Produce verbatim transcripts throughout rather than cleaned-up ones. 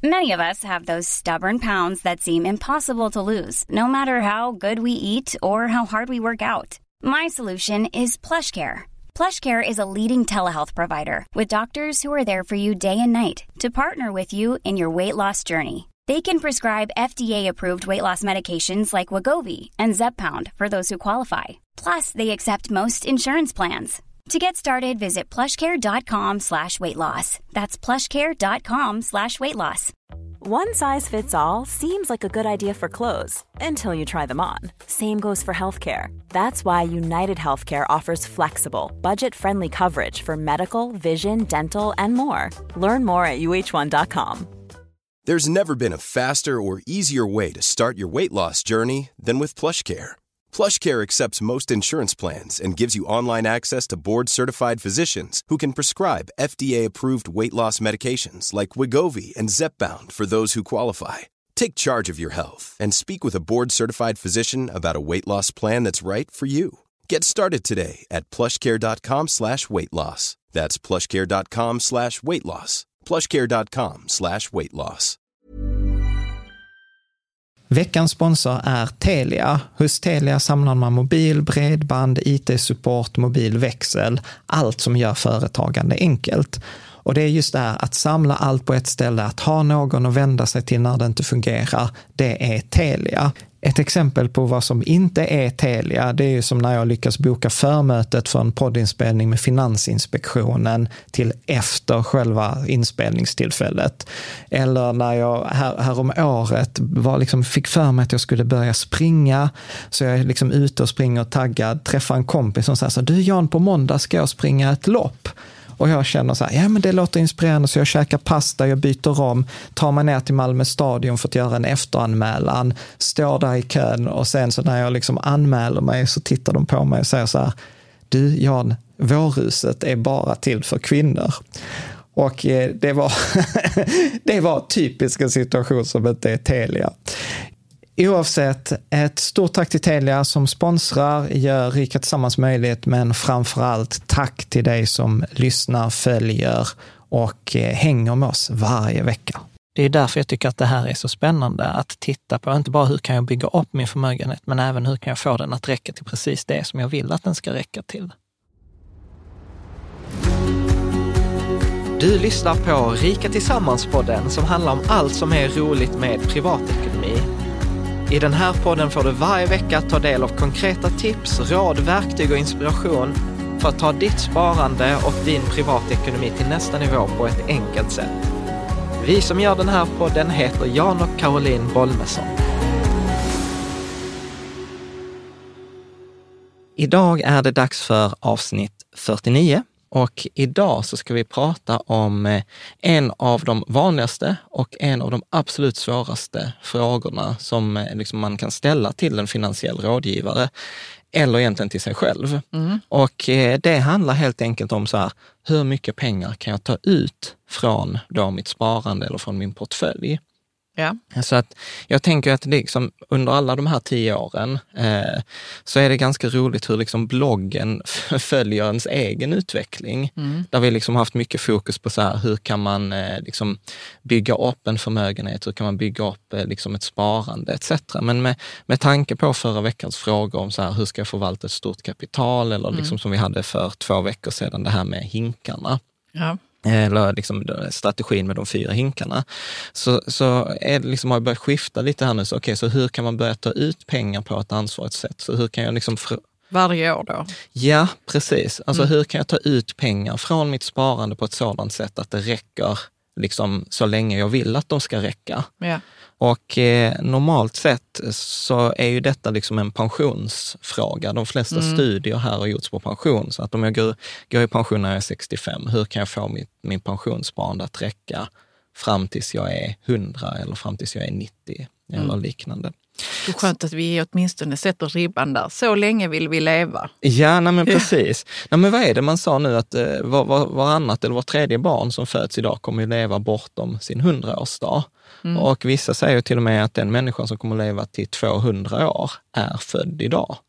Many of us have those stubborn pounds that seem impossible to lose, no matter how good we eat or how hard we work out. My solution is PlushCare. PlushCare is a leading telehealth provider with doctors who are there for you day and night to partner with you in your weight loss journey. They can prescribe F D A-approved weight loss medications like Wegovy and Zepbound for those who qualify. Plus, they accept most insurance plans. To get started, visit plushcare.com slash weight loss. That's plushcare.com slash weight loss. One size fits all seems like a good idea for clothes until you try them on. Same goes for healthcare. That's why United Healthcare offers flexible, budget-friendly coverage for medical, vision, dental, and more. Learn more at U H one dot com. There's never been a faster or easier way to start your weight loss journey than with PlushCare. PlushCare accepts most insurance plans and gives you online access to board-certified physicians who can prescribe F D A-approved weight loss medications like Wegovy and Zepbound for those who qualify. Take charge of your health and speak with a board-certified physician about a weight loss plan that's right for you. Get started today at plushcare.com slash weight loss. That's plushcare.com slash weight loss. plushcare.com slash weight loss. Veckans sponsor är Telia. Hos Telia samlar man mobil, bredband, I T-support, mobilväxel, allt som gör företagande enkelt. Och det är just det här att samla allt på ett ställe, att ha någon att vända sig till när det inte fungerar, det är Telia. Ett exempel på vad som inte är Telia, det är ju som när jag lyckas boka förmötet för en poddinspelning med Finansinspektionen till efter själva inspelningstillfället. Eller när jag här, här om året var liksom, fick för mig att jag skulle börja springa, så jag är liksom ute och springer och taggad, träffar en kompis som säger så här, du Jan, på måndag ska jag springa ett lopp. Och jag känner så här, ja men det låter inspirerande, så jag käkar pasta, jag byter om, tar mig ner till Malmö stadion för att göra en efteranmälan, står där i kön, och sen så när jag liksom anmäler mig så tittar de på mig och säger så här, du Jan, vårhuset är bara till för kvinnor. Och det var, det var typisk en situation som inte är Telia. Oavsett, ett stort tack till Telia som sponsrar, gör Rika Tillsammans möjligt, men framförallt tack till dig som lyssnar, följer och hänger med oss varje vecka. Det är därför jag tycker att det här är så spännande att titta på, inte bara hur kan jag bygga upp min förmögenhet, men även hur kan jag få den att räcka till precis det som jag vill att den ska räcka till. Du lyssnar på Rika Tillsammans-podden som handlar om allt som är roligt med privatekonomi. I den här podden får du varje vecka ta del av konkreta tips, råd, verktyg och inspiration för att ta ditt sparande och din privatekonomi till nästa nivå på ett enkelt sätt. Vi som gör den här podden heter Jan och Caroline Bolmesson. Idag är det dags för avsnitt fyrtionio. Och idag så ska vi prata om en av de vanligaste och en av de absolut svåraste frågorna som liksom man kan ställa till en finansiell rådgivare eller egentligen till sig själv. Mm. Och det handlar helt enkelt om så här, hur mycket pengar kan jag ta ut från då mitt sparande eller från min portfölj? Ja. Så att jag tänker att liksom under alla de här tio åren eh, så är det ganska roligt hur liksom bloggen följer ens egen utveckling. Mm. Där vi liksom haft mycket fokus på så här, hur kan man eh, liksom bygga upp en förmögenhet, hur kan man bygga upp eh, liksom ett sparande et cetera. Men med, med tanke på förra veckans frågor om så här, hur ska jag förvalta ett stort kapital, eller liksom mm. som vi hade för två veckor sedan, det här med hinkarna. Ja. Eller liksom strategin med de fyra hinkarna, så, så är det liksom, har jag börjat skifta lite här nu. Så, okay, så hur kan man börja ta ut pengar på ett ansvarigt sätt? Så hur kan jag liksom... Fr- Varje år då? Ja, precis. Alltså mm. hur kan jag ta ut pengar från mitt sparande på ett sådant sätt att det räcker liksom så länge jag vill att de ska räcka? Ja. Och eh, normalt sett så är ju detta liksom en pensionsfråga. De flesta mm. studier här har gjorts på pension. Så att om jag går, går i pension när jag är sextiofem, hur kan jag få min, min pensionssparande att räcka fram tills jag är hundra eller fram tills jag är nittio mm. eller liknande. Det är skönt att vi åtminstone sätter ribban där. Så länge vill vi leva. Ja, nej men precis. Nej, men vad är det man sa nu att eh, var, var, varannat eller var tredje barn som föds idag kommer att leva bortom sin hundraårsdag. Mm. Och vissa säger till och med att den människan som kommer att leva till tvåhundra år är född idag.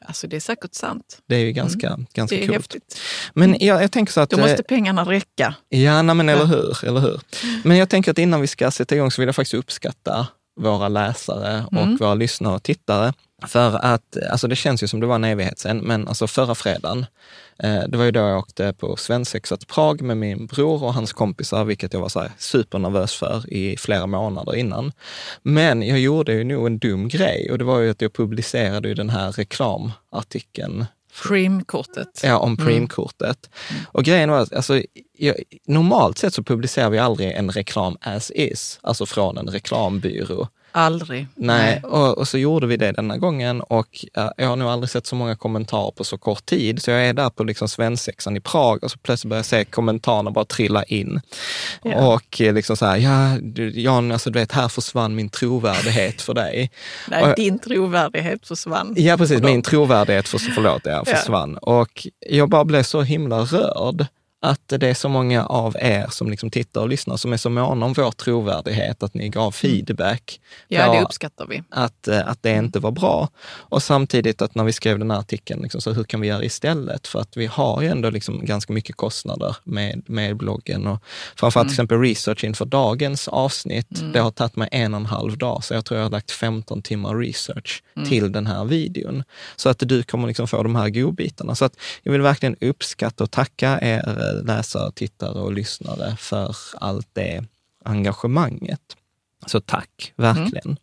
Alltså det är säkert sant. Det är ju ganska, mm. ganska det är coolt. Häftigt. Men jag, jag tänker så att... Då måste pengarna räcka. Ja, nej, men eller hur, eller hur. Men jag tänker att innan vi ska sätta igång så vill jag faktiskt uppskatta våra läsare och mm. våra lyssnare och tittare. För att, alltså det känns ju som det var en evighet sedan, men alltså förra fredagen, eh, det var ju då jag åkte på svensexa till Prag med min bror och hans kompisar, vilket jag var så här supernervös för i flera månader innan. Men jag gjorde ju nog en dum grej och det var ju att jag publicerade ju den här reklamartikeln. Preem-kortet. Ja, om Preem-kortet. Mm. Och grejen var att alltså, jag, normalt sett så publicerar vi aldrig en reklam as is, alltså från en reklambyrå. Aldrig. Nej, Nej. Och, och så gjorde vi det denna gången och uh, jag har nog aldrig sett så många kommentarer på så kort tid. Så jag är där på liksom svensexan i Prag och så plötsligt börjar jag se kommentarerna bara trilla in. Ja. Och liksom så här, ja, du, Jan, alltså du vet, här försvann min trovärdighet för dig. Nej, och, din trovärdighet försvann. Ja, precis, förlåt. Min trovärdighet för, förlåt, ja, försvann. Ja. Och jag bara blev så himla rörd. Att det är så många av er som liksom tittar och lyssnar som är så måna om vår trovärdighet, att ni gav feedback. Ja, det uppskattar vi. Att, att det inte var bra. Och samtidigt att när vi skrev den här artikeln, liksom, så hur kan vi göra istället? För att vi har ju ändå liksom ganska mycket kostnader med, med bloggen. Och framförallt mm. till exempel research inför dagens avsnitt. Mm. Det har tagit mig en och en halv dag, så jag tror jag har lagt femton timmar research mm. till den här videon. Så att du kommer liksom få de här godbitarna. Så att jag vill verkligen uppskatta och tacka er läsare, tittare och lyssnare för allt det engagemanget. Så tack, verkligen. Mm.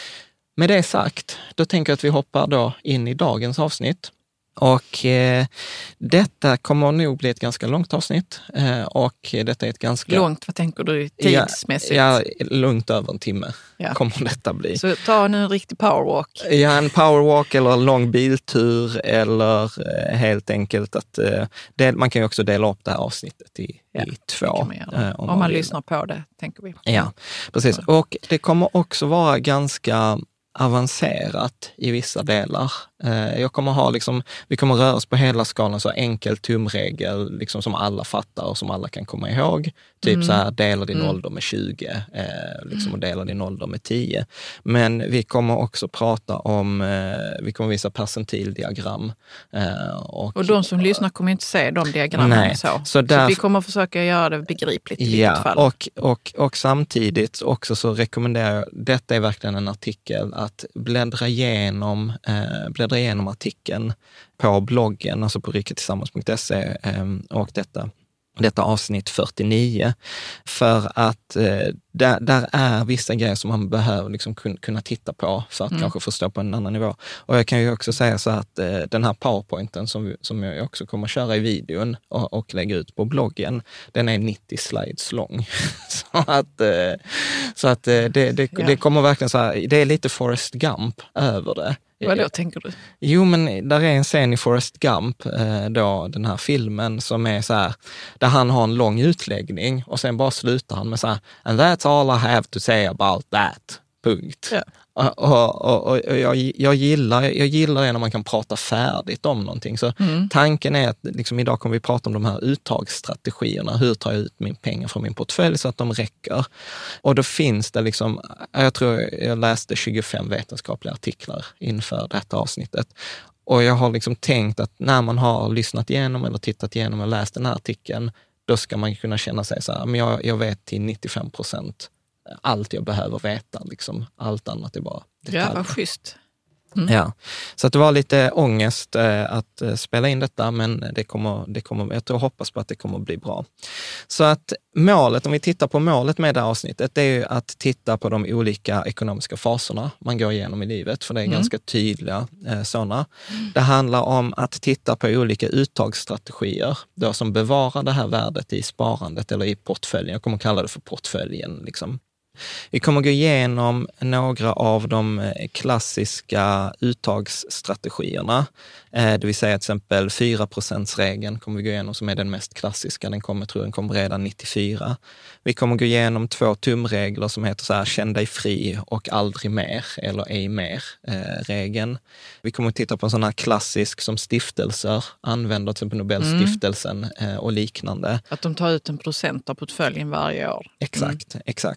Med det sagt, då tänker jag att vi hoppar då in i dagens avsnitt. Och eh, detta kommer nog bli ett ganska långt avsnitt. Eh, och detta är ett ganska... Långt, vad tänker du tidsmässigt? Ja, ja, lugnt över en timme ja. kommer detta bli. Så ta nu en riktig powerwalk. Ja, en powerwalk eller en lång biltur eller eh, helt enkelt att eh, del, man kan ju också dela upp det här avsnittet i, ja, i två. Man eh, om, om man, man lyssnar på det, tänker vi. Ja, precis. Och det kommer också vara ganska avancerat i vissa delar. Jag kommer ha liksom, vi kommer röra oss på hela skalan, så enkel tumregel liksom som alla fattar och som alla kan komma ihåg. Typ mm. så här, dela din mm. ålder med tjugo eh, liksom, och dela din ålder med tio. Men vi kommer också prata om, eh, vi kommer visa percentildiagram. Eh, och, och de som uh, lyssnar kommer inte se de diagrammen. Nej, så. Så, där, så vi kommer försöka göra det begripligt i ja, vilket fall. Och, och, och samtidigt också så rekommenderar jag, detta är verkligen en artikel, att bläddra igenom, eh, bläddra igenom artikeln på bloggen, alltså på riketillsammans punkt se eh, och detta detta avsnitt fyrtionio, för att eh, där, där är vissa grejer som man behöver liksom kun, kunna titta på för att mm. kanske förstå på en annan nivå. Och jag kan ju också säga så att eh, den här powerpointen som, vi, som jag också kommer köra i videon och, och lägga ut på bloggen, den är nittio slides lång. så att, eh, så att eh, det, det, ja. det kommer verkligen så här, det är lite Forrest Gump över det. Vad då tänker du? Jo, men där är en scen i Forrest Gump, då, den här filmen, som är så här, där han har en lång utläggning och sen bara slutar han med så här, and that's all I have to say about that, punkt. Ja. Och, och, och, och jag, jag, gillar, jag gillar det när man kan prata färdigt om någonting. Så mm. tanken är att liksom, idag kommer vi prata om de här uttagsstrategierna. Hur tar jag ut min pengar från min portfölj så att de räcker? Och då finns det liksom, jag tror jag läste tjugofem vetenskapliga artiklar inför detta avsnittet. Och jag har liksom tänkt att när man har lyssnat igenom eller tittat igenom och läst den här artikeln, då ska man kunna känna sig så här, men jag, jag vet till nittiofem procent allt jag behöver veta, liksom. Allt annat är bara detaljer. Ja, vad schysst. Mm. Ja, så att det var lite ångest eh, att eh, spela in detta, men det kommer, det kommer, jag tror hoppas på att det kommer att bli bra. Så att målet, om vi tittar på målet med det här avsnittet, det är ju att titta på de olika ekonomiska faserna man går igenom i livet, för det är mm. ganska tydliga eh, sådana. Mm. Det handlar om att titta på olika uttagsstrategier då, som bevarar det här värdet i sparandet eller i portföljen. Jag kommer att kalla det för portföljen liksom. Vi kommer gå igenom några av de klassiska uttagsstrategierna. Det vill säga till exempel fyra procent-regeln kommer vi gå igenom, som är den mest klassiska. Den kommer, tror jag, den kommer redan nittiofyra. Vi kommer gå igenom två tumregler som heter så här, känn dig fri och aldrig mer, eller ej mer eh, regeln. Vi kommer att titta på en sån här klassisk som stiftelser använder, till exempel Nobelstiftelsen mm. eh, och liknande. Att de tar ut en procent av portföljen varje år. Exakt, mm. exakt. Eh,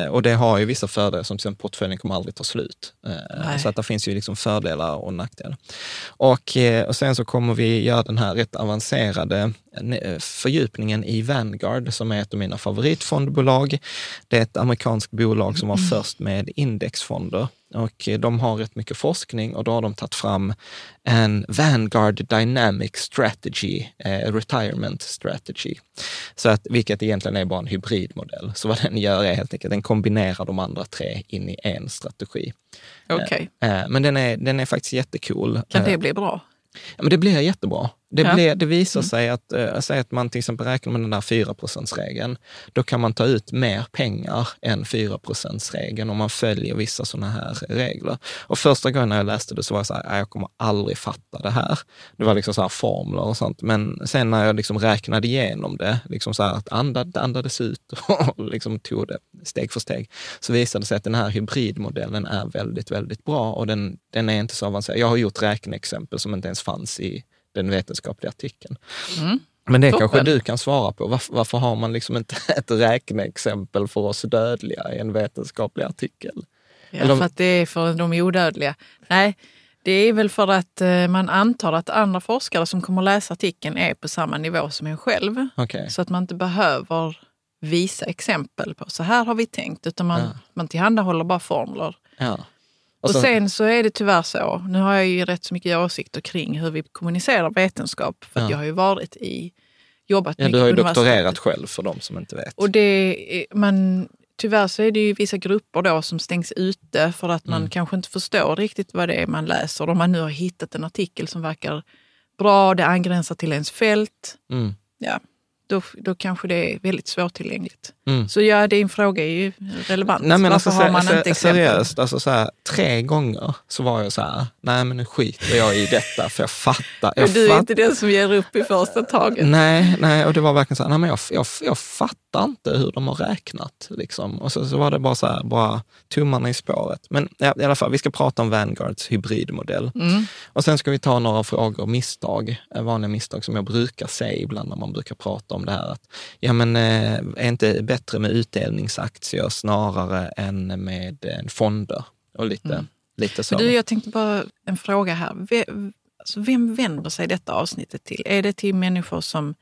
och det har ju vissa fördelar, som till exempel portföljen kommer aldrig ta slut. Eh, så att det finns ju liksom fördelar och nackdelar. Och, eh, och sen så kommer vi göra den här rätt avancerade fördjupningen i Vanguard, som är ett av mina favoritfondbolag. Det är ett amerikanskt bolag som var mm. först med indexfonder. Och de har rätt mycket forskning, och då har de tagit fram en Vanguard Dynamic Strategy, eh, Retirement Strategy. Så att, vilket egentligen är bara en hybridmodell. Så vad den gör är helt enkelt, den kombinerar de andra tre in i en strategi. Okej. Eh, eh, men den är, den är faktiskt jättecool. Kan det bli bra? Ja, men det blir jättebra. Det, ja. blir, det visar mm. sig att, äh, säg att man till exempel räknar med den där fyra procent-regeln. Då kan man ta ut mer pengar än fyra procent-regeln om man följer vissa sådana här regler. Och första gången jag läste det så var jag så här, jag kommer aldrig fatta det här. Det var liksom så här formler och sånt. Men sen när jag liksom räknade igenom det, liksom så här att andad, andades ut och liksom tog det steg för steg, så visade det sig att den här hybridmodellen är väldigt, väldigt bra, och den, den är inte så avancerad. Jag har gjort räkneexempel som inte ens fanns i den vetenskapliga artikeln. Mm. Men det Toppen. Kanske du kan svara på. Varför, varför har man liksom inte ett räkneexempel för oss dödliga i en vetenskaplig artikel? Ja, Eller... för att det är för de odödliga. Nej, det är väl för att eh, man antar att andra forskare som kommer läsa artikeln är på samma nivå som en själv. Okay. Så att man inte behöver visa exempel på så här har vi tänkt, utan man, ja. man tillhandahåller bara formler. Ja. Och, så, och sen så är det tyvärr så, nu har jag ju rätt så mycket åsikter kring hur vi kommunicerar vetenskap, för ja. att jag har ju varit i, jobbat ja, mycket. Du har ju doktorerat själv, för de som inte vet. Och det, man, tyvärr så är det ju vissa grupper då som stängs ute för att man mm. kanske inte förstår riktigt vad det är man läser. Om man nu har hittat en artikel som verkar bra, det angränsar till ens fält, mm. ja. Då, då kanske det är väldigt svårtillgängligt. Mm. Så ja, din fråga är ju relevant. Nej, men varför alltså, har man ser, inte exempel? Seriöst, alltså så här, tre gånger så var jag så här, nej men nu skiter jag i detta, för jag fattar. Jag men du är fatt... inte den som ger upp i första taget. Nej, nej, och det var verkligen så här, nej men jag, jag, jag fattar inte hur de har räknat. Liksom. Och så, så var det bara så här, bara tummarna i spåret. Men ja, i alla fall, vi ska prata om Vanguards hybridmodell. Mm. Och sen ska vi ta några frågor, misstag, vanliga misstag som jag brukar säga ibland när man brukar prata om det här. Att, ja men är inte bättre med utdelningsaktier snarare än med en fonder och lite, mm. lite så. Du, jag tänkte bara en fråga här. Vem, alltså vem vänder sig detta avsnittet till? Är det till människor som,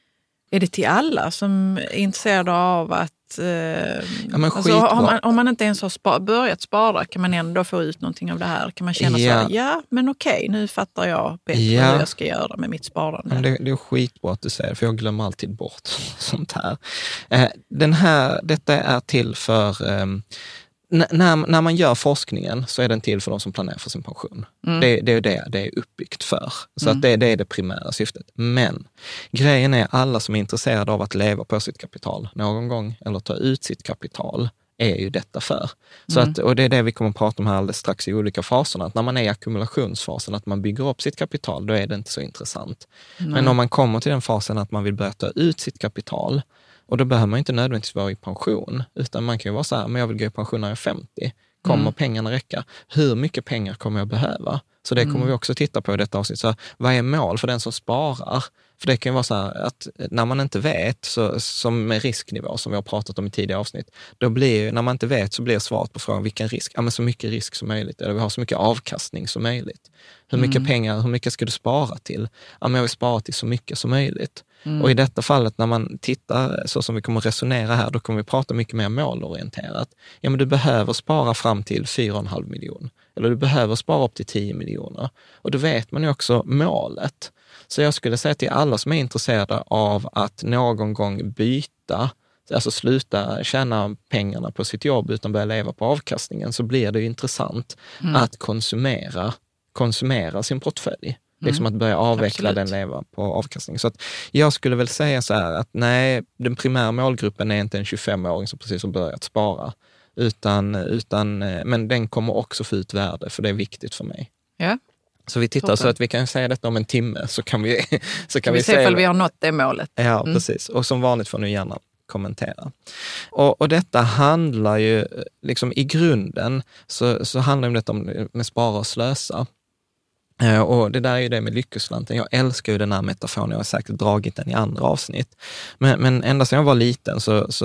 är det till alla som är intresserade av att eh, ja, men alltså, om, man, om man inte ens har spar, börjat spara, kan man ändå få ut någonting av det här? Kan man känna ja. så här, ja men okej, nu fattar jag bättre ja. hur jag ska göra med mitt sparande. Det, det är skitbra att du säger, för jag glömmer alltid bort sånt här. Eh, den här detta är till för... Eh, När, när man gör forskningen så är den till för de som planerar för sin pension. Mm. Det, det är det det är uppbyggt för. Så mm. att det, det är det primära syftet. Men grejen är alla som är intresserade av att leva på sitt kapital någon gång eller ta ut sitt kapital är ju detta för. Så mm. att, och det är det vi kommer att prata om här alldeles strax i olika faserna. Att när man är i ackumulationsfasen, att man bygger upp sitt kapital, då är det inte så intressant. Mm. Men om man kommer till den fasen att man vill börja ta ut sitt kapital, och då behöver man inte nödvändigtvis vara i pension, utan man kan ju vara så här, men jag vill gå i pension när jag är femtio. Kommer mm. pengarna räcka? Hur mycket pengar kommer jag behöva? Så det kommer mm. vi också titta på i detta avsnitt. Så vad är mål för den som sparar? För det kan ju vara så här att när man inte vet, så, som med risknivå som vi har pratat om i tidigare avsnitt, då blir, när man inte vet så blir svaret på frågan vilken risk? Ja men så mycket risk som möjligt, eller vi har så mycket avkastning som möjligt. Hur mycket mm. pengar, hur mycket ska du spara till? Ja men jag vill spara till så mycket som möjligt. Mm. Och i detta fallet när man tittar så som vi kommer resonera här, då kommer vi prata mycket mer målorienterat. Ja men du behöver spara fram till fyra komma fem miljoner. Eller du behöver spara upp till tio miljoner. Och då vet man ju också målet. Så jag skulle säga till alla som är intresserade av att någon gång byta, alltså sluta tjäna pengarna på sitt jobb utan börja leva på avkastningen, så blir det ju intressant mm. att konsumera, konsumera sin portfölj. Liksom att börja avveckla Absolut. den leva på avkastning. Så att jag skulle väl säga så här att nej, den primära målgruppen är inte en tjugofemåring som precis har börjat spara. Utan, utan, men den kommer också få ut värde, för det är viktigt för mig. Ja. Så vi tittar Toppen. så att vi kan säga detta om en timme, så kan vi så kan vi, vi se ifall vi har nått det målet. Ja, mm. precis. Och som vanligt får ni gärna kommentera. Och, och detta handlar ju, liksom i grunden, så, så handlar det om detta om, med spara och slösa. Och det där är ju det med lyckoslanten. Jag älskar ju den här metaforen. Jag har säkert dragit den i andra avsnitt. Men, men ända sedan jag var liten så, så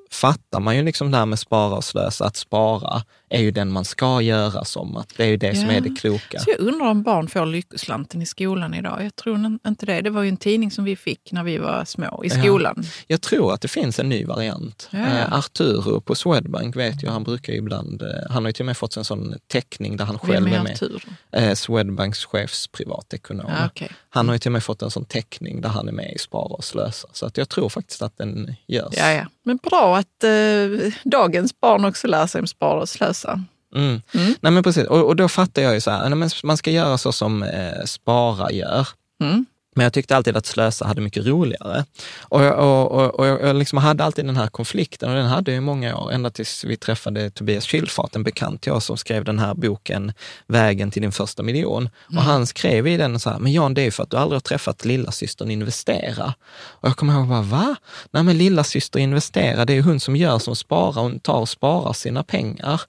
fattar man ju liksom det här med spara och slösa, att spara är ju den man ska göra, som att det är ju det ja. som är det kloka. Så jag undrar om barn får lyckoslanten i skolan idag. Jag tror inte det. Det var ju en tidning som vi fick när vi var små i skolan. Ja. Jag tror att det finns en ny variant. Ja. Eh, Arturo på Swedbank vet ju, han brukar ju ibland, eh, han har ju till och med fått en sån teckning där han själv är med. Eh, Swedbanks chefs privatekonom. Ja, okay. Han har ju till och med fått en sån teckning där han är med i spara och slösa. Så att jag tror faktiskt att den görs. Ja, ja. Men bra att eh, dagens barn också lär sig om spara och slösa. Mm. Mm. Nej, men precis. Och, och då fattar jag ju så här, nej, man ska göra så som eh, spara gör. Mm. Men jag tyckte alltid att slösa hade mycket roligare. Och jag, och, och, och jag liksom hade alltid den här konflikten, och den hade jag i många år, ända tills vi träffade Tobias Schildfart, en bekant till oss som skrev den här boken Vägen till din första miljon. Mm. Och han skrev i den så här, men Jan, det är ju för att du aldrig har träffat lilla systern Investera. Och jag kommer ihåg bara, va? Nej, men lilla syster Investera, det är ju hon som gör som sparar, hon tar och sparar sina pengar.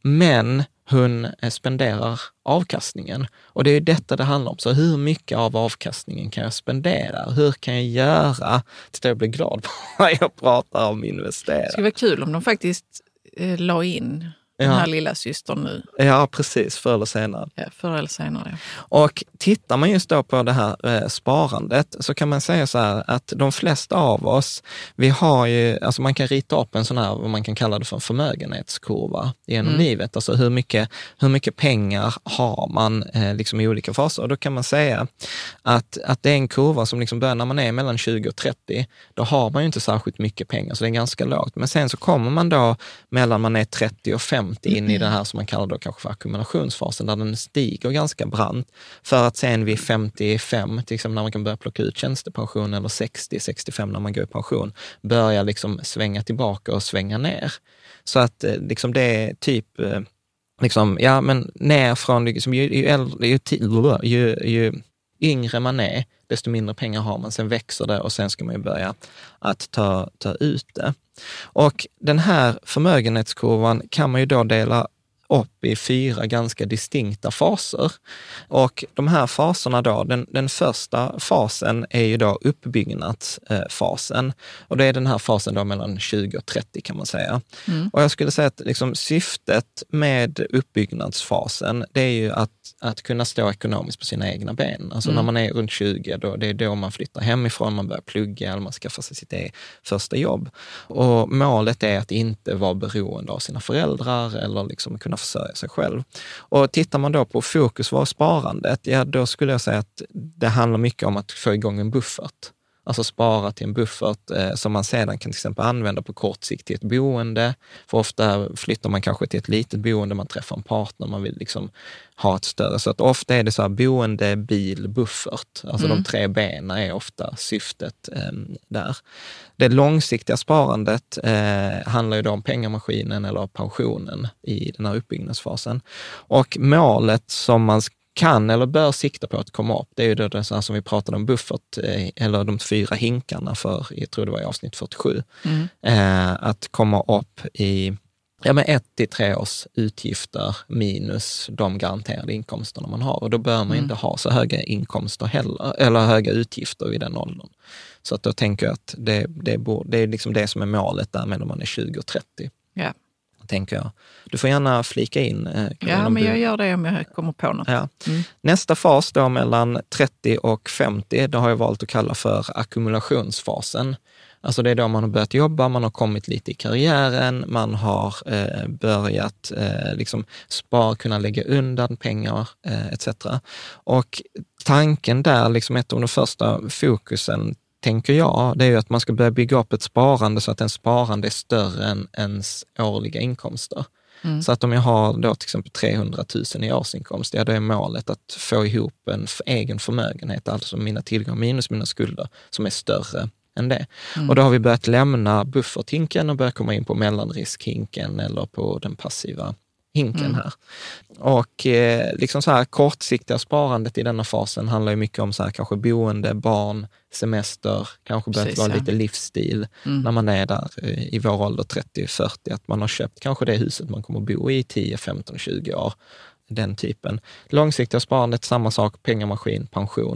Men hon spenderar avkastningen. Och det är ju detta det handlar om. Så hur mycket av avkastningen kan jag spendera? Hur kan jag göra till jag blir glad när jag pratar om investera? Det skulle vara kul om de faktiskt eh, la in den här lilla systern nu. Ja, precis. Förr eller senare. Ja, förr eller senare. Ja. Och tittar man just då på det här eh, sparandet, så kan man säga så här att de flesta av oss, vi har ju, alltså man kan rita upp en sån här, vad man kan kalla det för en förmögenhetskurva genom mm. livet. Alltså hur mycket, hur mycket pengar har man eh, liksom i olika faser. Och då kan man säga att, att det är en kurva som liksom börjar när man är mellan tjugo och trettio, då har man ju inte särskilt mycket pengar, så det är ganska lågt. Men sen så kommer man då mellan man är trettio och femtio in i det här som man kallar då kanske för ackumulationsfasen, där den stiger ganska brant, för att sen vid femtiofem, till exempel när man kan börja plocka ut tjänstepension, eller sextio sextiofem när man går i pension, börja liksom svänga tillbaka och svänga ner. Så att liksom det är typ liksom, ja men ner från liksom, ju, ju, äldre, ju, ju, ju yngre man är, desto mindre pengar har man, sen växer det och sen ska man ju börja att ta, ta ut det. Och den här förmögenhetskurvan kan man ju då dela upp i fyra ganska distinkta faser. Och de här faserna då, den, den första fasen är ju då uppbyggnadsfasen. Och det är den här fasen då mellan tjugo och trettio kan man säga. Mm. Och jag skulle säga att liksom syftet med uppbyggnadsfasen, det är ju att, att kunna stå ekonomiskt på sina egna ben. Alltså mm. när man är runt tjugo, då, det är då man flyttar hemifrån, man börjar plugga eller man skaffar sig sitt eget första jobb. Och målet är att inte vara beroende av sina föräldrar eller liksom kunna försörja sig själv. Och tittar man då på fokus var sparandet, ja då skulle jag säga att det handlar mycket om att få igång en buffert. Alltså spara till en buffert eh, som man sedan kan till exempel använda på kort sikt till ett boende. För ofta flyttar man kanske till ett litet boende, man träffar en partner, man vill liksom ha ett större. Så att ofta är det så här boende, bil, buffert. Alltså mm. de tre benen är ofta syftet eh, där. Det långsiktiga sparandet eh, handlar ju då om pengamaskinen eller pensionen i den här uppbyggnadsfasen. Och målet som man kan eller bör sikta på att komma upp, det är ju det så här som vi pratade om buffert, eh, eller de fyra hinkarna för, jag tror det var i avsnitt fyrtiosju, mm. eh, att komma upp i ja, men ett till tre års utgifter minus de garanterade inkomsterna man har. Och då bör man mm. inte ha så höga inkomster heller, eller höga utgifter i den åldern. Så att då tänker jag att det, det, borde, det är liksom det som är målet där mellan man är tjugo och trettio. Ja. Tänker jag. Du får gärna flika in. Eh, ja, men jag gör det om jag kommer på något. Ja. Mm. Nästa fas då mellan trettio och femtio, det har jag valt att kalla för ackumulationsfasen. Alltså det är då man har börjat jobba, man har kommit lite i karriären, man har eh, börjat eh, liksom spara, kunna lägga undan pengar eh, et cetera. Och tanken där, liksom ett av de första fokusen, tänker jag, det är ju att man ska börja bygga upp ett sparande så att en sparande är större än ens årliga inkomster. Mm. Så att om jag har då till exempel trehundratusen i årsinkomst, ja då är målet att få ihop en egen förmögenhet, alltså mina tillgångar minus mina skulder, som är större än det. Mm. Och då har vi börjat lämna bufferthinken och börjat komma in på mellanriskhinken eller på den passiva hinken mm. här. Och eh, liksom så här kortsiktiga sparandet i denna fasen handlar ju mycket om så här kanske boende, barn, semester, kanske börjat vara lite livsstil mm. när man är där eh, i vår ålder trettio fyrtio, att man har köpt kanske det huset man kommer bo i tio, femton, tjugo år. Den typen. Långsiktiga sparandet, samma sak, pengamaskin, pension.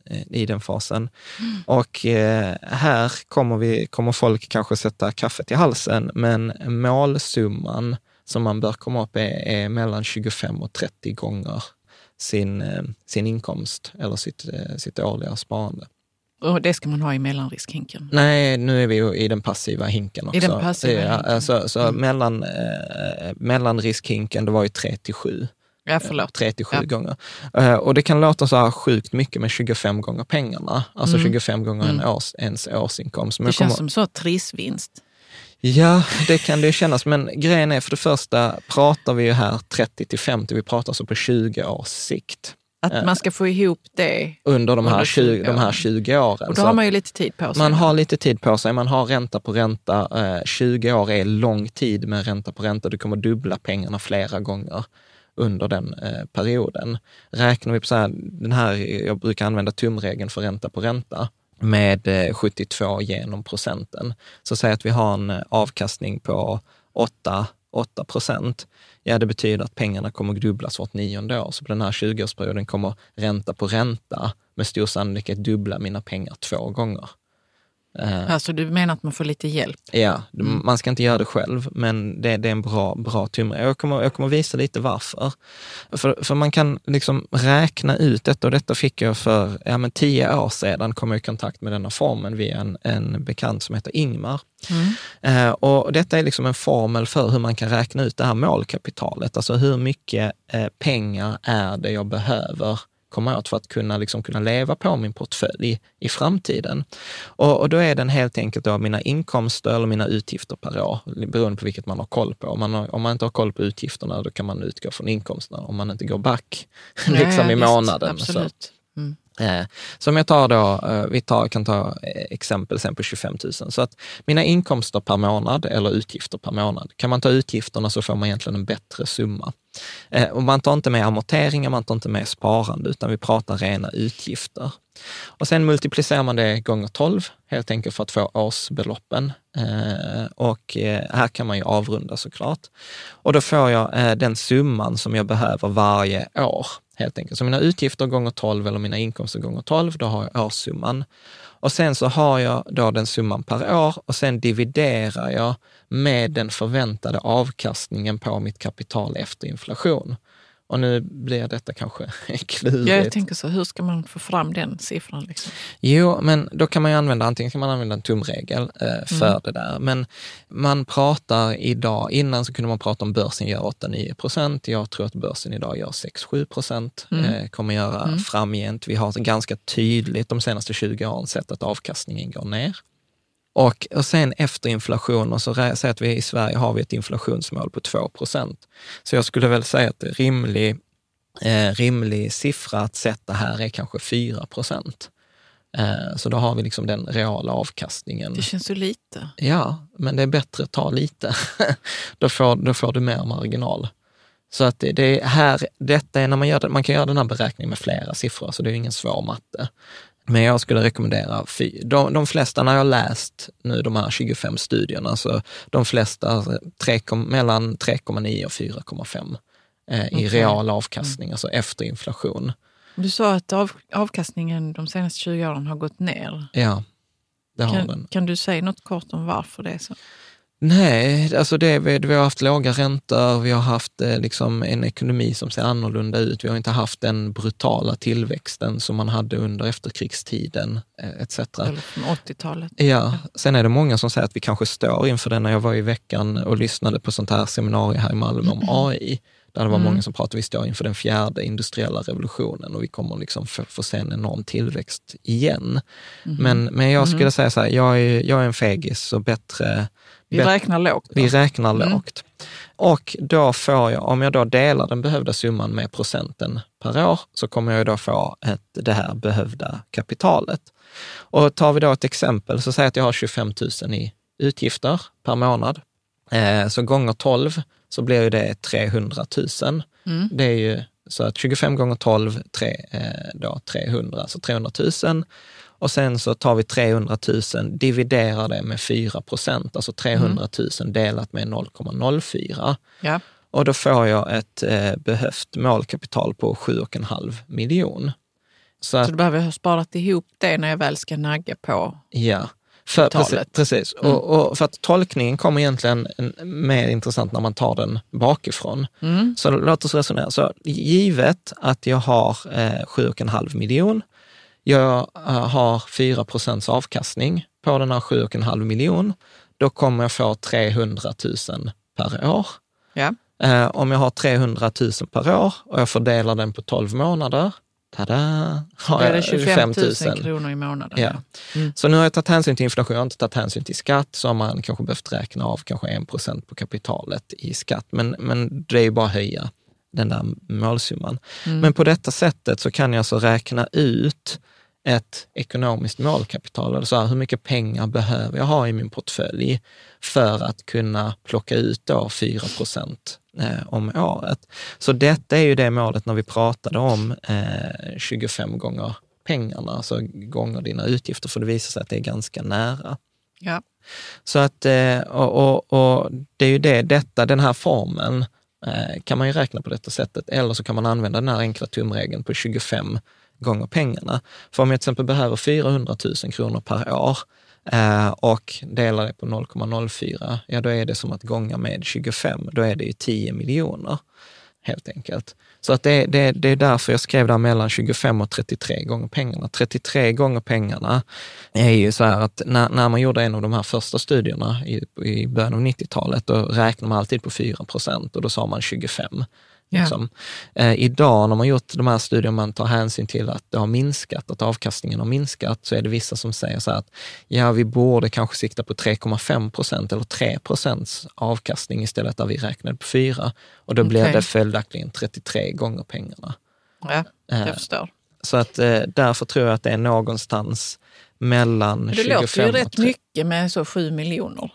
i den fasen. Mm. Och eh, här kommer, vi, kommer folk kanske sätta kaffet i halsen, men målsumman som man bör komma upp är, är mellan tjugofem och trettio gånger sin, eh, sin inkomst eller sitt, eh, sitt årliga sparande. Och det ska man ha i mellanriskhinken? Nej, nu är vi ju i den passiva hinken också. I den passiva ja, hinken? alltså, så mm. mellan, eh, mellanriskhinken, det var ju tre till sju. Ja, förlåt. tre till sju ja. gånger. Uh, och det kan låta så här sjukt mycket med tjugofem gånger pengarna. Alltså mm. tjugofem gånger mm. en års, ens årsinkomst. Men det känns kommer... som så trissvinst. Ja, det kan det kännas. Men grejen är, för det första pratar vi ju här trettio till femtio, vi pratar så på tjugo års sikt. Att man ska få ihop det under de här, tjugo, de här tjugo åren. Och då har man ju lite tid på sig. Man har lite tid på sig, man har ränta på ränta. tjugo år är lång tid med ränta på ränta. Du kommer dubbla pengarna flera gånger under den eh, perioden. Räknar vi på så här, den här, jag brukar använda tumregeln för ränta på ränta med eh, sjuttiotvå genom procenten. Så säg att vi har en avkastning på åtta procent. Ja, det betyder att pengarna kommer att dubblas vart nionde år. Så på den här tjugo-årsperioden kommer ränta på ränta med stor sannolikhet dubbla mina pengar två gånger. Alltså du menar att man får lite hjälp? Ja, mm. man ska inte göra det själv, men det, det är en bra, bra tumre. Jag kommer, jag kommer visa lite varför. För, för man kan liksom räkna ut detta, och detta fick jag för ja, men tio år sedan, kom jag i kontakt med denna formeln via en, en bekant som heter Ingmar. Mm. Eh, och detta är liksom en formel för hur man kan räkna ut det här målkapitalet. Alltså hur mycket eh, pengar är det jag behöver komma åt för att kunna, liksom, kunna leva på min portfölj i framtiden. Och, och då är den helt enkelt då mina inkomster eller mina utgifter per år, beroende på vilket man har koll på. Om man, har, om man inte har koll på utgifterna, då kan man utgå från inkomsterna. Om man inte går back Nej, liksom i visst, månaden. Absolut. Mm. Eh, så om jag tar då, eh, vi tar, kan ta exempel sen på tjugofem tusen. Så att mina inkomster per månad eller utgifter per månad, kan man ta utgifterna så får man egentligen en bättre summa. Eh, och man tar inte med amorteringar, man tar inte med sparande, utan vi pratar rena utgifter. Och sen multiplicerar man det gånger tolv, helt enkelt för att få årsbeloppen. Eh, och eh, här kan man ju avrunda såklart. Och då får jag eh, den summan som jag behöver varje år. Helt enkelt. Så mina utgifter gånger tolv eller mina inkomster gånger tolv, då har jag årssumman. Och sen så har jag då den summan per år och sen dividerar jag med den förväntade avkastningen på mitt kapital efter inflation. Och nu blir detta kanske klurigt. Ja, jag tänker så, hur ska man få fram den siffran? Liksom? Jo, men då kan man ju använda, antingen kan man använda en tumregel eh, för mm. det där. Men man pratar idag, innan så kunde man prata om börsen gör åtta till nio procent. Jag tror att börsen idag gör sex till sju procent. Mm. Eh, kommer göra mm. framgent. Vi har ganska tydligt de senaste tjugo åren sett att avkastningen går ner. Och, och sen efter inflation, och så säger att vi i Sverige har vi ett inflationsmål på två procent. Så jag skulle väl säga att rimlig, eh, rimlig siffra att sätta här är kanske fyra procent. Eh, så då har vi liksom den reala avkastningen. Det känns så lite. Ja, men det är bättre att ta lite. då, får, då får du mer marginal. Så att det, det är här, detta är när man gör det, man kan göra den här beräkningen med flera siffror, så det är ingen svår matte. Men jag skulle rekommendera, de, de flesta när jag läst nu de här tjugofem studierna, så de flesta tre, mellan tre komma nio och fyra komma fem eh, okay. i real avkastning, mm. alltså efter inflation. Du sa att av, avkastningen de senaste tjugo åren har gått ner. Ja, det har kan, den. Kan du säga något kort om varför det är så? Nej, alltså det, vi, vi har haft låga räntor, vi har haft eh, liksom en ekonomi som ser annorlunda ut. Vi har inte haft den brutala tillväxten som man hade under efterkrigstiden eh, et cetera. Eller från åttiotalet. Ja, sen är det många som säger att vi kanske står inför det. När jag var i veckan och lyssnade på sånt här seminarium här i Malmö om A I, där det var mm. många som pratade, vi står inför den fjärde industriella revolutionen och vi kommer liksom få, få se en enorm tillväxt igen. Mm. Men, men jag skulle mm. säga så här, jag är, jag är en fegis och bättre... Vi räknar lågt. Vi räknar mm. lågt. Och då får jag, om jag då delar den behövda summan med procenten per år, så kommer jag då få ett, det här behövda kapitalet. Och tar vi då ett exempel, så säger jag att jag har tjugofem tusen i utgifter per månad. Eh, så gånger tolv så blir ju det trehundratusen. Mm. Det är ju så att tjugofem gånger tolv, tre, eh, då trehundra, så trehundratusen. Och sen så tar vi trehundratusen, dividerar det med fyra procent, alltså trehundratusen delat med noll komma noll fyra. Ja. Och då får jag ett eh, behövt målkapital på sju komma fem miljon. Så, att, så du behöver ha sparat ihop det när jag väl ska nagga på ja. För, precis, precis. Mm. Och, och för att tolkningen kommer egentligen mer intressant när man tar den bakifrån. Mm. Så låt oss resonera. Så givet att jag har eh, sju och en halv miljon, jag eh, har fyra procents avkastning på den här sju och en halv miljon, då kommer jag få trehundratusen per år. Ja. Eh, om jag har trehundratusen per år och jag fördelar den på tolv månader, tada, har jag det tjugofem tusen kronor i månaden. Ja. Mm. Så nu har jag tagit hänsyn till inflation, jag har inte tagit hänsyn till skatt, så har man kanske behövt räkna av kanske en procent på kapitalet i skatt. Men, men det är ju bara att höja den där målsumman. Mm. Men på detta sättet så kan jag alltså räkna ut ett ekonomiskt målkapital, eller så här, hur mycket pengar behöver jag ha i min portfölj för att kunna plocka ut då fyra procent eh, om året. Så detta är ju det målet när vi pratade om eh, tjugofem gånger pengarna, alltså gånger dina utgifter, för det visar sig att det är ganska nära. Ja. Så att, eh, och, och, och det är ju det, detta, den här formen eh, kan man ju räkna på detta sättet, eller så kan man använda den här enkla tumregeln på tjugofem gånger pengarna. För om jag till exempel behöver fyrahundratusen kronor per år eh, och delar det på noll komma noll fyra, ja då är det som att gånga med tjugofem, då är det ju tio miljoner helt enkelt. Så att det, det, det är därför jag skrev där mellan tjugofem och trettiotre gånger pengarna. trettiotre gånger pengarna är ju så här att när, när man gjorde en av de här första studierna i, i början av nittiotalet, då räknade man alltid på fyra procent och då sa man tjugofem. Liksom. Ja. Eh, idag när man gjort de här studierna, man tar hänsyn till att det har minskat, att avkastningen har minskat, så är det vissa som säger så här att ja, vi borde kanske sikta på tre komma fem procent eller tre procents avkastning istället, där vi räknade på fyra. Och då okay. blir det följaktligen trettiotre gånger pengarna. Ja, jag eh, förstår. Så att eh, därför tror jag att det är någonstans mellan det tjugofem låter ju rätt och tre. mycket med så sju miljoner.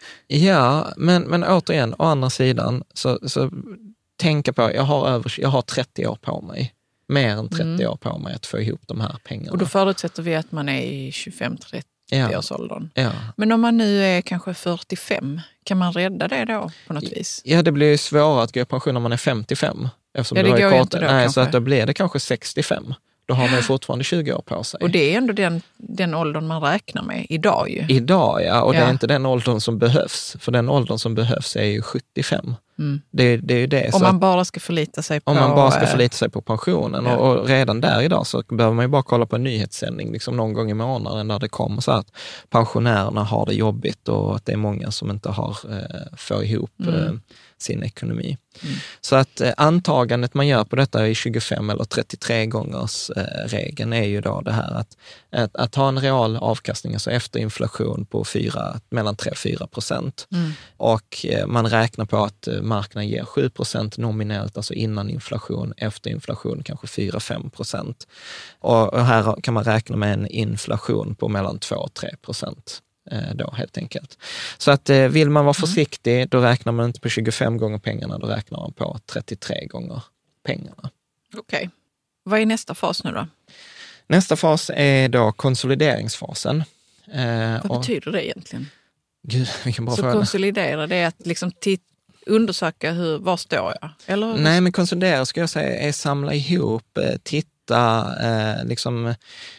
Ja, men, men återigen, å andra sidan så, så tänka på, jag har, över, jag har trettio år på mig. Mer än trettio mm. år på mig att få ihop de här pengarna. Och då förutsätter vi att man är i tjugofem till trettio ja. års åldern. Ja. Men om man nu är kanske fyrtiofem, kan man rädda det då på något vis? Ja, det blir ju svårare att gå i pension när man är femtiofem. Eftersom ja, det går går ju inte då. Nej, kanske. så att då blir det kanske sextiofem. Då har man ju fortfarande tjugo år på sig. Och det är ändå den, den åldern man räknar med idag ju. Idag, ja. Och ja. det är inte den åldern som behövs. För den åldern som behövs är ju sjuttiofem. Mm. Det, det är ju det. Om så man att, bara ska förlita sig på... Om man bara ska förlita sig på pensionen. Ja. Och, och redan där idag så behöver man ju bara kolla på en nyhetssändning liksom någon gång i månaden där det kommer så att pensionärerna har det jobbigt och att det är många som inte har eh, får ihop mm. eh, sin ekonomi. Mm. Så att eh, antagandet man gör på detta i tjugofem eller trettiotre gångers eh, regeln är ju då det här att, att, att ha en real avkastning, alltså efter inflation på fyra, mellan tre och fyra procent. Mm. Och eh, man räknar på att eh, marknaden ger sju procent nominellt, alltså innan inflation, efter inflation kanske fyra till fem procent. Och, och här kan man räkna med en inflation på mellan två och tre procent. Då helt enkelt. Så att vill man vara försiktig, mm. då räknar man inte på tjugofem gånger pengarna, då räknar man på trettiotre gånger pengarna. Okej. Okay. Vad är nästa fas nu då? Nästa fas är då konsolideringsfasen. Vad och, betyder det egentligen? Gud, vilken bra Så fråga. konsolidera, det är att liksom titta, undersöka hur, var står jag? Eller? Nej, men konsolidera ska jag säga är samla ihop, titta, eh, liksom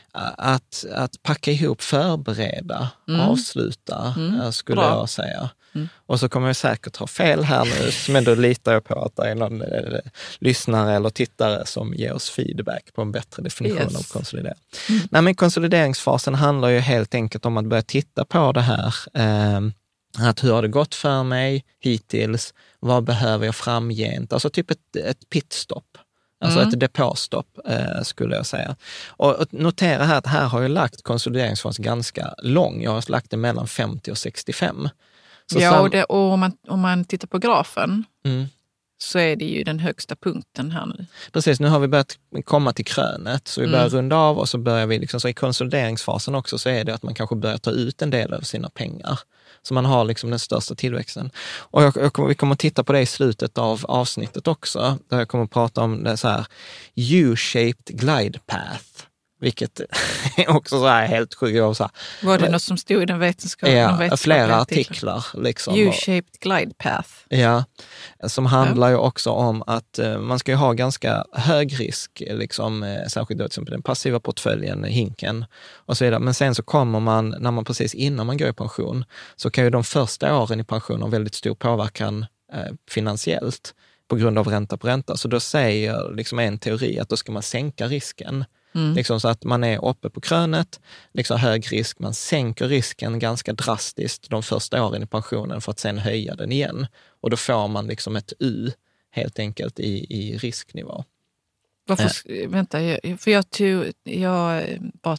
att, att packa ihop, förbereda, mm. avsluta, mm. skulle Bra. jag säga. Mm. Och så kommer jag säkert ha fel här nu, men då litar jag på att det är någon eh, lyssnare eller tittare som ger oss feedback på en bättre definition yes. av konsolidering. Mm. Nej, men konsolideringsfasen handlar ju helt enkelt om att börja titta på det här. Eh, att hur har det gått för mig hittills? Vad behöver jag framgent? Alltså typ ett, ett pitstop. Alltså mm. ett depåstopp eh, skulle jag säga. Och, och notera här att här har jag lagt konsolideringsfas ganska lång. Jag har lagt det mellan femtio och sextiofem. Så ja, sam- och, det, och om, man, om man tittar på grafen mm. så är det ju den högsta punkten här nu. Precis, nu har vi börjat komma till krönet. Så vi börjar mm. runda av och så börjar vi liksom, så i konsolideringsfasen också så är det att man kanske börjar ta ut en del av sina pengar. Så man har liksom den största tillväxten. Och jag, jag, vi kommer att titta på det i slutet av avsnittet också. Där jag kommer att prata om det så här U-shaped glide path. Vilket är också så här helt sjukt. Var det något som stod i den vetenskapliga Ja, vetenskapliga flera artiklar. Liksom. U-shaped glide path. Ja, som handlar ju också om att uh, man ska ju ha ganska hög risk, liksom, uh, särskilt då till exempel den passiva portföljen, hinken och så vidare. Men sen så kommer man, när man precis innan man går i pension, så kan ju de första åren i pension ha väldigt stor påverkan uh, finansiellt på grund av ränta på ränta. Så då säger liksom en teori att då ska man sänka risken. Mm. Liksom så att man är uppe på krönet, liksom hög risk, man sänker risken ganska drastiskt de första åren i pensionen för att sen höja den igen. Och då får man liksom ett U helt enkelt i, i risknivå. Varför, äh. Vänta, jag, för jag, tog, jag bara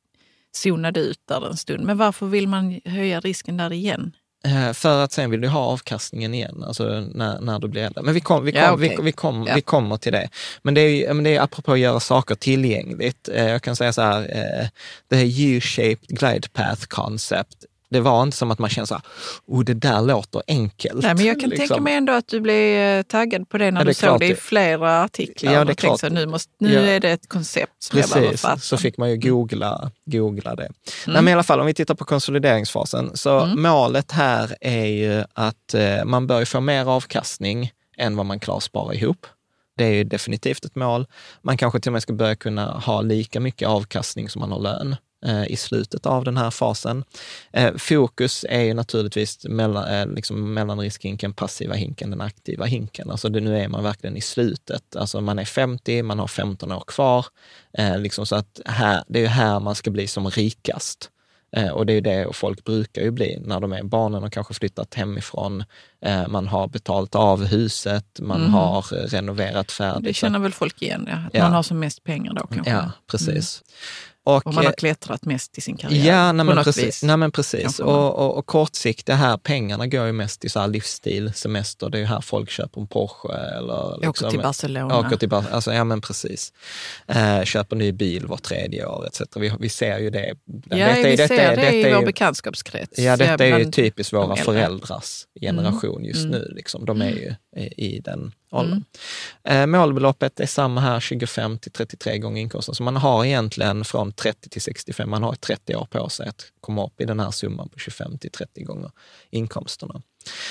zonade ut där en stund. Men varför vill man höja risken där igen? För att sen vill du ha avkastningen igen, alltså när, när du blir äldre. Men vi, kom, vi, kom, ja, okay. vi, vi, kom, ja. vi kommer till det. Men det är, men det är apropå att göra saker tillgängligt. Jag kan säga så här, det här U-shaped glide path concept, det var inte som att man känner så här, oh, det där låter enkelt. Nej, men jag kan liksom. tänka mig ändå att du blev taggad på det när ja, det du såg klart. det i flera artiklar. Ja, det är klart. Så, nu måste, nu ja. är det ett koncept som Precis, jag behöver fatta. så fick man ju googla, googla det. Mm. Nej, men i alla fall, om vi tittar på konsolideringsfasen, så mm. målet här är ju att eh, man bör få mer avkastning än vad man klarar spara ihop. Det är ju definitivt ett mål. Man kanske till och med ska börja kunna ha lika mycket avkastning som man har lön i slutet av den här fasen. Eh, fokus är ju naturligtvis mellan, eh, liksom mellan riskhinken, passiva hinken, den aktiva hinken. Alltså det, nu är man verkligen i slutet. Alltså man är femtio, man har femton år kvar. Eh, liksom så att här, det är ju här man ska bli som rikast. Eh, och det är ju det och folk brukar ju bli när de är barnen och kanske flyttat hemifrån. Eh, man har betalt av huset, man mm. har renoverat färdigt. Det känner väl folk igen, ja. Att ja. man har som mest pengar då kanske. Ja, precis. Mm. Och, och man har klättrat mest i sin karriär. Ja, nej, på men, precis, vis. nej men precis. Och, och, och kortsikt, det här pengarna går ju mest i så här livsstil, semester. Det är ju här folk köper en Porsche. Eller liksom, åker till Barcelona. Åker till Barcelona, alltså, ja men precis. Eh, köper ny bil var tredje år et cetera. Vi, vi ser ju det. Ja, detta, vi detta, ser detta, det detta i är vår ju, bekantskapskrets. Ja, detta är ju bland, typiskt våra föräldrars generation just mm. nu. Liksom. De är ju i, i den åldern. Mm. Eh, målbeloppet är samma här, tjugofem till trettiotre gånger inkomsten. Så man har egentligen från trettio till sextiofem, man har trettio år på sig att komma upp i den här summan på tjugofem till trettio gånger inkomsterna.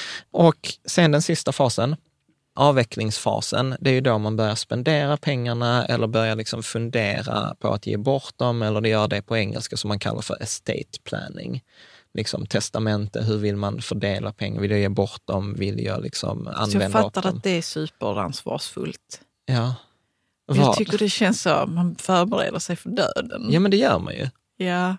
Och sen den sista fasen, avvecklingsfasen, det är ju då man börjar spendera pengarna eller börjar liksom fundera på att ge bort dem, eller det gör det på engelska som man kallar för estate planning. Liksom testamente, hur vill man fördela pengar? Vill jag ge bort dem? Vill jag liksom använda så jag fattar dem? Att det är superansvarsfullt. Ja. Vad? Jag tycker det känns så, man förbereder sig för döden. Ja, men det gör man ju. Ja.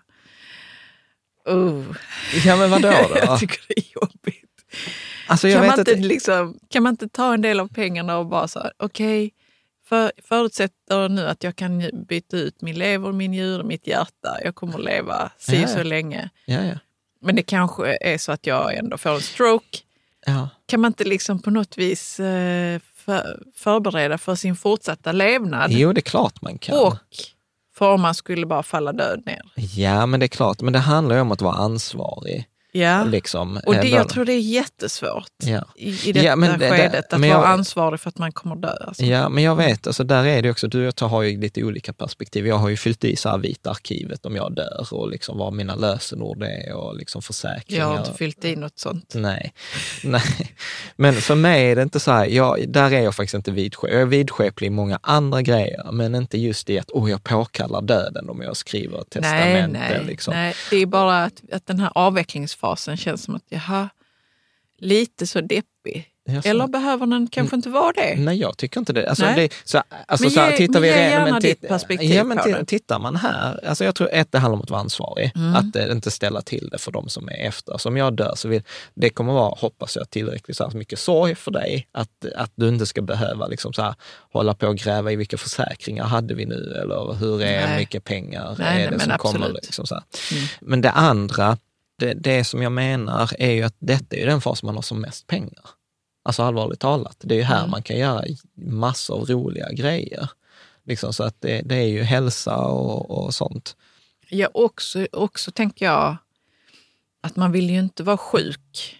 Oh. Ja, men vadå då? Jag tycker det är jobbigt. Alltså, jag kan, vet man inte, att... liksom, kan man inte ta en del av pengarna och bara så här, okej, okay, för, förutsätter nu att jag kan byta ut min lever, min njure, mitt hjärta. Jag kommer att leva så, ja, ja. så länge. Ja, ja. Men det kanske är så att jag ändå får en stroke. Ja. Kan man inte liksom på något vis eh, för, förbereda för sin fortsatta levnad? Jo, det är klart man kan. Och för om man skulle bara falla död ner. Ja, men det är klart. Men det handlar ju om att vara ansvarig. Ja, liksom, och det, eh, jag tror det är jättesvårt ja. i, i detta ja, men det, skedet det, att men vara jag, ansvarig för att man kommer dö. Alltså. Ja, men jag vet, alltså, där är det också, du och jag har ju lite olika perspektiv. Jag har ju fyllt i så här vita arkivet om jag dör och liksom vad mina lösenord är och liksom försäkringar. Jag har inte fyllt i något sånt. Nej, nej. Men för mig är det inte så här, jag, där är jag faktiskt inte vidskeplig. Jag är vidskeplig i många andra grejer, men inte just i att oh, jag påkallar döden om jag skriver ett testamente. Nej, nej, liksom. nej. Det är bara att, att den här avvecklingsfasen känns som att jaha, lite så deppig. Ja, så. Eller behöver den kanske inte vara det? Nej, jag tycker inte det. Alltså, Nej. det så, alltså, men så här, ge, tittar men vi ge redan, gärna men ditt perspektiv ja, men på t- det. Tittar man här, alltså jag tror ett, det handlar om att vara ansvarig. Mm. Att eh, inte ställa till det för de som är efter. Så om jag dör så vill, det kommer vara, hoppas jag, tillräckligt så här, mycket sorg för dig. Att, att du inte ska behöva liksom, så här, hålla på och gräva i vilka försäkringar hade vi nu, eller hur är nej. mycket pengar nej, är nej, det som absolut. kommer. Liksom, så här. Mm. Men det andra, det, det som jag menar är ju att detta är den fas man har som mest pengar. Alltså allvarligt talat. Det är ju här mm. man kan göra massor av roliga grejer. Liksom, så att det, det är ju hälsa och, och sånt. Ja, också, också tänker jag att man vill ju inte vara sjuk. Nej.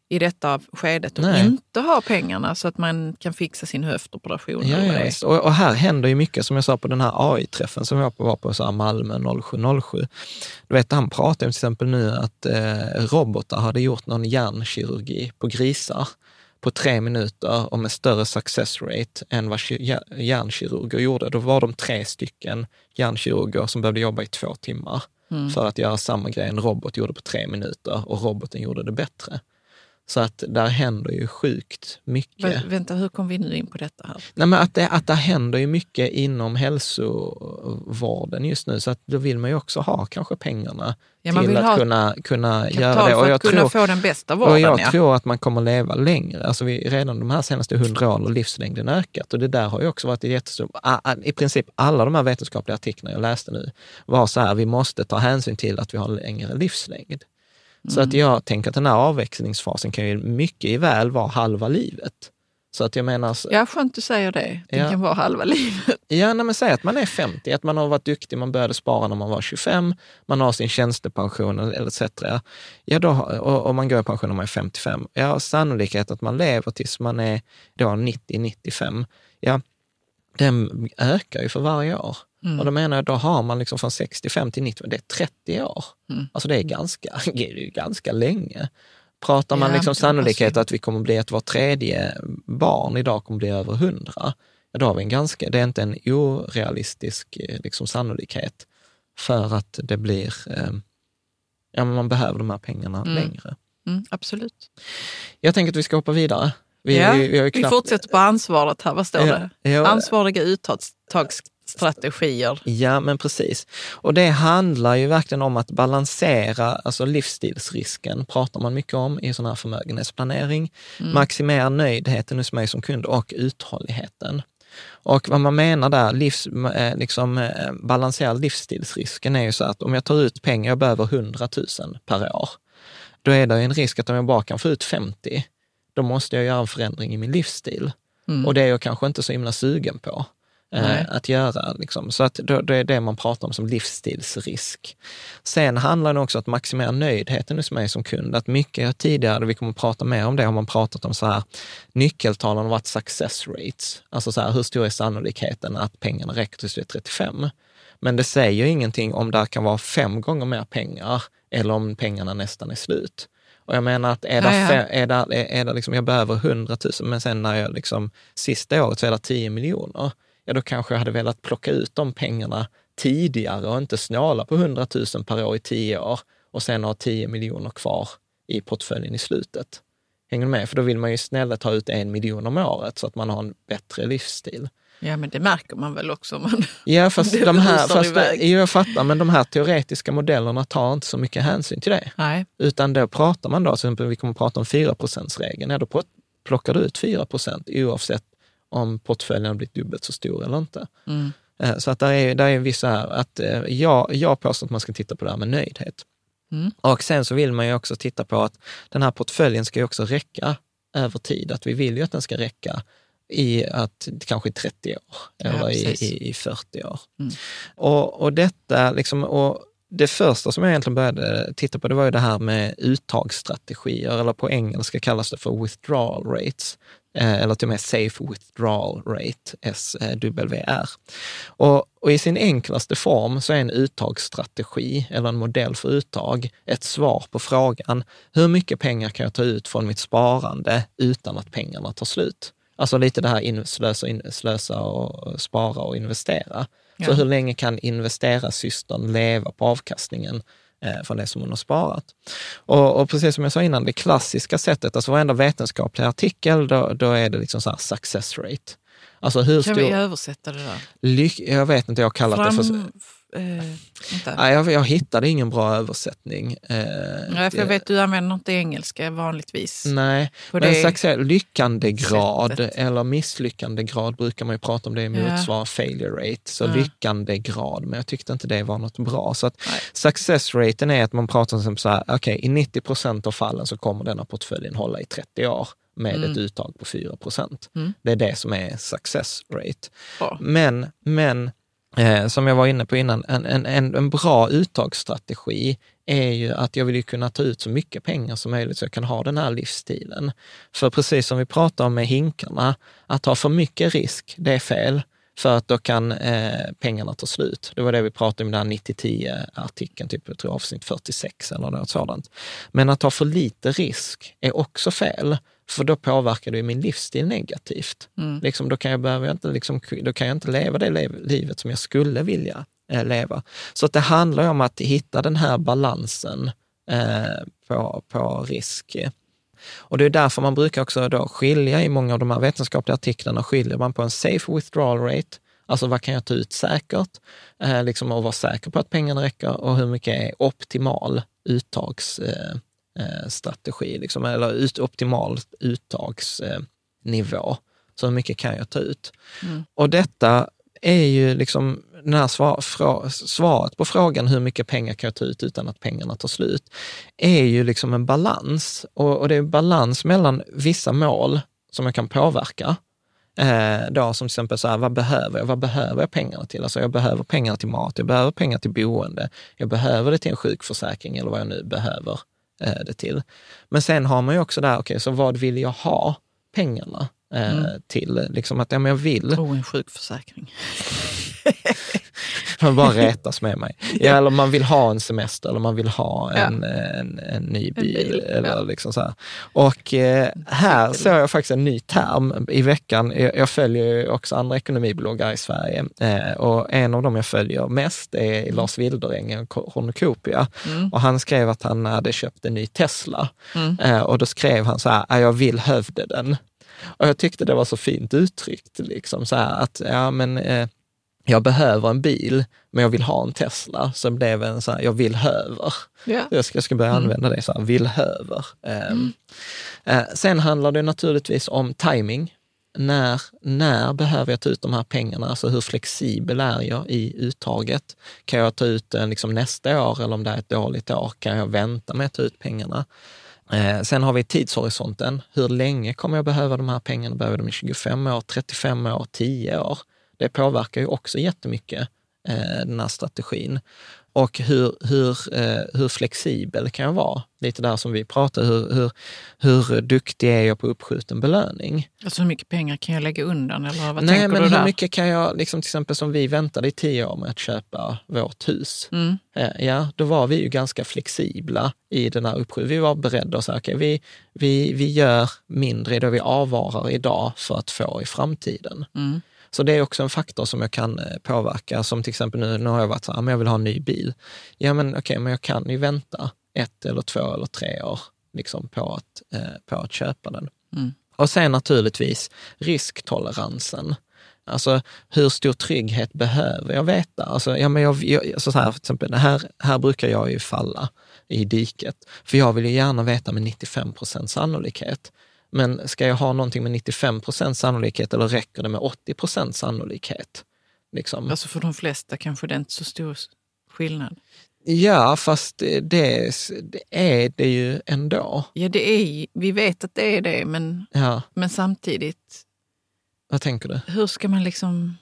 i detta skedet och Nej. inte ha pengarna så att man kan fixa sin höftoperation. Ja, eller ja, det. och, och här händer ju mycket, som jag sa på den här A I-träffen som jag var på så här Malmö noll sju noll sju. Du vet, han pratar om till exempel nu att eh, robotar hade gjort någon hjärnkirurgi på grisar på tre minuter och med större success rate än vad hjärnkirurger gjorde. Då var de tre stycken hjärnkirurger som behövde jobba i två timmar mm. för att göra samma grej en robot gjorde på tre minuter och roboten gjorde det bättre. Så att där händer ju sjukt mycket. Vä- vänta, hur kom vi nu in på detta här? Nej, men att det, att det händer ju mycket inom hälsovården just nu, så att då vill man ju också ha kanske pengarna ja, man till vill att ha kunna, kunna göra det. Och och jag jag kunna tror, få den bästa vården. Och jag ja. tror att man kommer leva längre. Alltså vi, redan de här senaste hundra åren har livslängden ökat, och det där har ju också varit jättestort. I princip alla de här vetenskapliga artiklarna jag läste nu var så här, vi måste ta hänsyn till att vi har längre livslängd. Så att jag tänker att den här avväxlingsfasen kan ju mycket väl vara halva livet. Så att jag menar... Så, ja, skönt du säger det. Det ja. kan vara halva livet. Ja, nej, men säg att man är femtio, att man har varit duktig, man började spara när man var tjugofem, man har sin tjänstepension eller et cetera. Ja, då, och, och man går i pension när man är femtiofem. Ja, sannolikhet att man lever tills man är då nittio till nittiofem. Ja, den ökar ju för varje år. Mm. Och då menar jag, då har man liksom från sextiofem till nittio, det är trettio år. Mm. Alltså det är ganska, det är ganska länge. Pratar man ja, liksom sannolikhet att vi kommer bli ett var tredje barn idag kommer bli över hundra, ja, då har vi en ganska, det är inte en orealistisk liksom sannolikhet för att det blir, eh, ja, men man behöver de här pengarna mm. längre. Mm, absolut. Jag tänker att vi ska hoppa vidare. Vi, ja, vi, vi, har knappt... vi fortsätter på ansvaret här, vad står ja, det? Ja, Ansvariga uttagsstrategier. Ja, men precis. Och det handlar ju verkligen om att balansera, alltså livsstilsrisken pratar man mycket om i sån här förmögenhetsplanering. Mm. Maximera nöjdheten hos mig som kund och uthålligheten. Och vad man menar där, livs, liksom, balansera livsstilsrisken är ju så att om jag tar ut pengar, jag behöver hundratusen per år. Då är det en risk att om jag bara kan få ut femtio, då måste jag göra en förändring i min livsstil. Mm. Och det är jag kanske inte så himla sugen på eh, att göra. Liksom. Så att då, då är det man pratar om som livsstilsrisk. Sen handlar det också om att maximera nöjdheten hos mig som kund. Att mycket tidigare, vi kommer att prata mer om det, har man pratat om så här, nyckeltalen har varit success rates. Alltså så här, hur stor är sannolikheten att pengarna räcker till trettiofem? Men det säger ingenting om det kan vara fem gånger mer pengar eller om pengarna nästan är slut. Och jag menar att är det, ja, ja. Fem, är det, är det liksom, jag behöver hundratusen, men sen när jag liksom, sista året så är det tio miljoner, ja då kanske jag hade velat plocka ut de pengarna tidigare och inte snåla på hundratusen per år i tio år och sen ha tio miljoner kvar i portföljen i slutet. Hänger du med? För då vill man ju snällt ta ut en miljon om året så att man har en bättre livsstil. Ja, men det märker man väl också. Man, ja, fast de här, fast det, jag fattar, men de här teoretiska modellerna tar inte så mycket hänsyn till det. Nej. Utan då pratar man då, till exempel vi kommer att prata om fyra procent-regeln, ja, då plockar du ut fyra procent oavsett om portföljen har blivit dubbelt så stor eller inte. Mm. Så att där är, där är vissa här, att jag, jag påstår att man ska titta på det här med nöjdhet. Mm. Och sen så vill man ju också titta på att den här portföljen ska ju också räcka över tid, att vi vill ju att den ska räcka i att kanske i trettio år eller ja, i, i, i fyrtio år. Mm. Och, och detta liksom, och det första som jag egentligen började titta på, det var ju det här med uttagsstrategier, eller på engelska kallas det för withdrawal rates, eh, eller till och med safe withdrawal rate, S W R. Och, och i sin enklaste form så är en uttagsstrategi eller en modell för uttag ett svar på frågan, hur mycket pengar kan jag ta ut från mitt sparande utan att pengarna tar slut? Alltså lite det här in, slösa, in, slösa och spara och investera. Ja. Så hur länge kan investera-systern leva på avkastningen eh, från det som hon har sparat? Och, och precis som jag sa innan, det klassiska sättet, alltså varenda vetenskaplig artikel, då, då är det liksom så här success rate. Alltså hur kan stor, vi översätta det där? Lyck, jag vet inte, jag har kallat Fram, det för... Eh, Nej, jag, jag hittade ingen bra översättning. Eh, Nej, för jag vet, du använder inte engelska vanligtvis. Nej, men success, lyckandegrad sättet. Eller misslyckandegrad brukar man ju prata om, det i motsvar ja. failure rate. Så ja. lyckandegrad, men jag tyckte inte det var något bra. Så att success raten är att man pratar om så här, okej, okay, i nittio procent av fallen så kommer denna portföljen hålla i trettio år med mm. ett uttag på fyra procent. Mm. Det är det som är success rate. Ja. Men, men Eh, som jag var inne på innan, en, en, en bra uttagsstrategi är ju att jag vill ju kunna ta ut så mycket pengar som möjligt så jag kan ha den här livsstilen. För precis som vi pratar om med hinkarna, att ha för mycket risk, det är fel. För att då kan eh, pengarna ta slut. Det var det vi pratade om i den här nittio tio-artikeln, typ jag tror avsnitt fyrtiosex eller något sådant. Men att ha för lite risk är också fel. För då påverkar det min livsstil negativt. Mm. Liksom, då, kan jag behöva inte, liksom, då kan jag inte leva det livet som jag skulle vilja eh, leva. Så att det handlar om att hitta den här balansen eh, på, på risk. Och det är därför man brukar också då skilja i många av de här vetenskapliga artiklarna, skiljer man på en safe withdrawal rate, alltså vad kan jag ta ut säkert, eh, liksom att vara säker på att pengarna räcker, och hur mycket är optimal uttagsstrategi, eh, liksom, eller ut, optimal uttagsnivå. Eh, så hur mycket kan jag ta ut? Mm. Och detta är ju liksom den här svar, fra, svaret på frågan hur mycket pengar kan jag ta ut utan att pengarna tar slut, är ju liksom en balans. Och, och det är en balans mellan vissa mål som jag kan påverka. Eh, då som till exempel så här, vad behöver jag? Vad behöver jag pengarna till? Alltså jag behöver pengar till mat, jag behöver pengar till boende, jag behöver det till en sjukförsäkring eller vad jag nu behöver eh, det till. Men sen har man ju också där, okej, okay, så vad vill jag ha pengarna Mm. till, liksom att ja, men jag vill. Oh, en sjukförsäkring. Man bara rätas med mig. Ja, eller man vill ha en semester, eller man vill ha en, ja. en, en ny bil. En bil eller ja. liksom så här. Och eh, här såg jag faktiskt en ny term i veckan. Jag, jag följer ju också andra ekonomibloggar i Sverige. Eh, och en av dem jag följer mest är mm. Lars Wilderängen, Cornucopia. Mm. Och han skrev att han hade köpt en ny Tesla. Mm. Eh, och då skrev han så här, jag vill hövde den. Och jag tyckte det var så fint uttryckt, liksom så här att ja, men, eh, jag behöver en bil, men jag vill ha en Tesla. Så blev en så här, jag vill höver. Yeah. Jag, ska, jag ska börja mm. använda det så här, vill höver. Eh, mm. eh, sen handlar det naturligtvis om timing. När, när behöver jag ta ut de här pengarna? Alltså hur flexibel är jag i uttaget? Kan jag ta ut den liksom nästa år, eller om det är ett dåligt år, kan jag vänta med att ta ut pengarna? Eh, sen har vi tidshorisonten. Hur länge kommer jag behöva de här pengarna? Behöver de i tjugofem år, trettiofem år, tio år? Det påverkar ju också jättemycket eh, den här strategin. Och hur, hur, eh, hur flexibel kan jag vara? Lite där som vi pratar, hur, hur, hur duktig är jag på uppskjuten belöning? Alltså hur mycket pengar kan jag lägga undan? Eller vad Nej, tänker men du där? Hur mycket kan jag, liksom till exempel som vi väntade i tio år med att köpa vårt hus. Mm. Ja, då var vi ju ganska flexibla i den här uppskjuten. Vi var beredda att säga, okej, vi, vi, vi gör mindre då vi avvarar idag för att få i framtiden. Mm. Så det är också en faktor som jag kan påverka. Som till exempel nu, nu har jag varit så här, men jag vill ha en ny bil. Ja, men okej, okay, men jag kan ju vänta ett eller två eller tre år liksom på, att, eh, på att köpa den. Mm. Och sen naturligtvis risktoleransen. Alltså hur stor trygghet behöver jag veta? Alltså, ja, men jag, jag, alltså så här, till exempel, här, här brukar jag ju falla i diket. För jag vill ju gärna veta med nittiofem procent sannolikhet. Men ska jag ha någonting med nittiofem procent sannolikhet, eller räcker det med åttio procent sannolikhet? Liksom. Alltså för de flesta kanske det är inte så stor skillnad. Ja, fast det, det är det ju ändå. Ja, det är, vi vet att det är det, men, ja. men samtidigt... Vad tänker du? Hur ska man liksom...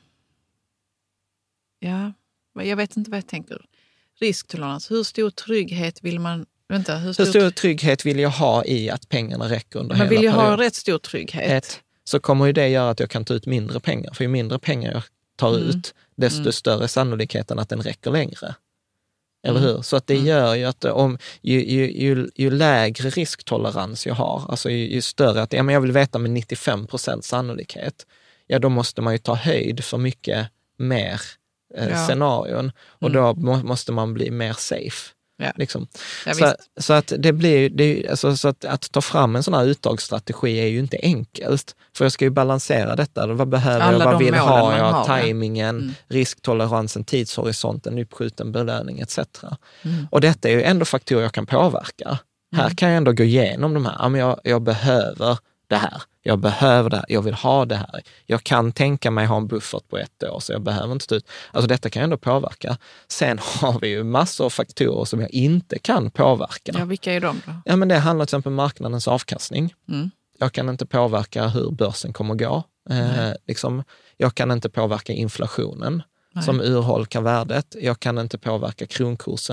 Ja, jag vet inte vad jag tänker. Risktolerans, hur stor trygghet vill man... Vänta, hur stor, hur stor trygghet vill jag ha i att pengarna räcker under men hela perioden? Man vill ju period. ha rätt stor trygghet. Ett, så kommer ju det göra att jag kan ta ut mindre pengar. För ju mindre pengar jag tar mm. ut, desto mm. större sannolikheten att den räcker längre. Eller mm. hur? Så att det mm. gör ju att om, ju, ju, ju, ju lägre risktolerans jag har, alltså ju, ju större att ja, men jag vill veta med nittiofem procent sannolikhet, ja då måste man ju ta höjd för mycket mer eh, ja. scenarion. Och mm. då må, måste man bli mer safe. Ja. Liksom. Ja, så, så att det blir det, alltså, så att, att ta fram en sån här uttagsstrategi är ju inte enkelt. För jag ska ju balansera detta. Vad behöver Alla jag? Vad vill ha jag? Har, tajmingen, mm. risktoleransen, tidshorisonten, uppskjuten belöning et cetera. Mm. Och detta är ju ändå faktorer jag kan påverka. Mm. Här kan jag ändå gå igenom de här. Ja, men jag, jag behöver det här. Jag behöver det här. Jag vill ha det här. Jag kan tänka mig ha en buffert på ett år, så jag behöver inte ta ut. Alltså detta kan jag ändå påverka. Sen har vi ju massor av faktorer som jag inte kan påverka. Ja, vilka är de då? Ja, men det handlar till exempel om marknadens avkastning. Mm. Jag kan inte påverka hur börsen kommer gå. Eh, liksom, jag kan inte påverka inflationen. Nej. Som urholkar värdet. Jag kan inte påverka kronkursen.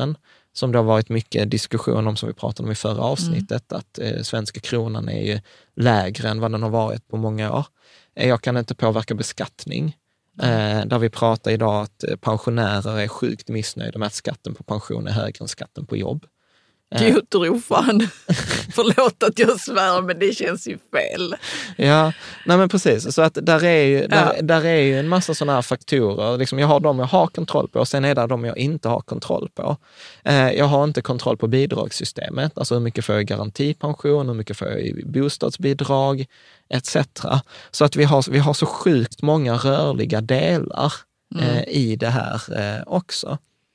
som det har varit mycket diskussion om, som vi pratade om i förra avsnittet, mm. att eh, svenska kronan är ju lägre än vad den har varit på många år. Eh, jag kan inte påverka beskattning. Eh, där vi pratar idag att pensionärer är sjukt missnöjda med att skatten på pension är högre än skatten på jobb. Gud tro fan. Förlåt att jag svär, men det känns ju fel. Ja, nej men precis. Så att där är ju, där, ja. där är ju en massa sådana här faktorer. Liksom jag har de jag har kontroll på, och sen är det de jag inte har kontroll på. Eh, jag har inte kontroll på bidragssystemet. Alltså hur mycket får jag i garantipension, hur mycket får jag i bostadsbidrag, et cetera. Så att vi har, vi har så sjukt många rörliga delar eh, mm. i det här eh, också.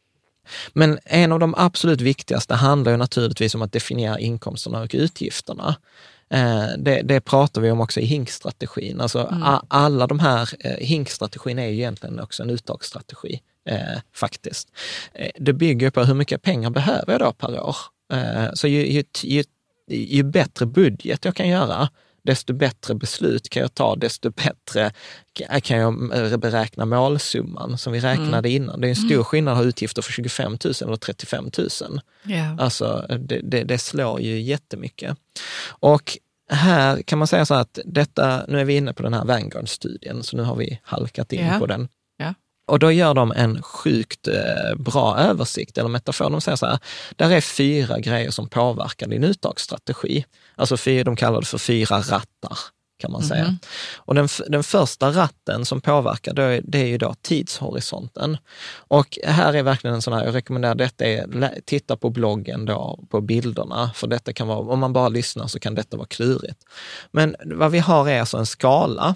Men en av de absolut viktigaste handlar ju naturligtvis om att definiera inkomsterna och utgifterna. Eh, det, det pratar vi om också i hinkstrategin. Alltså mm. a, alla de här, eh, hinkstrategin är ju egentligen också en uttagsstrategi eh, faktiskt. Eh, det bygger på hur mycket pengar behöver jag då per år. Eh, så ju, ju, ju, ju bättre budget jag kan göra, desto bättre beslut kan jag ta, desto bättre kan jag beräkna målsumman som vi räknade mm. innan. Det är en stor skillnad att ha utgifter för tjugofem tusen eller trettiofem tusen. Yeah. Alltså det, det, det slår ju jättemycket. Och här kan man säga så att detta, nu är vi inne på den här Vanguard-studien, så nu har vi halkat in yeah. på den. Yeah. Och då gör de en sjukt eh, bra översikt, eller metafor. De säger så här, där är fyra grejer som påverkar din uttagsstrategi. Alltså fyra, de kallar det för fyra rattar, kan man säga. Mm. Och den, den första ratten som påverkar, det är, det är ju då tidshorisonten. Och här är verkligen en sån här, jag rekommenderar detta, är, titta på bloggen då, på bilderna. För detta kan vara, om man bara lyssnar så kan detta vara klurigt. Men vad vi har är alltså en skala.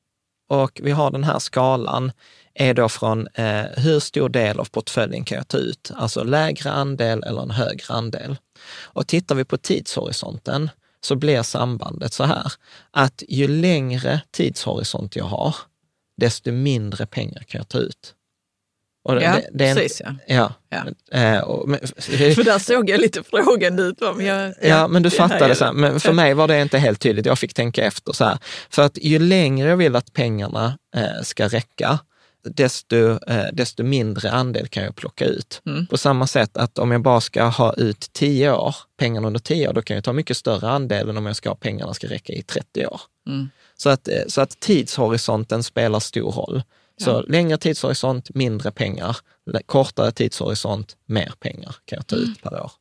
Och vi har den här skalan är då från eh, hur stor del av portföljen kan jag ta ut? Alltså lägre andel eller en högre andel. Och tittar vi på tidshorisonten så blir sambandet så här, att ju längre tidshorisont jag har, desto mindre pengar kan jag ta ut. Och ja, det, det är precis. En, ja. ja. ja. Eh, och, men, för där såg jag lite frågan ut. Jag, ja, ja, men du fattade så här. Men för mig var det inte helt tydligt. Jag fick tänka efter så här. För att ju längre jag vill att pengarna eh, ska räcka, desto, eh, desto mindre andel kan jag plocka ut. Mm. På samma sätt att om jag bara ska ha ut tio år, pengarna under tio år, då kan jag ta mycket större andel än om jag ska ha pengarna ska räcka i trettio år. Mm. Så, att, så att tidshorisonten spelar stor roll. Så ja. Längre tidshorisont, mindre pengar. Kortare tidshorisont, mer pengar kan jag ta ut mm. per år.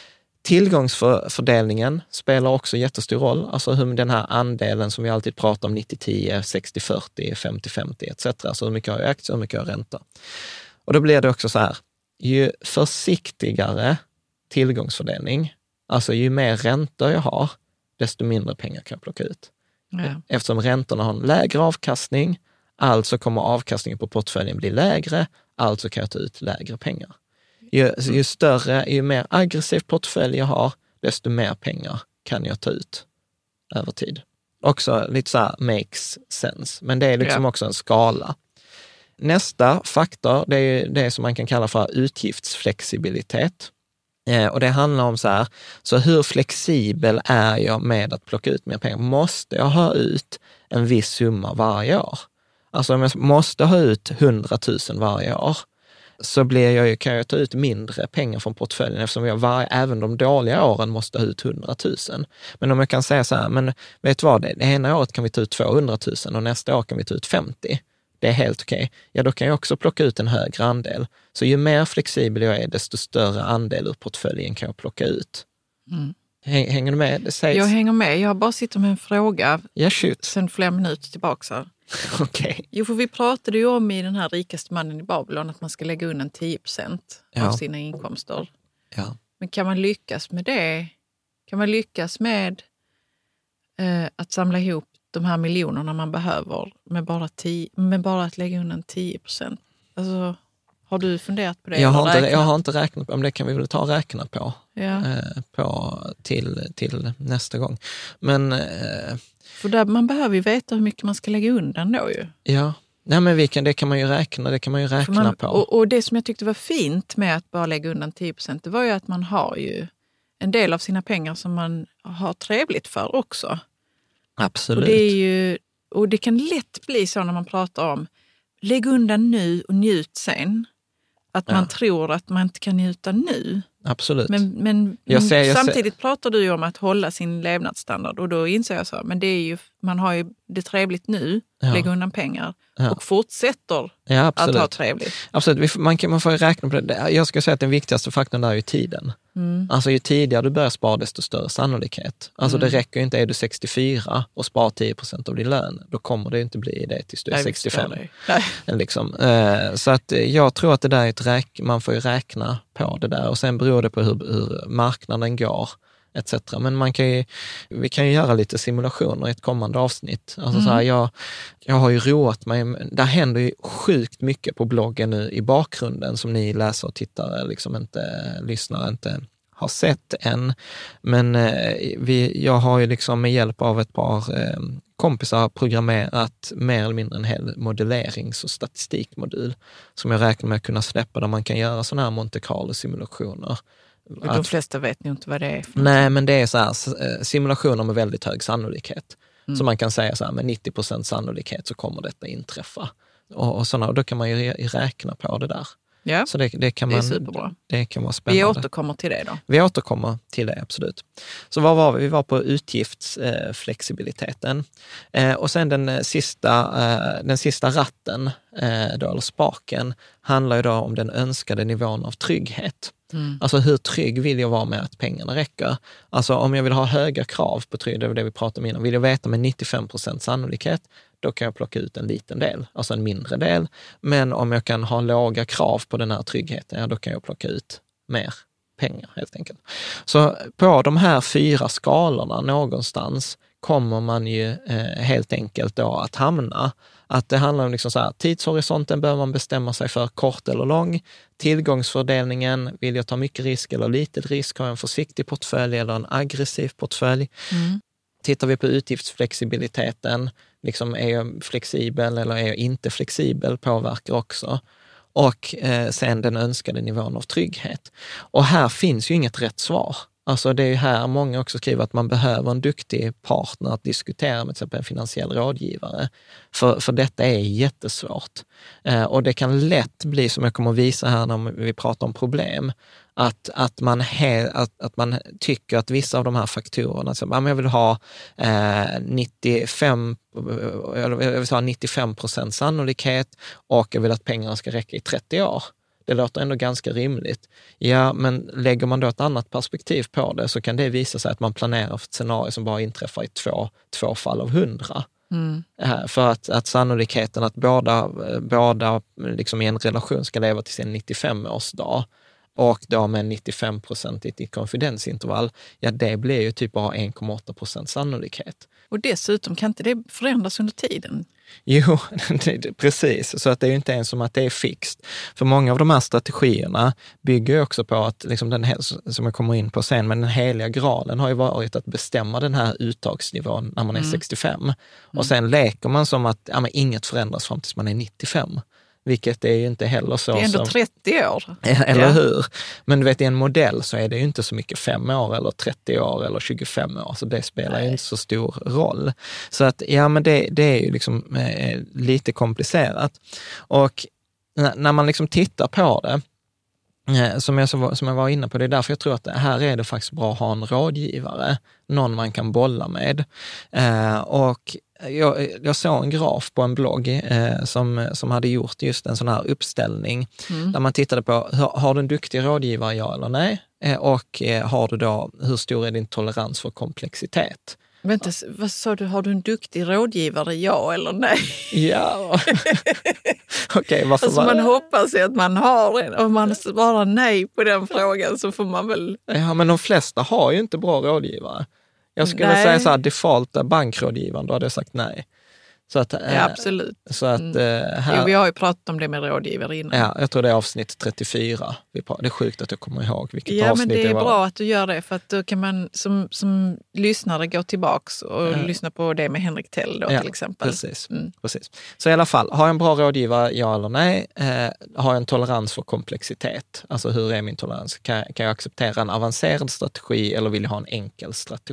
Tillgångsfördelningen spelar också jättestor roll. Alltså hur den här andelen som vi alltid pratar om, nittio tio, sextio fyrtio, femtio femtio et cetera. Så hur mycket har jag aktier, hur mycket har jag ränta. Och då blir det också så här, ju försiktigare tillgångsfördelning, alltså ju mer räntor jag har, desto mindre pengar kan jag plocka ut. Ja. Eftersom räntorna har en lägre avkastning, alltså kommer avkastningen på portföljen bli lägre, alltså kan jag ta ut lägre pengar. Ju, ju större, ju mer aggressiv portfölj jag har, desto mer pengar kan jag ta ut över tid. Också lite så här makes sense, men det är liksom ja. också en skala. Nästa faktor, det är det som man kan kalla för utgiftsflexibilitet. Eh, och det handlar om så här, så hur flexibel är jag med att plocka ut mer pengar? Måste jag ha ut en viss summa varje år? Alltså om jag måste ha ut hundratusen varje år, så blir jag ju, kan jag ta ut mindre pengar från portföljen eftersom jag var, även de dåliga åren måste ha ut hundratusen. Men om jag kan säga så här, men vet du vad, det ena året kan vi ta ut tvåhundratusen och nästa år kan vi ta ut femtio. Det är helt okej. Ja, då kan jag också plocka ut en högre andel. Så ju mer flexibel jag är, desto större andel ur portföljen kan jag plocka ut. Mm. Hänger du med? Det sägs... Jag hänger med. Jag bara sitter med en fråga ja, shoot. sen flera minuter tillbaka. Här. Okej. Okay. Jo, för vi pratade ju om i den här rikaste mannen i Babylon att man ska lägga undan tio procent ja. av sina inkomster. Ja. Men kan man lyckas med det? Kan man lyckas med eh, att samla ihop de här miljonerna man behöver med bara, tio, med bara att lägga undan tio procent? Alltså, har du funderat på det? Jag har, inte, jag har inte räknat på, om det kan vi väl ta och räkna på, ja. eh, på till, till nästa gång. Men... Eh, För där, man behöver ju veta hur mycket man ska lägga undan då ju. Ja, nej men vi kan, det kan man ju räkna, det kan man ju räkna man, på. Och, och det som jag tyckte var fint med att bara lägga undan tio procent, det var ju att man har ju en del av sina pengar som man har trevligt för också. Absolut. Och det, är ju, och det kan lätt bli så när man pratar om lägg undan nu och njut sen. Att Ja. man tror att man inte kan njuta nu. Absolut. Men, men Jag ser, jag samtidigt ser. pratar du ju om att hålla sin levnadsstandard. Och då inser jag så, men det är ju, man har ju det trevligt nu, Ja. lägger undan pengar Ja. och fortsätter Ja, att absolut. ha trevligt. Absolut, Vi får- man, kan, man får ju räkna på det. Jag ska säga att den viktigaste faktorn där är ju tiden. Mm. Alltså ju tidigare du börjar spara, desto större sannolikhet. Alltså Mm. det räcker ju inte, är du sextiofyra och sparar tio procent av din lön, då kommer det inte bli det tills du är Nej, vi sextiofem. förstår det. Nej. Liksom. Eh, Så att eh, jag tror att det där är ett räk, man får ju räkna på det där och sen beror det på hur, hur marknaden går et cetera. Men man kan ju, vi kan ju göra lite simulationer i ett kommande avsnitt. Alltså Mm. så här, jag, jag har ju roat mig, där händer ju sjukt mycket på bloggen nu i bakgrunden som ni läser och tittare, liksom inte, lyssnare inte har sett än. Men eh, vi, jag har ju liksom med hjälp av ett par eh, kompisar programmerat mer eller mindre en hel modellerings- och statistikmodul som jag räknar med att kunna släppa, där man kan göra sådana här Monte Carlo-simulationer. De Att, flesta vet nog inte vad det är. För nej, men det är så här, eh, simulationer med väldigt hög sannolikhet. Mm. Så man kan säga så här, med nittio procent sannolikhet så kommer detta inträffa. Och, och, såna, och då kan man ju re- räkna på det där. ja, Så det, det, kan det är man, superbra. det kan vara Vi spännande. återkommer till det då. Vi återkommer till det, absolut. Så vad var vi? Vi var på utgiftsflexibiliteten. Eh, och sen den eh, sista, eh, den sista ratten, eh, då, eller spaken, handlar ju då om den önskade nivån av trygghet. Mm. Alltså hur trygg vill jag vara med att pengarna räcker? Alltså om jag vill ha höga krav på trygghet, det var det vi pratade om innan, vill jag veta med nittiofem procent sannolikhet, då kan jag plocka ut en liten del, alltså en mindre del. Men om jag kan ha låga krav på den här tryggheten, ja, då kan jag plocka ut mer pengar helt enkelt. Så på de här fyra skalorna någonstans kommer man ju eh, helt enkelt då att hamna. Att det handlar om liksom så här, tidshorisonten behöver man bestämma sig för, kort eller lång. Tillgångsfördelningen, vill jag ta mycket risk eller lite risk, har jag en försiktig portfölj eller en aggressiv portfölj. Mm. Tittar vi på utgiftsflexibiliteten, liksom är jag flexibel eller är jag inte flexibel, påverkar också. Och eh, sen den önskade nivån av trygghet. Och här finns ju inget rätt svar. Alltså det är ju här många också skriver att man behöver en duktig partner att diskutera med till exempel en finansiell rådgivare. För, för detta är jättesvårt. Eh, och det kan lätt bli, som jag kommer att visa här när vi pratar om problem, att, att, man, he, att, att man tycker att vissa av de här faktorerna, så, jag vill ha eh, nittiofem, jag vill ha nittiofem procent sannolikhet och jag vill att pengarna ska räcka i trettio år. Det låter ändå ganska rimligt. Ja, men lägger man då ett annat perspektiv på det så kan det visa sig att man planerar för ett scenario som bara inträffar i två, två fall av hundra. Mm. För att, att sannolikheten att båda, båda liksom i en relation ska leva till sin nittiofem-årsdag och då med nittiofem procent i ett konfidensintervall, ja det blir ju typ bara en komma åtta procent sannolikhet. Och dessutom kan inte det förändras under tiden? Jo, precis. Så att det är ju inte ens som att det är fixt. För många av de här strategierna bygger ju också på att, liksom den här, som jag kommer in på sen, men den heliga graalen har ju varit att bestämma den här uttagsnivån när man är mm. sextiofem. Mm. Och sen leker man som att ja, men inget förändras fram tills man är nittiofem. Vilket är ju inte heller så. Det är ändå som, trettio år. Eller ja. hur? Men du vet, i en modell så är det ju inte så mycket fem år eller trettio år eller tjugofem år. Så det spelar Nej. ju inte så stor roll. Så att, ja men det, det är ju liksom eh, lite komplicerat. Och när, när man liksom tittar på det, eh, som, jag, som jag var inne på, det är därför jag tror att här är det faktiskt bra att ha en rådgivare. Någon man kan bolla med. Eh, och Jag, jag såg en graf på en blogg eh, som, som hade gjort just en sån här uppställning mm. där man tittade på, har, har du en duktig rådgivare, ja eller nej? Eh, och eh, har du då, hur stor är din tolerans för komplexitet? Vänta, vad sa du, har du en duktig rådgivare, ja eller nej? Ja, okej, okay, varför alltså var man hoppas ju att man har en, om man svarar nej på den frågan så får man väl... Ja, men de flesta har ju inte bra rådgivare. Jag skulle nej. säga så här, default bankrådgivaren, då hade jag sagt nej. Så att, ja, absolut. Så att, mm. här, jo, vi har ju pratat om det med rådgivare innan. Ja, jag tror det är avsnitt trettiofyra. Det är sjukt att jag kommer ihåg vilket ja, avsnitt det var. Ja, men det är bra att du gör det, för att då kan man som, som lyssnare gå tillbaks och ja. lyssna på det med Henrik Tell då, ja, till exempel. Precis, mm. precis. Så i alla fall, har jag en bra rådgivare, ja eller nej? Eh, har jag en tolerans för komplexitet? Alltså hur är min tolerans? Kan, kan jag acceptera en avancerad strategi eller vill jag ha en enkel strategi?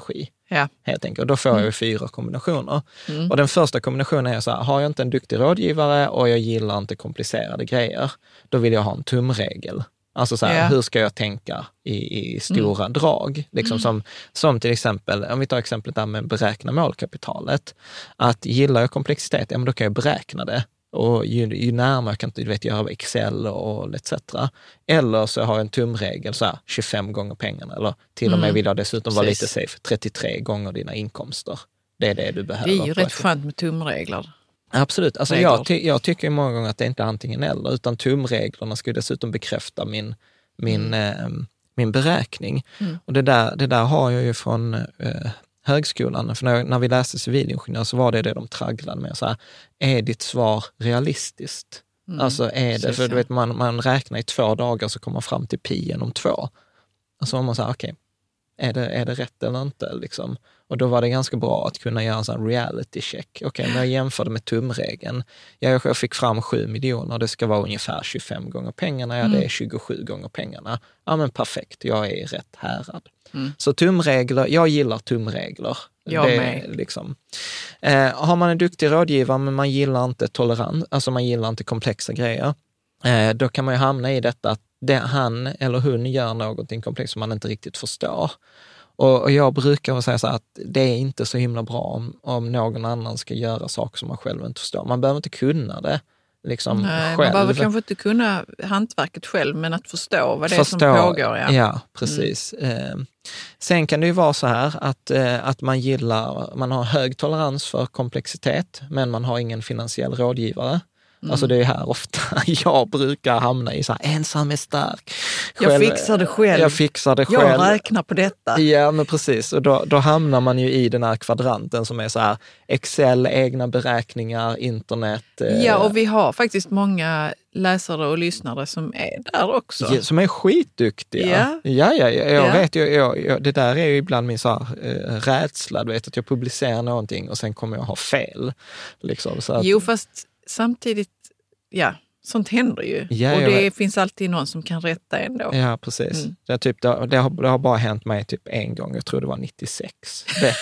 Ja. Helt enkelt. Och då får jag ju fyra kombinationer. Mm. Och den första kombinationen är så här, har jag inte en duktig rådgivare och jag gillar inte komplicerade grejer, då vill jag ha en tumregel. Alltså så här, ja. hur ska jag tänka i, i stora mm. drag? Liksom mm. som, som till exempel, om vi tar exemplet där med beräkna målkapitalet. Att gillar jag komplexitet, ja men då kan jag beräkna det. Och ju, ju närmare jag kan du vet, göra Excel och et cetera. Eller så har jag en tumregel, så här, tjugofem gånger pengarna. Eller till och med vill jag dessutom Precis. vara lite safe, trettiotre gånger dina inkomster. Det är det du behöver. Det är ju rätt skönt med tumregler. Absolut. Alltså jag, ty- jag tycker många gånger att det inte är antingen eller, utan tumreglerna ska dessutom bekräfta min, min, mm. eh, min beräkning. Mm. Och det där, det där har jag ju från eh, högskolan. För när, när vi läste civilingenjör så var det det de tragglade med. Så här, är ditt svar realistiskt? Mm. Alltså är det, för du vet, man, man räknar i två dagar så kommer man fram till pi genom två. Och så var man så här, okej, okay, är, det, är det rätt eller inte? Liksom. Och då var det ganska bra att kunna göra en sån reality check. Okej, okay, men jag jämförde med tumregeln. Jag, jag fick fram sju miljoner, det ska vara ungefär tjugofem gånger pengarna. Ja, det är tjugosju gånger pengarna. Ja, men perfekt, jag är i rätt härad. Mm. Så tumregler, jag gillar tumregler. Jag det, med. Liksom. Eh, har man en duktig rådgivare men man gillar inte tolerans, alltså man gillar inte komplexa grejer, eh, då kan man ju hamna i detta att det, han eller hon gör någonting komplext som man inte riktigt förstår. Och, och jag brukar säga så här att det är inte så himla bra om, om någon annan ska göra saker som man själv inte förstår. Man behöver inte kunna det. Liksom Nej, själv. Man behöver kanske inte kunna hantverket själv, men att förstå vad det förstå, är som pågår. Ja, ja precis. Mm. Eh, sen kan det ju vara så här att, eh, att man gillar, man har hög tolerans för komplexitet, men man har ingen finansiell rådgivare. Mm. Alltså det är här ofta jag brukar hamna i så här, ensam är stark. Själv, jag fixar det själv. Jag fixar det själv. Jag räknar på detta. Ja, men precis. Och då, då hamnar man ju i den här kvadranten som är så här Excel, egna beräkningar, internet. Ja, och vi har faktiskt många läsare och lyssnare som är där också. Ja, som är skitduktiga. Ja, ja, ja, jag, jag ja. vet ju, jag, jag, det där är ju ibland min så här, äh, rädsla, du vet, att jag publicerar någonting och sen kommer jag ha fel. Liksom, så att, jo, fast samtidigt, ja, sånt händer ju. Ja, och det vet. finns alltid någon som kan rätta ändå. Ja, precis. Mm. Det, typ, det, det, har, det har bara hänt mig typ en gång, jag tror det var nittiosex. Det.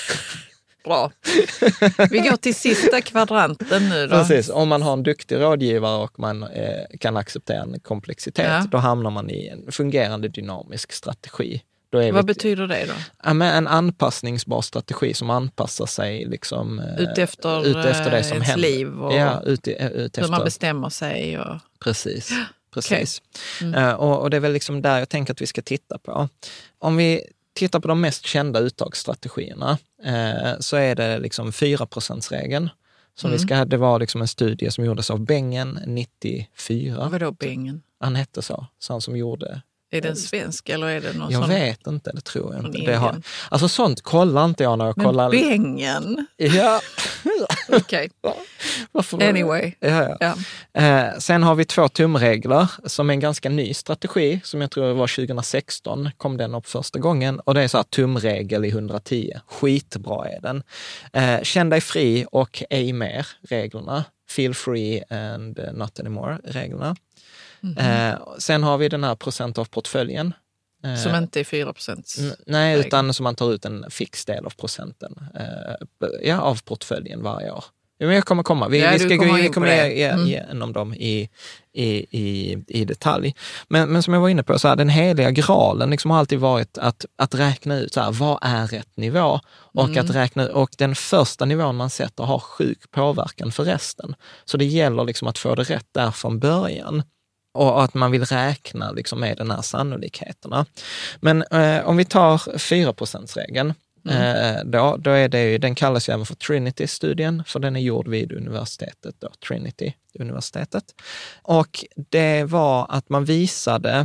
Bra. Vi går till sista kvadranten nu då. Precis, om man har en duktig rådgivare och man eh, kan acceptera en komplexitet, ja. Då hamnar man i en fungerande dynamisk strategi. Då är Vad vi, betyder det då? Ja, men en anpassningsbar strategi som anpassar sig liksom, ut efter, ut efter det som ens händer. liv och ja, ut, ut hur efter. man bestämmer sig. Och... Precis, precis. Okay. Mm. Uh, och, och det är väl liksom där jag tänker att vi ska titta på. Om vi tittar på de mest kända uttagsstrategierna uh, så är det liksom fyra procent-regeln. Som mm. vi ska, det var liksom en studie som gjordes av Bengen nittiofyra. Vadå Bengen? Han hette så, så han som gjorde... Är den svensk eller är det någon jag sån? Jag vet inte, det tror jag inte. Det har, alltså sånt kollar inte jag när jag Men kollar. Men Bengen? Ja. Okej. Okay. Anyway. Ja, ja. Ja. Eh, sen har vi två tumregler som är en ganska ny strategi som jag tror var tjugohundrasexton kom den upp första gången. Och det är så här tumregel i hundratio. Skitbra är den. Eh, känn dig fri och ej mer reglerna. Feel free and not anymore reglerna. Mm-hmm. Eh, sen har vi den här procent av portföljen. Eh, som inte är fyra procent. N- nej, regel. Utan som man tar ut en fix del av procenten. Eh, ja, av portföljen varje år. Men jag kommer komma. Vi, ja, vi ska gå in, in mm. igenom dem i, i, i, i detalj. Men, men som jag var inne på, så här, den heliga graalen liksom har alltid varit att, att räkna ut så här, vad är rätt nivå och mm. att räkna och den första nivån man sätter har sjuk påverkan för resten. Så det gäller liksom att få det rätt där från början. Och att man vill räkna liksom med den här sannolikheterna. Men eh, om vi tar fyra procent-regeln, mm. eh, då, då är det ju, den kallas ju även för Trinity-studien, för den är gjord vid universitetet, då, Trinity-universitetet. Och det var att man visade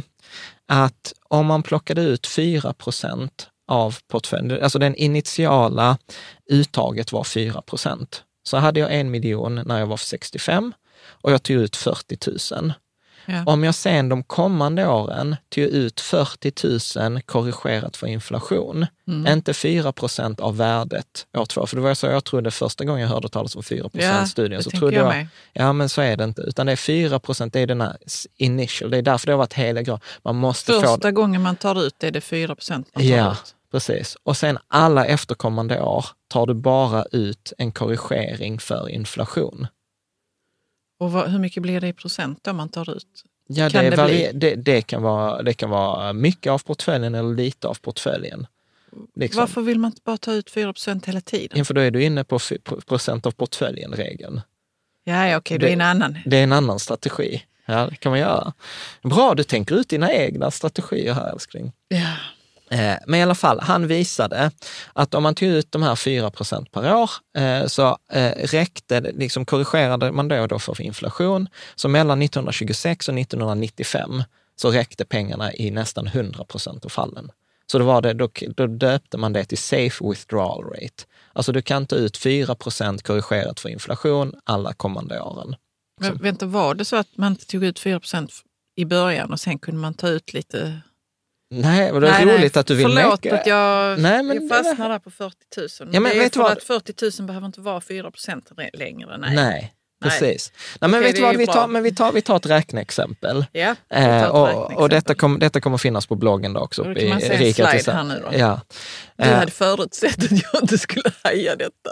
att om man plockade ut fyra procent av portföljen, alltså den initiala uttaget var fyra procent, så hade jag en miljon när jag var sextiofem och jag tog ut fyrtio tusen. Ja. Om jag sen de kommande åren tog ut fyrtio tusen korrigerat för inflation, mm. inte fyra procent av värdet år två. För det var så jag trodde första gången jag hörde talas om fyra procent-studien. Ja, så trodde jag, jag ja men så är det inte. Utan det är fyra procent, det är den här initial. Det är därför det har varit hela grad. Man måste första få... gången man tar ut är det fyra procent man tar ja. ut. Precis. Och sen alla efterkommande år tar du bara ut en korrigering för inflation. Och vad, hur mycket blir det i procent om man tar ut? Ja, kan det, det, vari- bli? det, det, kan vara, det kan vara mycket av portföljen eller lite av portföljen. Liksom. Varför vill man inte bara ta ut fyra procent hela tiden? Ja, för då är du inne på f- procent av portföljen-regeln. Ja, ja okej, det är en annan. Det är en annan strategi. Ja, det kan man göra. Bra, du tänker ut dina egna strategier här, älskling. Ja. Eh, men i alla fall, han visade att om man tog ut de här fyra procent per år eh, så eh, räckte, liksom korrigerade man då, då för inflation. Så mellan nittonhundratjugosex och nittonhundranittiofem så räckte pengarna i nästan hundra procent av fallen. Så då, var det, då, då döpte man det till safe withdrawal rate. Alltså du kan ta ut fyra procent korrigerat för inflation alla kommande åren. Men vänta, var det så att man inte tog ut fyra procent i början och sen kunde man ta ut lite... Nej, men det är nej, roligt nej, att du vill förlåt mäka. att jag, nej, men, jag fastnar där på fyrtio tusen. Ja, men det är vet för vad? att fyrtio tusen behöver inte vara fyra procent längre. Nej, nej. Precis. Nej, men Okej, vet du vad, det är vi bra. tar, men vi tar, vi tar ett räkneexempel. Ja, vi tar Eh, ett och räkneexempel. och detta, kom, detta kommer finnas på bloggen då också. Då Uppe kan man i se en Rika slide till- här nu då. Ja. Du Eh, hade förutsett att jag inte skulle haja detta.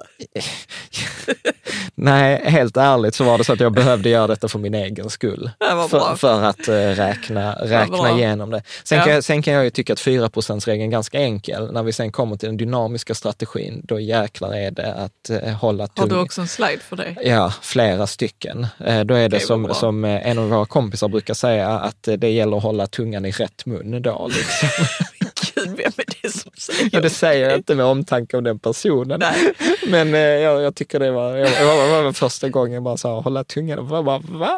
Nej, helt ärligt så var det så att jag behövde göra detta för min egen skull. Det var För, bra. för att eh, räkna, räkna bra. igenom det. Sen, Ja. kan jag, sen kan jag ju tycka att fyra procent-regeln är ganska enkel. När vi sen kommer till den dynamiska strategin, då jäklar är det att eh, hålla Har tung... du också en slide för det? Ja, flera stycken. Eh, då är det Okej, vad som, bra. som eh, en av våra kompisar brukar säga, att eh, det gäller att hålla tungan i rätt mun då. Liksom. Gud, vem är det som säger Ja, det säger jag inte med omtanke om den personen. Nej. Men eh, jag, jag tycker det var, jag, jag var, var första gången jag bara sa hålla tungan och bara, va?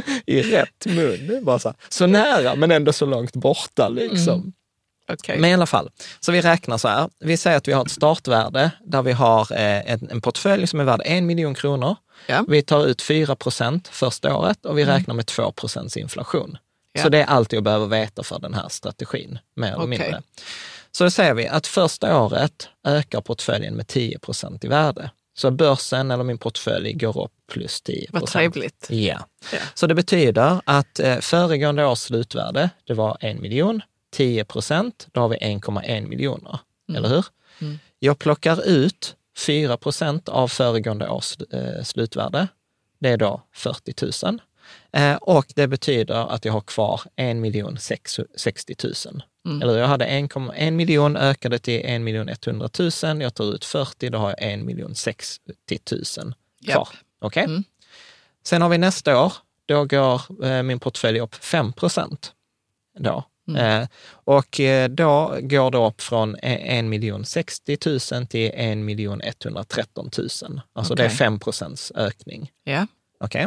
I rätt mun. Bara så, så nära men ändå så långt borta liksom. Mm. Okej. Men i alla fall, så vi räknar så här. Vi säger att vi har ett startvärde där vi har eh, en, en portfölj som är värd en miljon kronor. Ja. Vi tar ut fyra procent första året och vi räknar med två procents inflation. Ja. Så det är allt jag behöver veta för den här strategin, mer eller Okej. mindre. Så då säger vi att första året ökar portföljen med tio procent i värde. Så börsen eller min portfölj går upp plus tio procent. Vad trevligt. Ja. Ja. Så det betyder att eh, föregående års slutvärde, det var en miljon, tio procent, då har vi en komma en miljoner. Mm. Eller hur? Mm. Jag plockar ut fyra procent av föregående års eh, slutvärde. Det är då fyrtio tusen. Eh, och det betyder att jag har kvar en miljon sextio tusen. Mm. Eller jag hade en miljon ökade till en miljon etthundratusen. Jag tar ut fyrtio, då har jag en miljon sextio tusen kvar. Japp. Okej? Mm. Sen har vi nästa år, då går eh, min portfölj upp fem procent. Då. Mm. Eh, och eh, då går det upp från en miljon sextio tusen till en miljon etthundratretton tusen. Alltså Okej. det är fem procents ökning. Ja. Okej?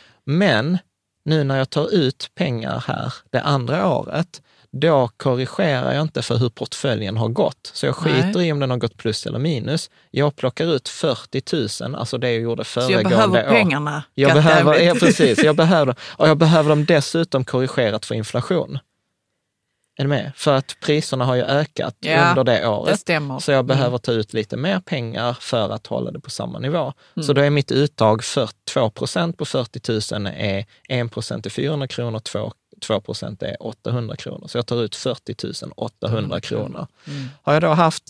Men nu när jag tar ut pengar här det andra året, då korrigerar jag inte för hur portföljen har gått. Så jag skiter Nej. i om den har gått plus eller minus. Jag plockar ut fyrtio tusen, alltså det jag gjorde Så jag föregående år. behöver pengarna. Jag God behöver, damn ja, it. precis. Jag behöver, och jag behöver dem dessutom korrigerat för inflation. Är du med? För att priserna har ju ökat Ja, under det året. Det stämmer. Så jag behöver Mm. ta ut lite mer pengar för att hålla det på samma nivå. Mm. Så då är mitt uttag för två procent på fyrtio tusen är en procent är fyrahundra kronor, två procent är åttahundra kronor. Så jag tar ut fyrtio tusen åttahundra kronor. Mm. Har jag då haft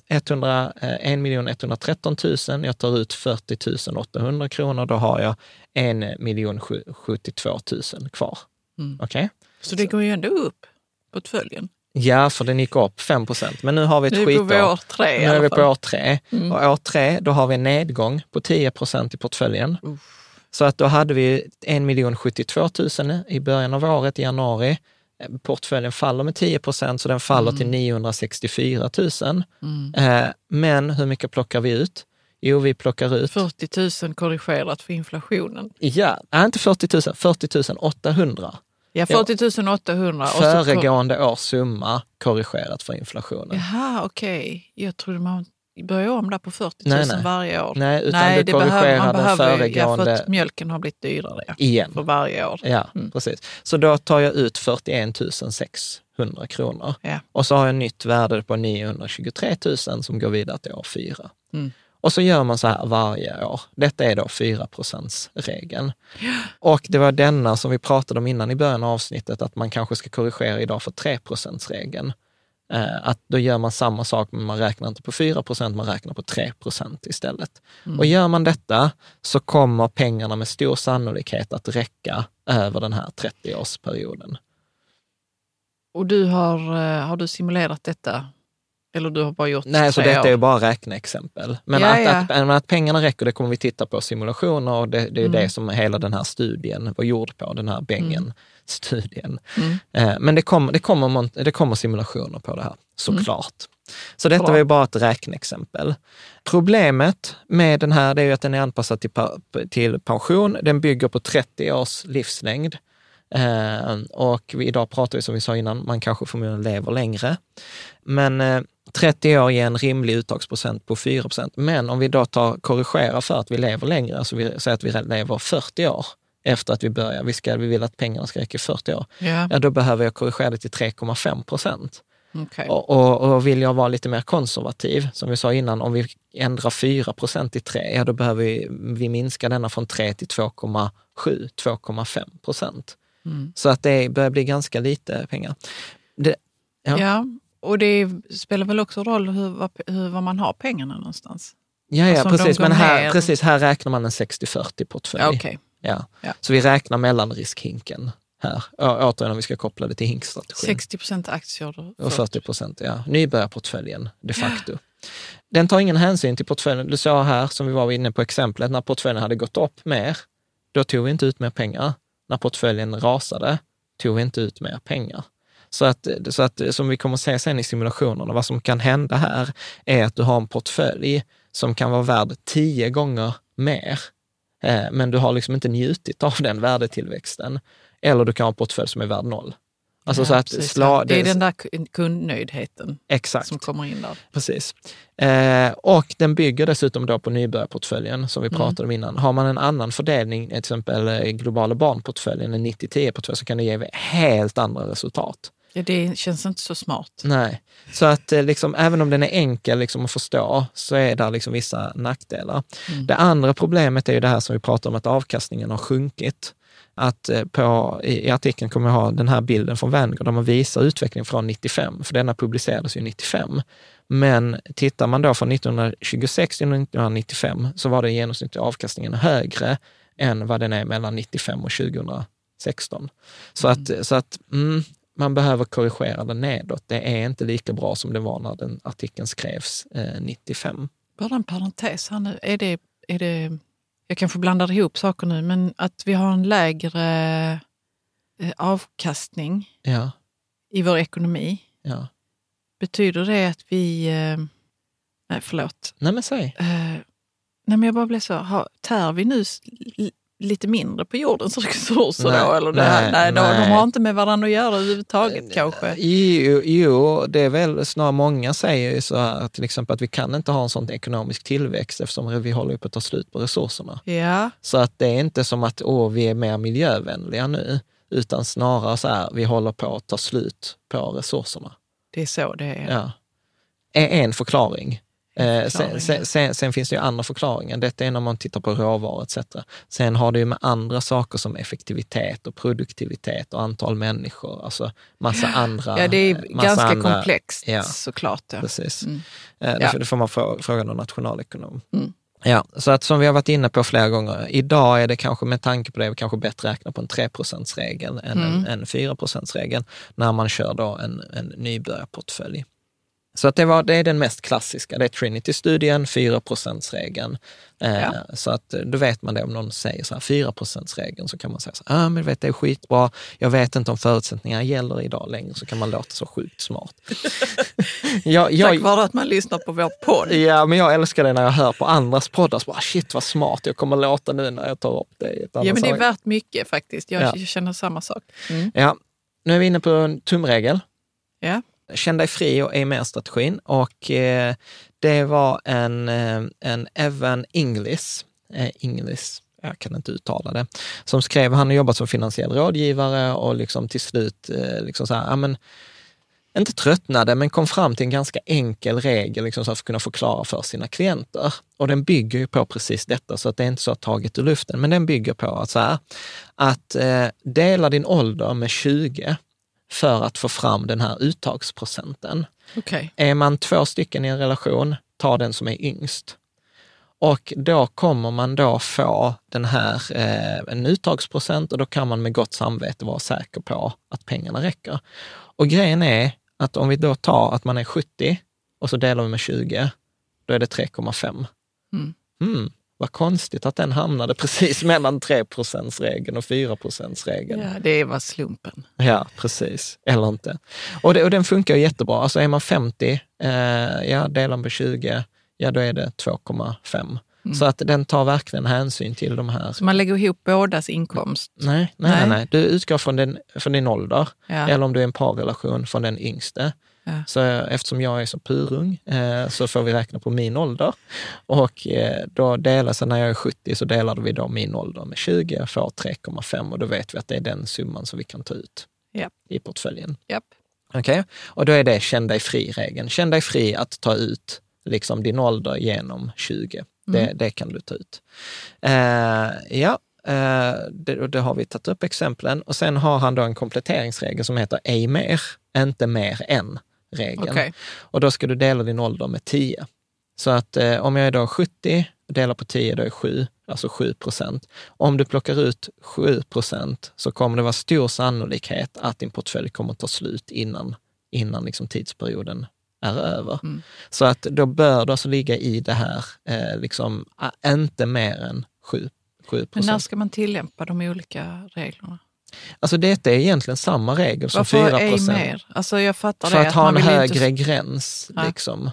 en miljon etthundratretton tusen, jag tar ut fyrtio tusen åttahundra kronor, då har jag en miljon sjuttiotvå tusen kvar. Mm. Okej? Så det går ju ändå upp portföljen. Ja, för den gick upp fem procent. Men nu har vi ett Nu är skitår. vi på år tre i Nu är alla vi på fall. år tre. Mm. Och år tre, då har vi en nedgång på tio procent i portföljen. Så att då hade vi en miljon sjuttiotvå tusen i början av året, i januari. Portföljen faller med tio procent, så den faller Mm. till niohundrasextiofyra tusen. Mm. Eh, men hur mycket plockar vi ut? Jo, vi plockar ut... fyrtio tusen korrigerat för inflationen. Ja, nej, inte fyrtio tusen, fyrtio tusen åttahundra. Ja, fyrtio tusen åttahundra. Och så Föregående års summa korrigerat för inflationen. Jaha, okej. Jag trodde man började om där på fyrtio Nej, tusen nej. varje år. Nej, utan Nej, du det behöver, korrigerar man den behöver, ja, föregående... för att mjölken har blivit dyrare ja, Igen. för varje år. Ja, Mm. precis. Så då tar jag ut fyrtioen tusen sexhundra kronor. Ja. Och så har jag nytt värde på niohundratjugotre tusen som går vidare till år fyra. Mm. Och så gör man så här varje år. Detta är då fyra procents regeln. Och det var denna som vi pratade om innan i början av avsnittet, att man kanske ska korrigera idag för tre procents regeln. Eh, att då gör man samma sak, men man räknar inte på fyra procent, man räknar på tre procent istället. Mm. Och gör man detta så kommer pengarna med stor sannolikhet att räcka över den här trettio-årsperioden. Och du har, har du simulerat detta? Eller du har bara gjort Nej, så tre detta år? är ju bara räkneexempel. Men ja, att, ja. Att, att, att pengarna räcker, det kommer vi titta på simulationer, och det, det är mm. det som hela den här studien var gjord på, den här Bengen-studien. Mm. Eh, men det kommer, det, kommer, det kommer simulationer på det här, såklart. Mm. Så detta var ju bara ett räkneexempel. Problemet med den här, det är ju att den är anpassad till, till pension. Den bygger på trettio års livslängd. Eh, och vi, idag pratar vi, som vi sa innan, man kanske förmodligen lever längre. Men eh, trettio år ger en rimlig uttagsprocent på fyra procent. Men om vi då tar, korrigerar för att vi lever längre, alltså vi säger att vi lever fyrtio år efter att vi börjar, vi, ska, vi vill att pengarna ska räcka i fyrtio år, yeah. ja, då behöver jag korrigera det till tre komma fem procent. Okay. Och, och, och vill jag vara lite mer konservativ, som vi sa innan, om vi ändrar fyra procent till tre, ja, då behöver vi, vi minska denna från tre till två komma sju till två komma fem procent. Mm. Så att det börjar bli ganska lite pengar. Det, ja. ja, och det spelar väl också roll hur, hur, var man har pengarna någonstans. Ja, ja alltså precis. Men här, precis, här räknar man en sextio fyrtio portfölj. Okay. Ja. Ja. Så vi räknar mellanriskhinken här. Å, återigen om vi ska koppla det till hinkstrategin. sextio procent aktier då? Och fyrtio procent, ja. Nybörjarportföljen, de facto. Ja. Den tar ingen hänsyn till portföljen. Du sa här, som vi var inne på exemplet, när portföljen hade gått upp mer, då tog vi inte ut mer pengar. När portföljen rasade, tog vi inte ut mer pengar. Så att, så att som vi kommer att se sen i simulationerna, vad som kan hända här är att du har en portfölj som kan vara värd tio gånger mer, eh, men du har liksom inte njutit av den värdetillväxten. Eller du kan ha en portfölj som är värd noll. Alltså ja, så att sla, det är den där kundnöjdheten exakt. Som kommer in där. Precis. Eh, och den bygger dessutom då på nybörjarportföljen som vi pratade mm. om innan. Har man en annan fördelning, till exempel globala barnportföljen, en nittio tio portfölj, så kan det ge helt andra resultat. Ja, det känns inte så smart. Nej, så att liksom, även om den är enkel liksom att förstå, så är det liksom vissa nackdelar. Mm. Det andra problemet är ju det här som vi pratar om, att avkastningen har sjunkit. Att på, i artikeln kommer jag ha den här bilden från Vanguard där man visar utvecklingen från nittiofem, för denna publicerades ju nittiofem. Men tittar man då från nittonhundratjugosex till nittonhundranittiofem så var den genomsnittliga avkastningen högre än vad den är mellan nittiofem och tjugohundrasexton. Så mm. att, så att mm, man behöver korrigera den nedåt. Det är inte lika bra som det var när den artikeln skrevs eh, nittiofem. Bara en parentes här nu. Är det... Är det... Jag kanske blandar ihop saker nu, men att vi har en lägre eh, avkastning ja. i vår ekonomi. Ja. Betyder det att vi... Eh, nej, förlåt. Nej, men säg. Eh, nej, men jag bara blev så... Ha, tär vi nu l- lite mindre på jordens resurser nej, då? Eller det här? Nej, nej, då, de har inte med varandra att göra överhuvudtaget eh, kanske. Jo, jo, det är väl snarare många säger ju så här, till exempel att vi kan inte ha en sån ekonomisk tillväxt eftersom vi håller på att ta slut på resurserna. Ja. Så att det är inte som att åh, vi är mer miljövänliga nu, utan snarare så här, vi håller på att ta slut på resurserna. Det är så det är. Ja. Är en förklaring. Eh, sen, sen, sen, sen finns det ju andra förklaringar. Detta är när man tittar på råvaror et cetera. Sen har det ju med andra saker som effektivitet och produktivitet och antal människor. Alltså massa andra... Ja, det är ganska andra, komplext ja, såklart. Ja. Precis. Mm. Eh, ja. Det får man fråga någon nationalekonom. Mm. Ja, så att som vi har varit inne på flera gånger, idag är det kanske med tanke på det kanske bättre räkna på en tre procent-regel än mm. en, en fyra procent-regel när man kör då en, en nybörjarportfölj. Så att det, var, det är den mest klassiska, det är Trinity-studien, fyra procent-regeln. Eh, ja. Så att då vet man det, om någon säger så här fyra procent-regeln så kan man säga så här, ah, men vet, det är skitbra, jag vet inte om förutsättningarna gäller idag längre, så kan man låta så sjukt smart. jag, jag, Tack vare att man lyssnar på vår podd. Ja, men jag älskar det när jag hör på andras poddar, så bara shit vad smart jag kommer låta nu när jag tar upp det. I ett ja, men det är värt mycket faktiskt, jag ja. känner samma sak. Mm. Ja, nu är vi inne på en tumregel. Ja. Känn dig fri och är med-strategin, och eh, det var en, eh, en Evan Inglis, eh, Inglis, jag kan inte uttala det, som skrev, han har jobbat som finansiell rådgivare och liksom till slut eh, liksom så här, ja, men, inte tröttnade, men kom fram till en ganska enkel regel liksom, så att kunna förklara för sina klienter. Och den bygger ju på precis detta, så att det är inte så taget ur luften, men den bygger på att, så här, att eh, dela din ålder med tjugo för att få fram den här uttagsprocenten. Okay. Är man två stycken i en relation, ta den som är yngst. Och då kommer man då få den här eh, en uttagsprocent och då kan man med gott samvete vara säker på att pengarna räcker. Och grejen är att om vi då tar att man är sjuttio och så delar vi med tjugo, då är det tre komma fem. Mm. Mm, vad konstigt att den hamnade precis mellan tre procent-regeln och fyra procent-regeln. Ja, det var slumpen. Ja, precis. Eller inte. Och, det, och den funkar ju jättebra. Alltså är man femtio, eh, ja, delar med tjugo, ja då är det två komma fem. Mm. Så att den tar verkligen hänsyn till de här. Så man lägger ihop bådas inkomst? Nej, nej, nej. nej. Du utgår från, den, från din ålder. Ja. Eller om du är en parrelation från den yngste. Ja. Så eftersom jag är så purung eh, så får vi räkna på min ålder. Och eh, då delar sig, när jag är sjuttio så delar vi då min ålder med tjugo och får tre komma fem. Och då vet vi att det är den summan som vi kan ta ut ja. i portföljen. Japp. Okej, okay? Och då är det känn dig fri-regeln. Känn dig fri att ta ut liksom din ålder genom tjugo. Mm. Det, det kan du ta ut. Eh, ja, eh, det, det har vi tagit upp exemplen. Och sen har han då en kompletteringsregel som heter ej mer, inte mer än regeln. Okay. Och då ska du dela din ålder med tio. Så att eh, om jag är då sjuttio, delar på tio, då är sju, alltså sju procent. Om du plockar ut sju procent så kommer det vara stor sannolikhet att din portfölj kommer att ta slut innan, innan liksom tidsperioden är över. Mm. Så att då bör det alltså ligga i det här eh, liksom äh, inte mer än sju procent. Men när ska man tillämpa de olika reglerna? Alltså det är egentligen samma regel som fyra procent. Varför ej mer? Alltså jag fattar för det. att, att ha man en vill högre inte... gräns. Ja. Liksom.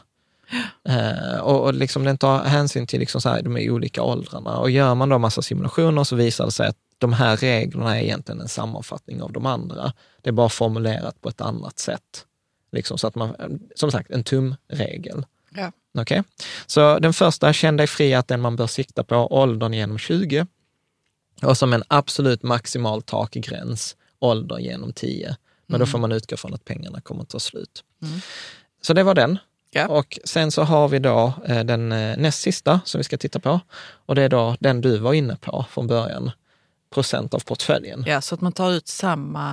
Eh, och, och liksom den tar hänsyn till liksom så här, de är olika åldrarna. Och gör man då massa simulationer så visar det sig att de här reglerna är egentligen en sammanfattning av de andra. Det är bara formulerat på ett annat sätt. Liksom, så att man, som sagt, en tumregel. Ja. Okay? Så den första, känn dig fri att den man bör sikta på, åldern genom tjugo. Och som en absolut maximal takgräns, ålder genom tio. Men mm. då får man utgå från att pengarna kommer att ta slut. Mm. Så det var den. Ja. Och sen så har vi då eh, den eh, näst sista som vi ska titta på. Och det är då den du var inne på från början. Procent av portföljen. Ja, så att man tar ut samma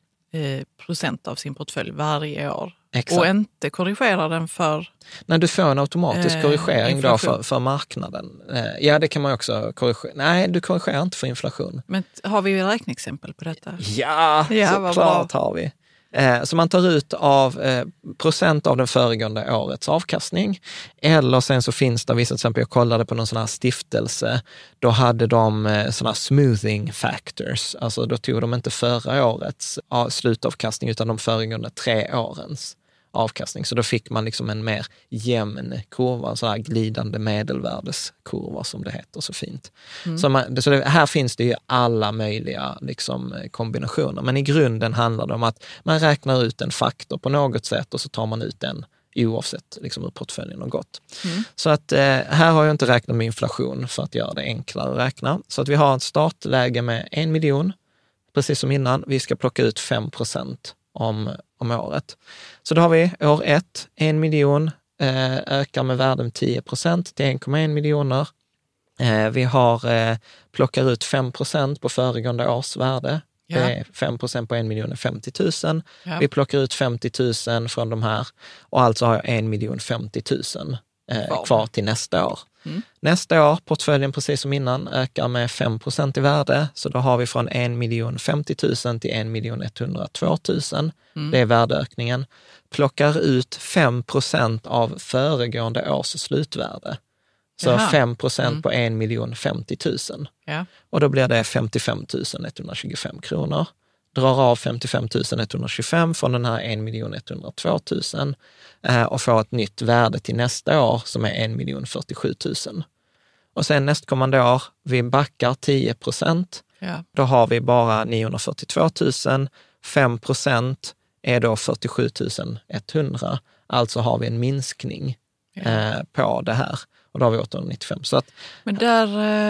eh, procent av sin portfölj varje år. Exakt. Och inte korrigera den för... När du får en automatisk eh, korrigering inflation. då för, för marknaden. Eh, ja, det kan man också korrigera. Nej, du korrigerar inte för inflation. Men har vi räkneexempel på detta? Ja, ja såklart har vi. Eh, så man tar ut av eh, procent av den föregående årets avkastning. Eller sen så finns det vissa, till exempel jag kollade på någon sån här stiftelse, då hade de eh, såna här smoothing factors. Alltså då tog de inte förra årets av, slutavkastning utan de föregående tre årens avkastning. Så då fick man liksom en mer jämn kurva, en sån här glidande medelvärdeskurva som det heter så fint. Mm. Så, man, så det, här finns det ju alla möjliga liksom, kombinationer. Men i grunden handlar det om att man räknar ut en faktor på något sätt och så tar man ut den oavsett liksom, hur portföljen har gått. Mm. Så att eh, här har jag inte räknat med inflation för att göra det enklare att räkna. Så att vi har ett startläge med en miljon, precis som innan. Vi ska plocka ut fem procent om, om året. Så då har vi år ett, en miljon, eh, ökar med värde med tio procent till en komma en miljoner. Eh, vi har eh, plockar ut fem procent på föregående års värde. Ja. Det är fem procent på en miljon är femtio tusen. Ja. Vi plockar ut femtio tusen från de här och alltså har jag en miljon femtio tusen eh, kvar till nästa år. Mm. Nästa år, portföljen precis som innan, ökar med fem procent i värde. Så då har vi från en miljon femtio tusen till en miljon etthundratvå tusen. Mm. Det är värdeökningen. Plockar ut fem procent av föregående års slutvärde. Så Jaha. fem procent mm. på en miljon femtio tusen. Ja. Och då blir det femtiofem tusen etthundratjugofem kronor. Drar av femtiofem tusen etthundratjugofem från den här en miljon etthundratvå tusen eh, och får ett nytt värde till nästa år som är en miljon fyrtiosju tusen. Och sen nästkommande år, vi backar tio procent. Ja. Då har vi bara niohundrafyrtiotvå tusen. fem procent är då fyrtiosju tusen etthundra. Alltså har vi en minskning ja. eh, på det här. Och då har vi åttahundranittiofem. Så att, men där,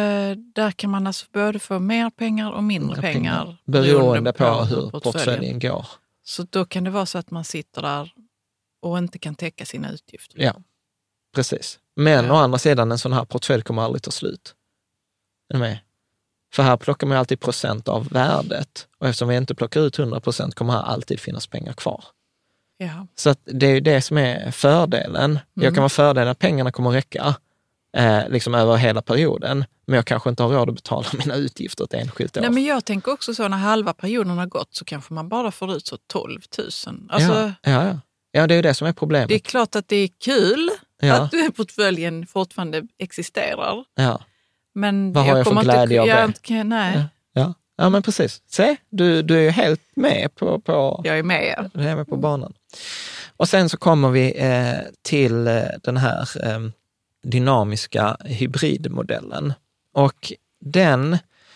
där kan man alltså både få mer pengar och mindre pengar. pengar beroende på, på hur portföljen. portföljen går. Så då kan det vara så att man sitter där och inte kan täcka sina utgifter. Ja, precis. Men ja. å andra sidan, en sån här portfölj kommer aldrig ta slut. Är du med? För här plockar man alltid procent av värdet. Och eftersom vi inte plockar ut hundra procent kommer här alltid finnas pengar kvar. Ja. Så att det är ju det som är fördelen. Mm. Jag kan vara fördelen att pengarna kommer att räcka eh, liksom över hela perioden, men jag kanske inte har råd att betala mina utgifter ett enskilt år. Nej, men jag tänker också så när halva perioden har gått så kanske man bara får ut så tolv tusen. Alltså, ja, ja, ja. ja, det är ju det som är problemet. Det är klart att det är kul ja. att portföljen fortfarande existerar. Ja. Men vad har jag, jag för glädje av det? Inte, nej. Ja. Ja. ja, men precis. Se, du, du är ju helt med på, på... Jag är med. Du är med på banan. Och sen så kommer vi eh, till eh, den här eh, dynamiska hybridmodellen. Och den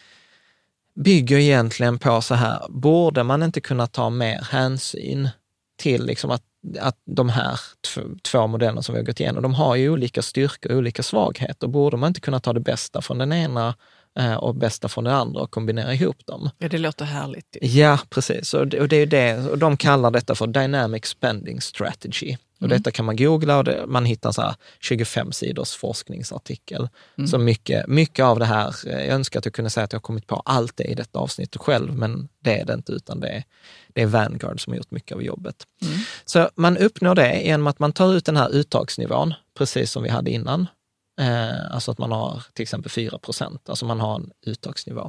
bygger egentligen på så här, borde man inte kunna ta mer hänsyn till liksom att, att de här t- två modellerna som vi har gått igenom, de har ju olika styrkor och olika svagheter. Borde man inte kunna ta det bästa från den ena och bästa från den andra och kombinera ihop dem? Ja, det låter härligt. Ja, precis. Och det, och det är det, och de kallar detta för Dynamic Spending Strategy. Och mm. detta kan man googla och det, man hittar så här tjugofem sidors forskningsartikel. Mm. Så mycket, mycket av det här, jag önskar att jag kunde säga att jag har kommit på allt det i detta avsnittet själv, men det är det inte, utan det är, det är Vanguard som har gjort mycket av jobbet. Mm. Så man uppnår det genom att man tar ut den här uttagsnivån, precis som vi hade innan. Eh, alltså att man har till exempel fyra procent, alltså man har en uttagsnivå.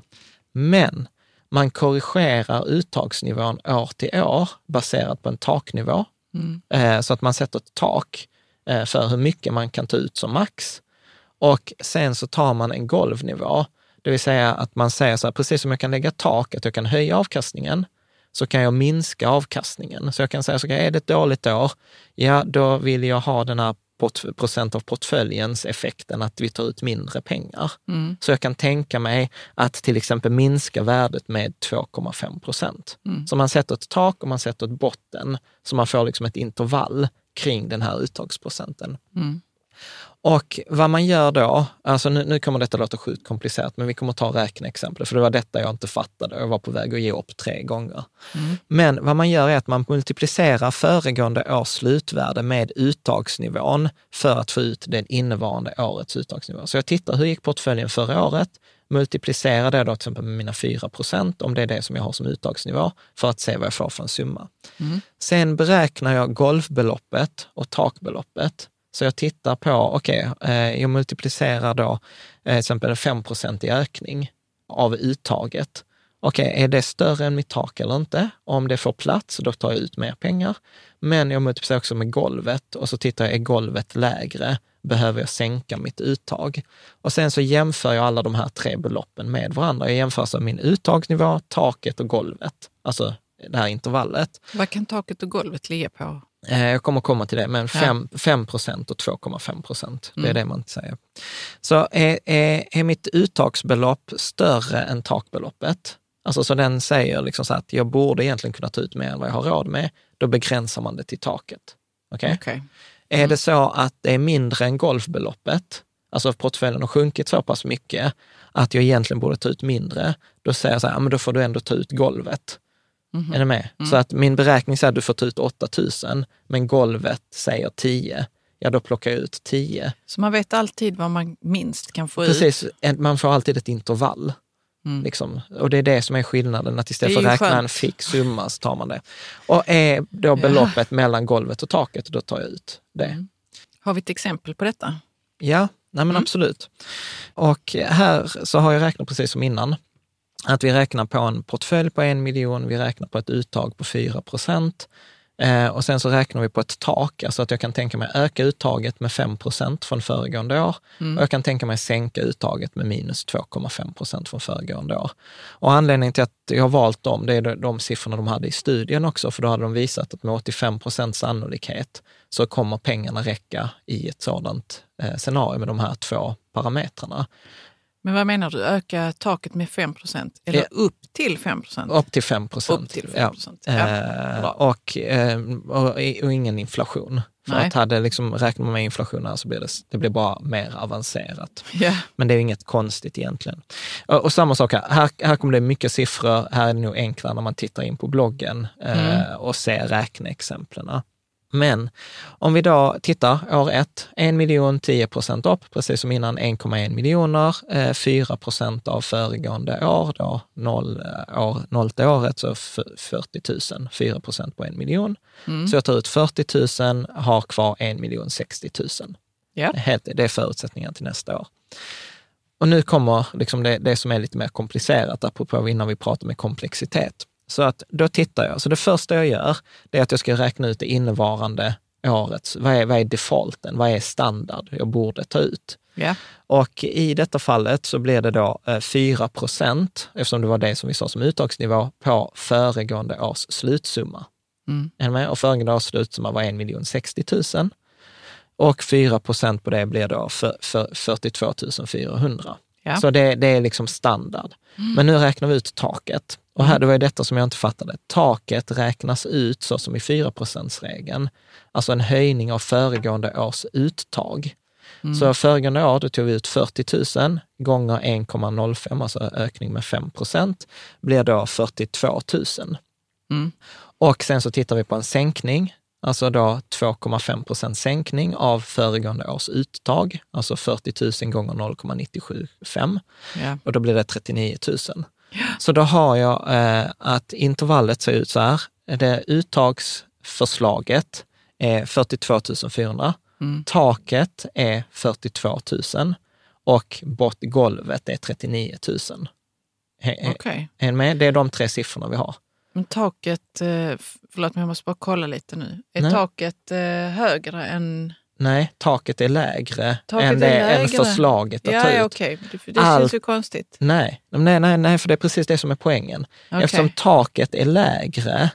Men man korrigerar uttagsnivån år till år baserat på en taknivå. Mm. Eh, så att man sätter ett tak eh, för hur mycket man kan ta ut som max. Och sen så tar man en golvnivå, det vill säga att man säger så här, precis som jag kan lägga tak, att jag kan höja avkastningen, så kan jag minska avkastningen. Så jag kan säga så här, är det ett dåligt år, ja då vill jag ha den här procent av portföljens effekten att vi tar ut mindre pengar. Mm. Så jag kan tänka mig att till exempel minska värdet med två komma fem procent. Mm. Så man sätter ett tak och man sätter ett botten, så man får liksom ett intervall kring den här uttagsprocenten. Mm. Och vad man gör då, alltså nu, nu kommer detta låta sjukt komplicerat, men vi kommer ta räkneexempel, för det var detta jag inte fattade. Jag var på väg att ge upp tre gånger. Mm. Men vad man gör är att man multiplicerar föregående års slutvärde med uttagsnivån för att få ut den innevarande årets uttagsnivå. Så jag tittar, hur gick portföljen förra året? Multiplicerar det då till exempel med mina fyra procent, om det är det som jag har som uttagsnivå, för att se vad jag får för en summa. Mm. Sen beräknar jag golvbeloppet och takbeloppet. Så jag tittar på, okej, okay, eh, jag multiplicerar då eh, till exempel fem procent i ökning av uttaget. Okej, okay, är det större än mitt tak eller inte? Om det får plats, då tar jag ut mer pengar. Men jag multiplicerar också med golvet och så tittar jag, är golvet lägre? Behöver jag sänka mitt uttag? Och sen så jämför jag alla de här tre beloppen med varandra. Jag jämför så min uttagsnivå, taket och golvet. Alltså det här intervallet. Vad kan taket och golvet ligga på? Jag kommer komma till det, men fem procent och två komma fem procent, det är mm. det man säger. Så är, är, är mitt uttagsbelopp större än takbeloppet, alltså så den säger liksom så att jag borde egentligen kunna ta ut mer än vad jag har råd med, då begränsar man det till taket. Okej? Okay? Okay. Mm. Är det så att det är mindre än golvbeloppet, alltså portföljen har sjunkit så pass mycket att jag egentligen borde ta ut mindre, då säger jag så här, ja, men då får du ändå ta ut golvet. Mm-hmm. Är det med? Mm. Så att min beräkning säger att du får ta ut åtta tusen, men golvet säger tio. Ja, då plockar jag ut tio. Så man vet alltid vad man minst kan få Precis, ut? Precis, man får alltid ett intervall. Mm. Liksom. Och det är det som är skillnaden, att istället för att räkna skönt. En fix summa så tar man det. Och är då beloppet ja. mellan golvet och taket, då tar jag ut det. Mm. Har vi ett exempel på detta? Ja, nej men mm. absolut. Och här så har jag räknat precis som innan. Att vi räknar på en portfölj på en miljon, vi räknar på ett uttag på fyra procent eh, och sen så räknar vi på ett tak, alltså att jag kan tänka mig öka uttaget med fem procent från föregående år mm. och jag kan tänka mig sänka uttaget med minus två komma fem procent från föregående år. Och anledningen till att jag har valt dem, det är de siffrorna de hade i studien också, för då hade de visat att med åttiofem procent sannolikhet så kommer pengarna räcka i ett sådant eh, scenario med de här två parametrarna. Men vad menar du? Öka taket med fem procent? Eller ja. upp till fem procent? Upp till fem procent. Upp till fem procent. Ja. Ja. Eh, och, eh, och, och ingen inflation. För Nej. att hade liksom räknat med inflationen så blir det, det blir bara mer avancerat. Yeah. Men det är ju inget konstigt egentligen. Och, och samma sak här. här. Här kommer det mycket siffror. Här är det nog enklare när man tittar in på bloggen eh, mm. och ser räkneexemplen. Men om vi då tittar år ett, en miljon, tio procent upp, precis som innan en komma en miljoner, eh, fyra procent av föregående år, då noll, år, nollte året, så fyrtio tusen, fyra procent på en miljon. Mm. Så jag tar ut fyrtio tusen, har kvar en miljon sextio tusen. Ja. Helt, det är förutsättningen till nästa år. Och nu kommer liksom det, det som är lite mer komplicerat, apropå innan vi pratar med komplexitet. Så att då tittar jag. Så det första jag gör, det är att jag ska räkna ut det innevarande årets. Vad är, vad är defaulten? Vad är standard jag borde ta ut? Yeah. Och i detta fallet så blir det då eh, fyra procent, eftersom det var det som vi sa som uttagsnivå, på föregående års slutsumma. Mm. Och föregående års slutsumma var en miljon sextio tusen. Och fyra procent på det blir då för, för fyrtiotvå tusen fyrahundra. Ja. Så det, det är liksom standard. Mm. Men nu räknar vi ut taket. Och här, det var ju detta som jag inte fattade. Taket räknas ut så som i fyra procent-regeln. Alltså en höjning av föregående års uttag. Mm. Så föregående år då tog vi ut fyrtio tusen gånger en komma noll fem, alltså ökning med fem procent, blir då fyrtiotvå tusen. Mm. Och sen så tittar vi på en sänkning. Alltså då två komma fem procent sänkning av föregående års uttag. Alltså fyrtio tusen gånger noll komma nio sju fem. Ja. Och då blir det trettionio tusen. Ja. Så då har jag eh, att intervallet ser ut så här. Det uttagsförslaget är fyrtiotvå tusen fyrahundra. Mm. Taket är fyrtiotvå tusen. Och bortgolvet är trettionio tusen. Okej. Okay. Det är de tre siffrorna vi har. Men taket, förlåt men jag måste bara kolla lite nu. Är Nej. taket högre än... Nej, taket är lägre taket än, det, är lägre. än förslaget att ja, ta ut. Ja, okej. Okay. Det Allt... känns ju konstigt. Nej. Nej, nej, nej, för det är precis det som är poängen. Okay. Eftersom taket är lägre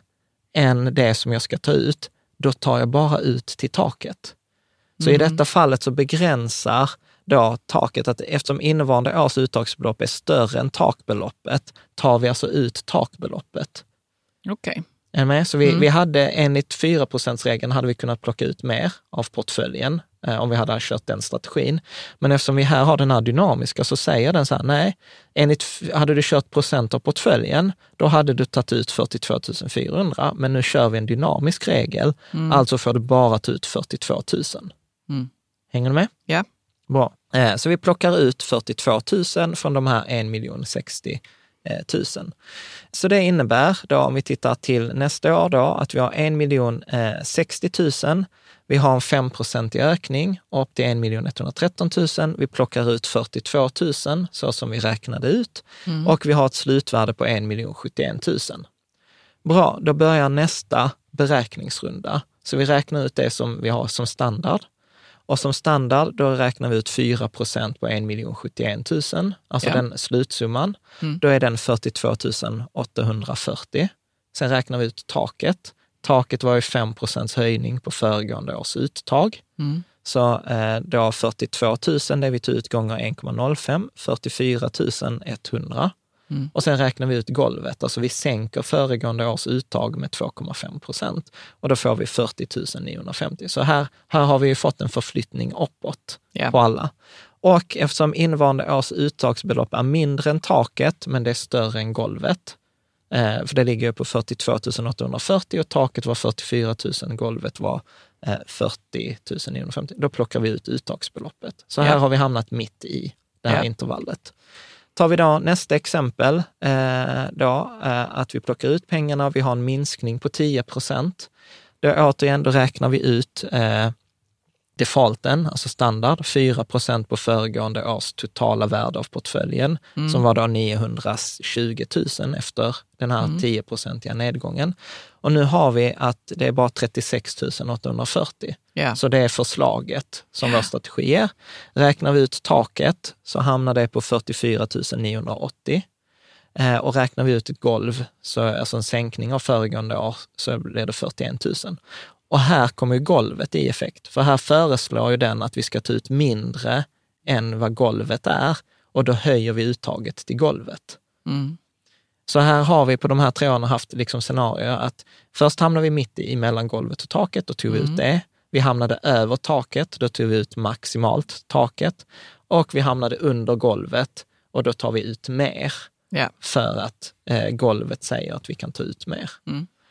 än det som jag ska ta ut, då tar jag bara ut till taket. Så mm. i detta fallet så begränsar då taket att eftersom innevarande års uttagsbelopp är större än takbeloppet, tar vi alltså ut takbeloppet. Okej. Okay. Är med? Så vi, mm. vi hade enligt fyra procent-regeln hade vi kunnat plocka ut mer av portföljen eh, om vi hade kört den strategin. Men eftersom vi här har den här dynamiska så säger den så här, nej, enligt, hade du kört procent av portföljen, då hade du tagit ut fyrtiotvå tusen fyrahundra, men nu kör vi en dynamisk regel, mm. alltså får du bara ta ut fyrtiotvå tusen. Mm. Hänger du med? Ja. Bra. Eh, så vi plockar ut fyrtiotvå tusen från de här en miljon sextio tusen. Så det innebär då, om vi tittar till nästa år då, att vi har en miljon sextio tusen, vi har en fem procent i ökning upp till en miljon etthundratretton tusen, vi plockar ut fyrtiotvå tusen så som vi räknade ut mm. och vi har ett slutvärde på en miljon sjuttioen tusen. Bra, då börjar nästa beräkningsrunda. Så vi räknar ut det som vi har som standard. Och som standard, då räknar vi ut fyra procent på en miljon sjuttioen tusen, alltså ja. den slutsumman. Mm. Då är den fyrtiotvå tusen åttahundrafyrtio. Sen räknar vi ut taket. Taket var ju fem procent höjning på föregående års uttag. Mm. Så eh, då fyrtiotvå tusen, det vi tog ut gånger en komma noll fem, fyrtiofyra tusen etthundra. Mm. Och sen räknar vi ut golvet, alltså vi sänker föregående års uttag med två komma fem procent och då får vi fyrtio tusen niohundrafemtio. Så här, här har vi ju fått en förflyttning uppåt yeah. på alla. Och eftersom innevarande års uttagsbelopp är mindre än taket, men det är större än golvet, eh, för det ligger ju på fyrtiotvå tusen åttahundrafyrtio och taket var fyrtiofyra tusen, golvet var eh, fyrtio tusen niohundrafemtio, då plockar vi ut uttagsbeloppet. Så här yeah. har vi hamnat mitt i det här yeah. intervallet. Tar vi då nästa exempel, eh, då, eh, att vi plockar ut pengarna, vi har en minskning på tio procent. Då återigen då räknar vi ut eh, defaulten, alltså standard, fyra procent på föregående års totala värde av portföljen, mm. som var då niohundratjugo tusen efter den här mm. tio procentiga nedgången. Och nu har vi att det är bara trettiosex tusen åttahundrafyrtio. Yeah. Så det är förslaget som yeah. vår strategi ger. Räknar vi ut taket så hamnar det på fyrtiofyra tusen niohundraåttio. Eh, och räknar vi ut ett golv, så, alltså en sänkning av föregående år, så blir det fyrtioen tusen. Och här kommer ju golvet i effekt. För här föreslår ju den att vi ska ta ut mindre än vad golvet är. Och då höjer vi uttaget till golvet. Mm. Så här har vi på de här tre åren haft liksom scenarier att först hamnar vi mitt i mellan golvet och taket, då tog vi mm. ut det. Vi hamnade över taket, då tog vi ut maximalt taket. Och vi hamnade under golvet och då tar vi ut mer. Yeah. För att eh, golvet säger att vi kan ta ut mer. Mm.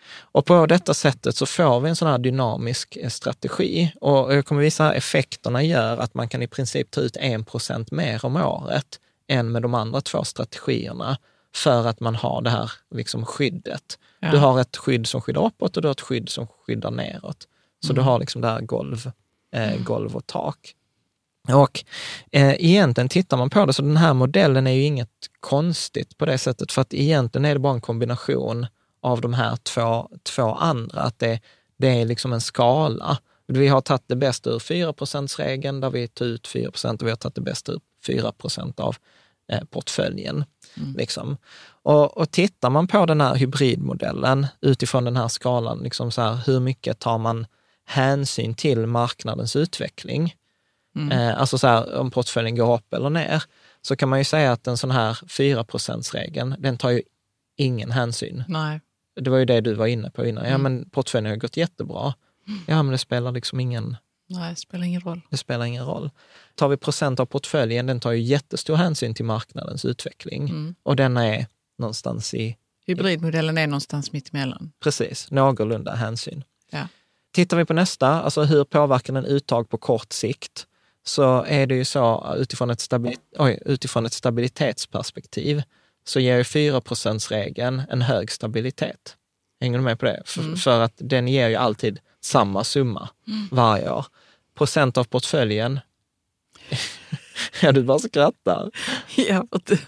Och på detta sättet så får vi en sån här dynamisk strategi. Och jag kommer visa effekterna gör att man kan i princip ta ut en procent mer om året än med de andra två strategierna för att man har det här liksom skyddet. Ja. Du har ett skydd som skyddar uppåt och du har ett skydd som skyddar neråt. Så mm. du har liksom det här golv, eh, mm. golv och tak. Och eh, egentligen tittar man på det så den här modellen är ju inget konstigt på det sättet, för att egentligen är det bara en kombination av de här två, två andra, att det, det är liksom en skala. Vi har tagit det bästa ur fyra procent-regeln där vi tar ut fyra procent och vi har tagit det bästa ur fyra procent av eh, portföljen. Mm. Liksom. Och, och tittar man på den här hybridmodellen utifrån den här skalan, liksom så här, hur mycket tar man hänsyn till marknadens utveckling? Mm. Eh, alltså så här, om portföljen går upp eller ner, så kan man ju säga att en sån här fyra procent-regeln, den tar ju ingen hänsyn. Nej. Det var ju det du var inne på innan. Mm. Ja, men portföljen har gått jättebra. Mm. Ja, men det spelar liksom ingen... Nej, det spelar ingen roll. Det spelar ingen roll. Tar vi procent av portföljen, den tar ju jättestor hänsyn till marknadens utveckling. Mm. Och den är någonstans i... Hybridmodellen är någonstans mitt emellan. Precis, någorlunda hänsyn. Ja. Tittar vi på nästa, alltså hur påverkar den uttag på kort sikt, så är det ju så utifrån ett, stabil, oj, utifrån ett stabilitetsperspektiv så ger ju fyra procent-regeln en hög stabilitet. Hänger du med på det? För, mm. för att den ger ju alltid samma summa mm. varje år. Procent av portföljen. Ja, du bara skrattar. Ja,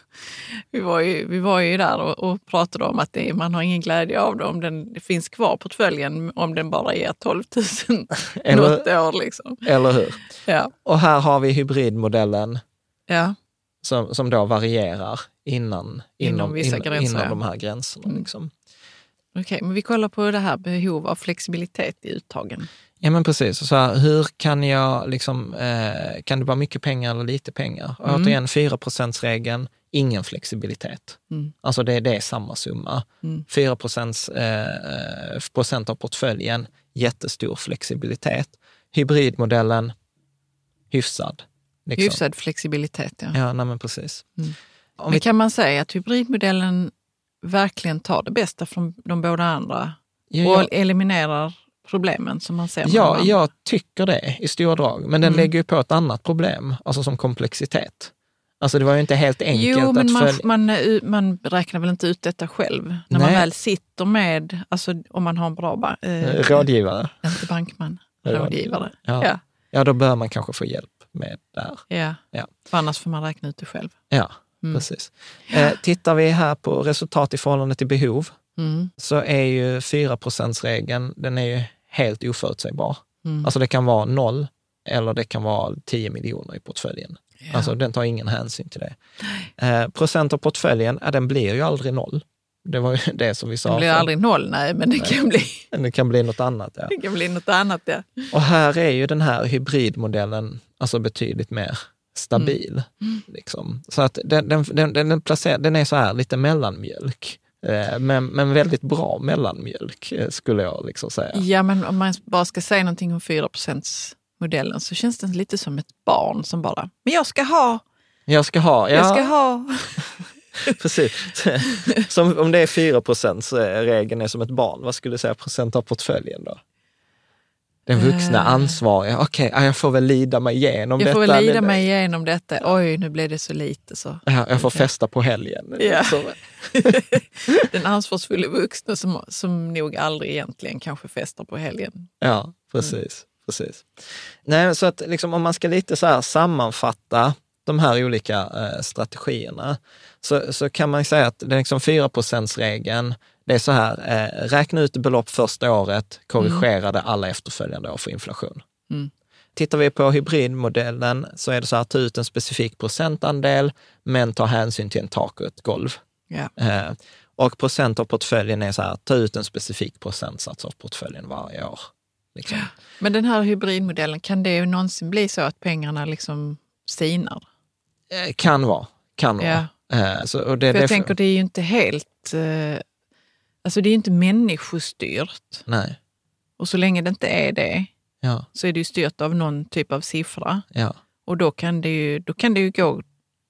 vi var ju, vi var ju där och, och pratade om att det, man har ingen glädje av det om den det finns kvar portföljen, om den bara ger tolv tusen något år. Liksom. Eller hur? Ja. Och här har vi hybridmodellen ja. som, som då varierar innan, inom, inom, vissa in, gränser, inom ja. de här gränserna. Mm. Liksom. Okej, okay, men vi kollar på det här behov av flexibilitet i uttagen. Ja, men precis. Så här, hur kan jag liksom, eh, kan det vara mycket pengar eller lite pengar? Och mm. återigen, fyra procent-regeln, ingen flexibilitet. Mm. Alltså det, det är samma summa. Mm. fyra procent, eh, procent av portföljen, jättestor flexibilitet. Hybridmodellen, hyfsad. Liksom. Hyfsad flexibilitet, ja. Ja, nej, men precis. Mm. Men vi... kan man säga att hybridmodellen verkligen tar det bästa från de båda andra ja, och ja. eliminerar problemen som man ser med Ja, jag tycker det i stora drag. Men den mm. lägger ju på ett annat problem, alltså som komplexitet. Alltså det var ju inte helt enkelt jo, men att man, följa... man, man räknar väl inte ut detta själv. När Nej. man väl sitter med, alltså om man har en bra ba- eh, rådgivare. Inte bankman, rådgivare. Ja. Ja. ja, då bör man kanske få hjälp med det här. Ja, ja. För annars får man räkna ut det själv. Ja, mm. precis. Eh, tittar vi här på resultat i förhållande till behov mm. så är ju fyra procent-regeln, den är ju helt oförutsägbar. Mm. Alltså det kan vara noll eller det kan vara tio miljoner i portföljen. Ja. Alltså den tar ingen hänsyn till det. Eh, procent av portföljen, ja, den blir ju aldrig noll. Det var ju det som vi sa. Den blir för. aldrig noll, nej, men det nej. kan bli... Det kan bli något annat, ja. Det kan bli något annat, ja. Och här är ju den här hybridmodellen alltså betydligt mer stabil. Mm. Mm. Liksom. Så att den, den, den, den, placerar, den är så här lite mellanmjölk. Men, men väldigt bra mellanmjölk skulle jag liksom säga. Ja, men om man bara ska säga någonting om fyra procent-modellen så känns den lite som ett barn som bara, men jag ska ha. Jag ska ha, ja. Jag ska ha. Precis. Som om det är fyra procent så är regeln är som ett barn. Vad skulle du säga procent av portföljen då? Den vuxna uh, ansvariga. Okej, okay, jag får väl lida mig igenom jag detta. Jag får väl lida mig igenom detta. Oj, nu blev det så lite så. Ja, jag får festa på helgen. Ja. Den ansvarsfulla vuxna som, som nog aldrig egentligen kanske festar på helgen. Ja, precis. Mm. precis. Nej, så att liksom, om man ska lite så här sammanfatta de här olika eh, strategierna så, så kan man säga att det är liksom fyra procent-regeln. Det är så här, eh, räkna ut belopp första året, korrigera det alla efterföljande år för inflation. Mm. Tittar vi på hybridmodellen så är det så här, ta ut en specifik procentandel men ta hänsyn till en tak och ett golv. Yeah. Eh, och procent av portföljen är så här, ta ut en specifik procentsats av portföljen varje år. Liksom. Men den här hybridmodellen, kan det ju någonsin bli så att pengarna liksom sinar? Eh, kan vara, kan yeah. vara. Eh, så, och det, för jag det, tänker det är ju inte helt... Eh, Alltså det är inte människostyrt. Nej. Och så länge det inte är det ja. så är det ju styrt av någon typ av siffra. Ja. Och då kan det ju, då kan det ju gå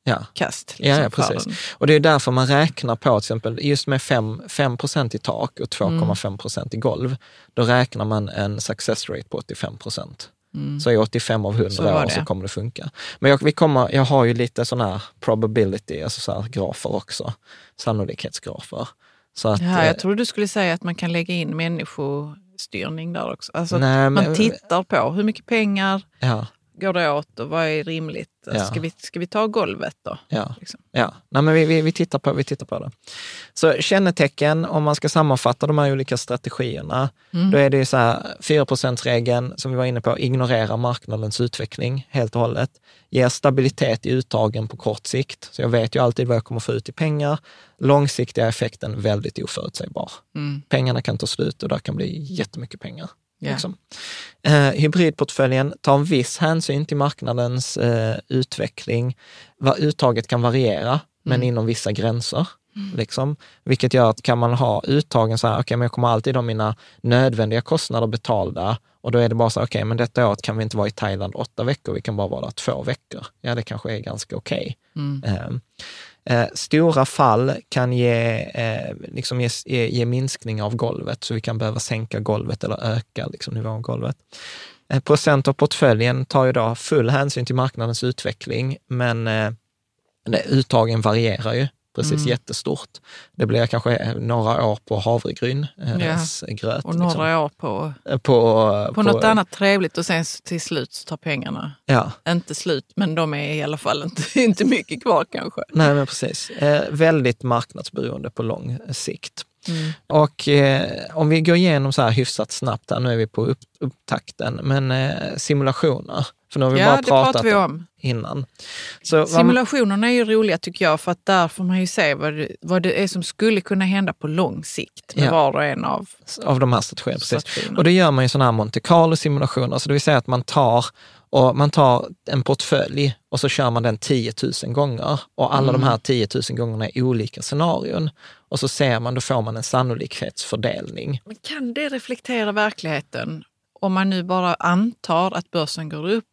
ja. kast. Liksom, ja, ja, precis. Och det är därför man räknar på till exempel just med fem procent i tak och två komma fem procent mm. i golv. Då räknar man en success rate på åttiofem procent. Mm. Så i åttiofem av hundra år så kommer det funka. Men jag, vi kommer, jag har ju lite sådana här probability, alltså så här grafer också. Sannolikhetsgrafer. Så att, ja, jag tror du skulle säga att man kan lägga in människostyrning där också. Alltså nej, man men, tittar på hur mycket pengar ja. går det åt och vad är rimligt. Alltså, ja. ska, vi, ska vi ta golvet då? Ja, liksom. ja. Nej, men vi, vi, vi, tittar på, vi tittar på det. Så kännetecken, om man ska sammanfatta de här olika strategierna, mm. då är det ju så här, fyra procent-regeln som vi var inne på, ignorera marknadens utveckling helt och hållet. Ger stabilitet i uttagen på kort sikt. Så jag vet ju alltid vad jag kommer få ut i pengar. Långsiktiga effekten väldigt oförutsägbar. Mm. Pengarna kan ta slut och där kan bli jättemycket pengar. Yeah. Liksom. Eh, hybridportföljen tar en viss hänsyn till marknadens eh, utveckling. Vad uttaget kan variera, mm. men inom vissa gränser. Mm. Liksom. Vilket gör att kan man ha uttagen så här, okej, okay, men jag kommer alltid ha mina nödvändiga kostnader betalda. Och då är det bara så okej, okay, men detta året kan vi inte vara i Thailand åtta veckor, vi kan bara vara där två veckor. Ja, det kanske är ganska okej. Okay. Mm. Eh, Eh, stora fall kan ge, eh, liksom ge, ge, ge minskning av golvet, så vi kan behöva sänka golvet eller öka liksom, nivån av golvet. Eh, procent av portföljen tar ju då full hänsyn till marknadens utveckling, men eh, det, uttagen varierar ju precis mm. jättestort. Det blir kanske några år på havregryn, eh, ja. gröt. Och några liksom. år på, på, på, på något annat trevligt, och sen till slut så tar pengarna. Ja. Inte slut, men de är i alla fall inte, inte mycket kvar kanske. Nej, men precis. Eh, väldigt marknadsberoende på lång sikt. Mm. Och eh, om vi går igenom så här hyfsat snabbt här, nu är vi på upp, upptakten, men eh, simulationer. För nu har vi ja, bara pratat pratar vi om innan. Så, simulationerna är ju roliga tycker jag, för att där får man ju se vad det, vad det är som skulle kunna hända på lång sikt med ja. var och en av, av de här strategierna. strategierna. Och det gör man ju sådana här Monte Carlo-simulationer, så det vill säga att man tar Och man tar en portfölj och så kör man den tio tusen gånger. Och alla mm. de här tio tusen gångerna är olika scenarion. Och så ser man, då får man en sannolikhetsfördelning. Men kan det reflektera verkligheten om man nu bara antar att börsen går upp?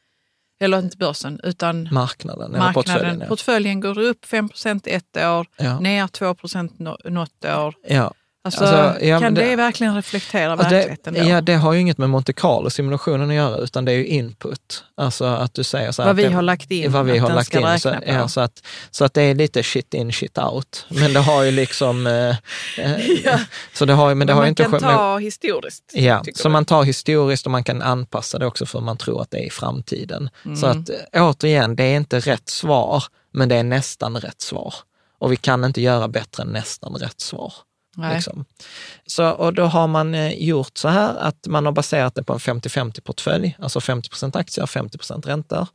Eller inte börsen, utan marknaden. marknaden. Eller portföljen, ja. portföljen går upp fem procent ett år, ja. ner två procent något år. Ja. Alltså, alltså, ja, kan det, det verkligen reflektera alltså verkligheten det, då? Ja, det har ju inget med Monte Carlo-simulationen att göra, utan det är ju input. Alltså att du säger så här, vad vi det, har lagt in, vad vi har att lagt in. Så, ja, så, att, så att det är lite shit in, shit out. Men det har ju liksom... Eh, ja. Så det har, men det men har man inte, kan ta men, historiskt. Ja, så du? Man tar historiskt och man kan anpassa det också för man tror att det är i framtiden. Mm. Så att återigen, det är inte rätt svar, men det är nästan rätt svar. Och vi kan inte göra bättre än nästan rätt svar. Liksom. Så, och då har man eh, gjort så här att man har baserat det på en femtio femtio portfölj, alltså femtio procent aktier, femtio procent räntor.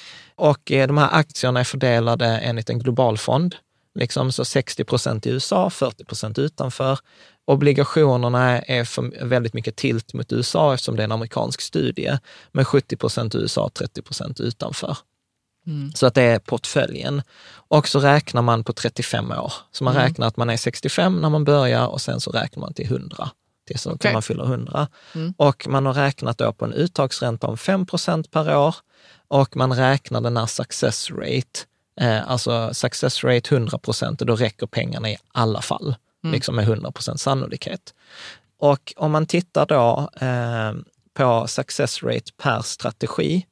Och eh, de här aktierna är fördelade enligt en global fond, liksom, så sextio procent i U S A, fyrtio procent utanför. Obligationerna är för väldigt mycket tilt mot U S A eftersom det är en amerikansk studie, med sjuttio procent U S A, trettio procent utanför. Mm. Så att det är portföljen. Och så räknar man på trettiofem år. Så man mm. räknar att man är sextiofem när man börjar och sen så räknar man till hundra. Till så okay. man fyller hundra. Mm. Och man har räknat då på en uttagsränta om fem procent per år. Och man räknar den här success rate. Eh, alltså success rate hundra procent, och då räcker pengarna i alla fall. Mm. Liksom med hundra procent sannolikhet. Och om man tittar då eh, på success rate per strategi,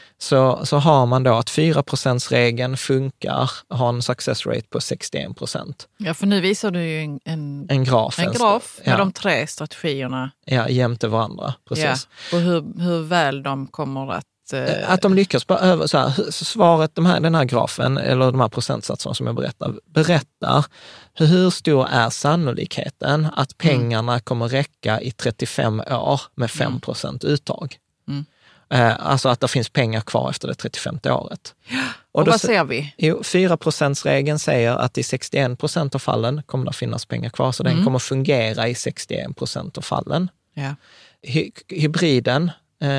Så, så har man då att fyra procent-regeln funkar, har en success rate på sextioen procent. Ja, för nu visar du ju en, en, en graf, en graf med ja. de tre strategierna. Ja, jämte varandra, precis. Ja, och hur, hur väl de kommer att... Eh... Att de lyckas på över, så här, svaret, de här, den här grafen, eller de här procentsatserna som jag berättar, berättar hur, hur stor är sannolikheten att pengarna mm. kommer räcka i trettiofem år med fem procent mm. uttag. Mm. Alltså att det finns pengar kvar efter det trettiofemte året. Ja, och, och då, vad ser vi? Jo, fyra procent-regeln säger att i sextioen procent av fallen kommer det finnas pengar kvar, så mm. den kommer fungera i sextioen procent av fallen. Ja. Hy- hybriden,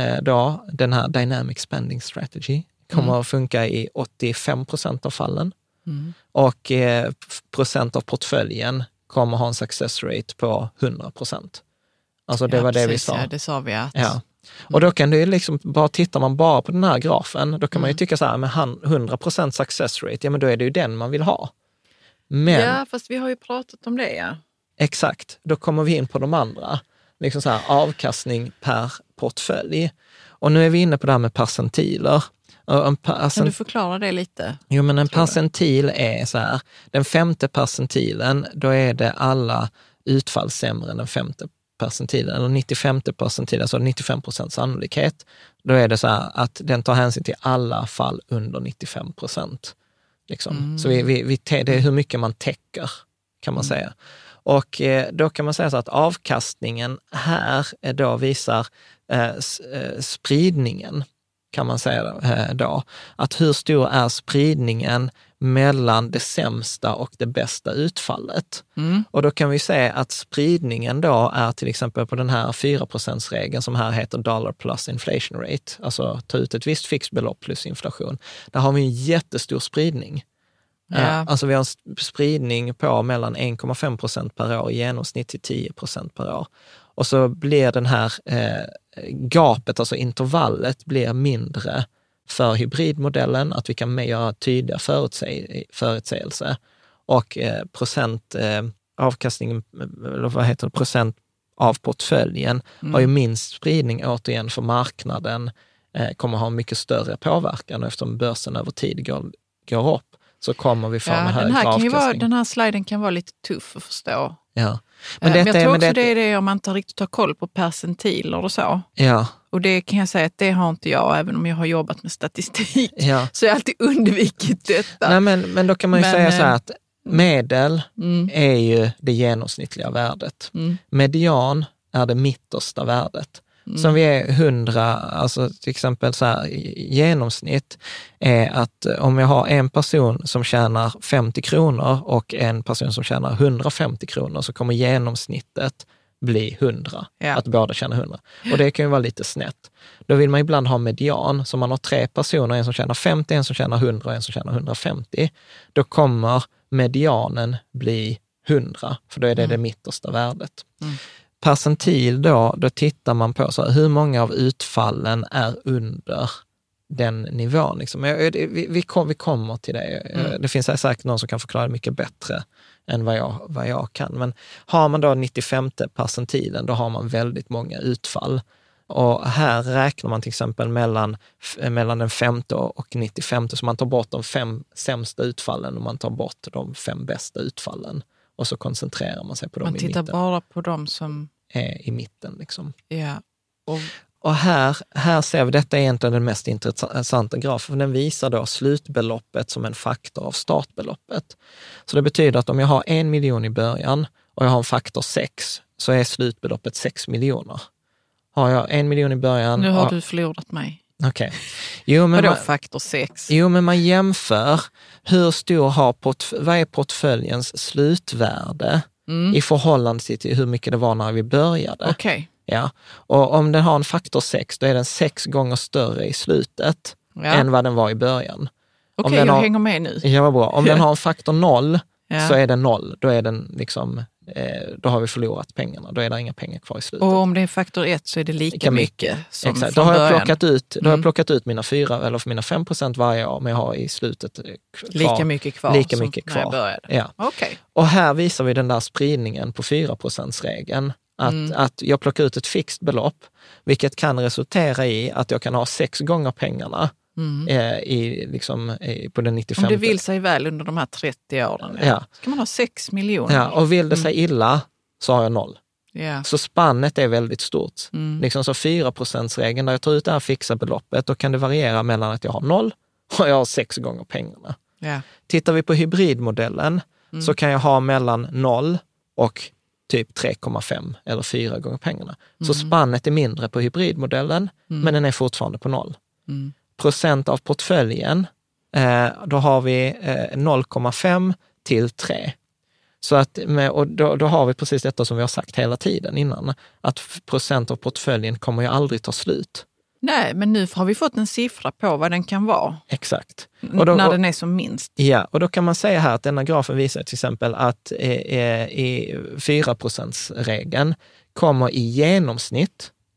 då, den här Dynamic Spending Strategy, kommer mm. att funka i åttiofem procent av fallen. Mm. Och eh, procent av portföljen kommer ha en success rate på hundra procent. Alltså det ja, var det precis, vi sa. Ja, det sa vi att... Ja. Och då kan du liksom, bara tittar man bara på den här grafen, då kan mm. man ju tycka så här, med hundra procent success rate, ja men då är det ju den man vill ha. Men, ja, fast vi har ju pratat om det, ja. Exakt, då kommer vi in på de andra. Liksom så här, avkastning per portfölj. Och nu är vi inne på det här med percentiler. En percent... Kan du förklara det lite? Jo, men en percentil är så här, den femte percentilen, då är det alla utfall sämre än den femte percentilen, eller nittiofemte percentilen, alltså nittiofem procent sannolikhet. Då är det så här att den tar hänsyn till alla fall under nittiofem procent. Liksom. Mm. Så vi, vi, vi, det är hur mycket man täcker, kan man mm. säga. Och eh, då kan man säga så att avkastningen här eh, då visar eh, eh, spridningen, kan man säga eh, då. Att hur stor är spridningen mellan det sämsta och det bästa utfallet. Mm. Och då kan vi säga att spridningen då är till exempel på den här fyra procent-regeln som här heter dollar plus inflation rate. Alltså ta ut ett visst fixbelopp plus inflation. Där har vi en jättestor spridning. Ja. Alltså vi har en spridning på mellan en komma fem procent per år i genomsnitt till tio procent per år. Och så blir den här eh, gapet, alltså intervallet, blir mindre för hybridmodellen, att vi kan med göra tydliga förutsäg- förutsägelser. Och eh, procent eh, avkastning, eller vad heter det, procent av portföljen mm. har ju minst spridning återigen för marknaden, eh, kommer ha mycket större påverkan, och eftersom börsen över tid går, går upp så kommer vi få ja, en högre den här kan ju avkastning. vara, den här sliden kan vara lite tuff att förstå. Ja. Men, men jag tror är, också det, det är det om man inte riktigt tar koll på percentiler och så. Ja. Och det kan jag säga att det har inte jag, även om jag har jobbat med statistik. Ja. Så jag har alltid undvikit detta. Nej, men, men då kan man ju men, säga så här att medel mm. är ju det genomsnittliga värdet. Mm. Median är det mittersta värdet. Mm. Som vi är hundra, alltså till exempel så här, genomsnitt är att om jag har en person som tjänar femtio kronor och en person som tjänar hundrafemtio kronor, så kommer genomsnittet bli hundra. Ja. Att båda tjänar hundra. Och det kan ju vara lite snett. Då vill man ibland ha median, så man har tre personer, en som tjänar femtio, en som tjänar hundra och en som tjänar hundrafemtio. Då kommer medianen bli hundra, för då är det mm. det mittersta värdet. Mm. Percentil då, då tittar man på så hur många av utfallen är under den nivån. Liksom. Vi, vi, kom, vi kommer till det. Mm. Det finns säkert någon som kan förklara det mycket bättre än vad jag, vad jag kan. Men har man då nittiofemte percentilen, då har man väldigt många utfall. Och här räknar man till exempel mellan, mellan den femte och nittiofemte, så man tar bort de fem sämsta utfallen och man tar bort de fem bästa utfallen. Och så koncentrerar man sig på dem i mitten. Man tittar bara på dem som är i mitten. Liksom. Ja. Och, och här, här ser vi, detta är egentligen den mest intressanta grafen. Den visar då slutbeloppet som en faktor av startbeloppet. Så det betyder att om jag har en miljon i början och jag har en faktor sex, så är slutbeloppet sex miljoner. Har jag en miljon i början... Nu har och, du förlorat mig. Okej. Okay. Jo, men vadå faktor sex? Jo, men man jämför hur stor har portf- vad är portföljens slutvärde mm. i förhållande till hur mycket det var när vi började. Okej. Okay. Ja. Och om den har en faktor sex, då är den sex gånger större i slutet ja. än vad den var i början. Okej, okay, jag har, hänger med nu. Ja, vad bra. Om den har en faktor noll ja. så är den noll. Då är den liksom... då har vi förlorat pengarna. Då är det inga pengar kvar i slutet. Och om det är faktor ett så är det lika, lika mycket, mycket som exakt. Från då har jag början. plockat ut, då mm. har jag plockat ut mina fyra eller för mina fem procent varje år, men jag har i slutet kvar, lika mycket kvar lika som mycket kvar. när jag började. Ja. Okay. Och här visar vi den där spridningen på fyra procent-regeln. Att, mm. att jag plockar ut ett fixt belopp, vilket kan resultera i att jag kan ha sex gånger pengarna Mm. I, liksom, i, på den nittiofem. Om det vill sig väl under de här trettio åren, ja. Ja. Ska man ha sex miljoner. Ja, och vill det sig mm. illa så har jag noll. Yeah. Så spannet är väldigt stort. Mm. Liksom så fyra procent-regeln, där jag tar ut det här fixa beloppet, då kan det variera mellan att jag har noll och jag har sex gånger pengarna. Yeah. Tittar vi på hybridmodellen mm. så kan jag ha mellan noll och typ tre komma fem eller fyra gånger pengarna. Mm. Så spannet är mindre på hybridmodellen, mm. men den är fortfarande på noll. Mm. Procent av portföljen, eh, då har vi eh, noll komma fem till tre. Så att med, och då, då har vi precis detta som vi har sagt hela tiden innan, att procent av portföljen kommer ju aldrig ta slut. Nej, men nu har vi fått en siffra på vad den kan vara. Exakt. Och då, när den är som minst. Ja, och då kan man säga här att denna grafen visar till exempel att eh, i fyra procent-regeln kommer i genomsnitt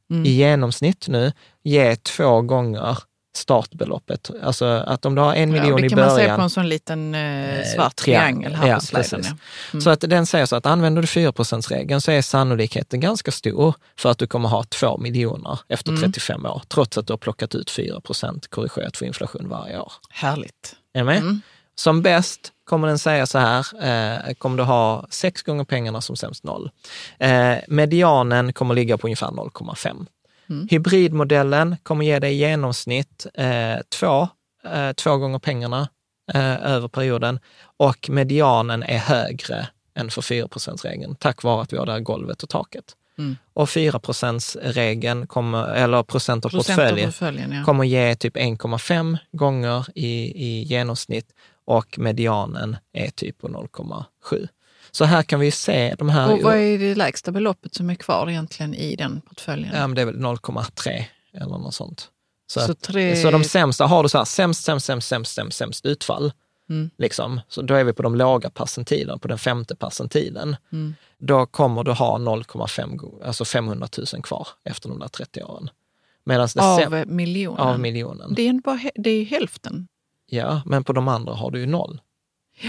mm. i genomsnitt nu, ge två gånger startbeloppet. Alltså att om du har en miljon ja, i början. Det kan man se på en sån liten eh, svart triangel här ja, på sliden. Ja. Mm. Så att den säger så att använder du fyra procent-regeln så är sannolikheten ganska stor för att du kommer ha två miljoner efter mm. trettiofem år, trots att du har plockat ut fyra procent korrigerat för inflation varje år. Härligt. Är du med? Mm. Som bäst kommer den säga så här, eh, kommer du ha sex gånger pengarna, som sämst noll. Eh, medianen kommer ligga på ungefär noll komma fem. Mm. Hybridmodellen kommer ge dig i genomsnitt eh, två, eh, två gånger pengarna eh, över perioden, och medianen är högre än för fyra procent-regeln tack vare att vi har det här golvet och taket. Mm. Och fyra procent-regeln kommer, eller procent av procent portföljen, portföljen ja. kommer ge typ en komma fem gånger i, i genomsnitt, och medianen är typ på noll komma sju. Så här kan vi se de här... Och vad är det lägsta beloppet som är kvar egentligen i den portföljen? Ja, men det är väl noll komma tre eller något sånt. Så, så, att, tre... så de sämsta, har du så här sämst, sämst, sämst, sämst, sämst, sämst utfall, mm. liksom, så då är vi på de låga percentilen, på den femte percentilen. Mm. Då kommer du ha noll komma fem, alltså femhundratusen kvar efter de där trettio åren. Medans det av säm- miljonen? Av miljonen. Det är, bara, det är ju hälften. Ja, men på de andra har du ju noll. Ja.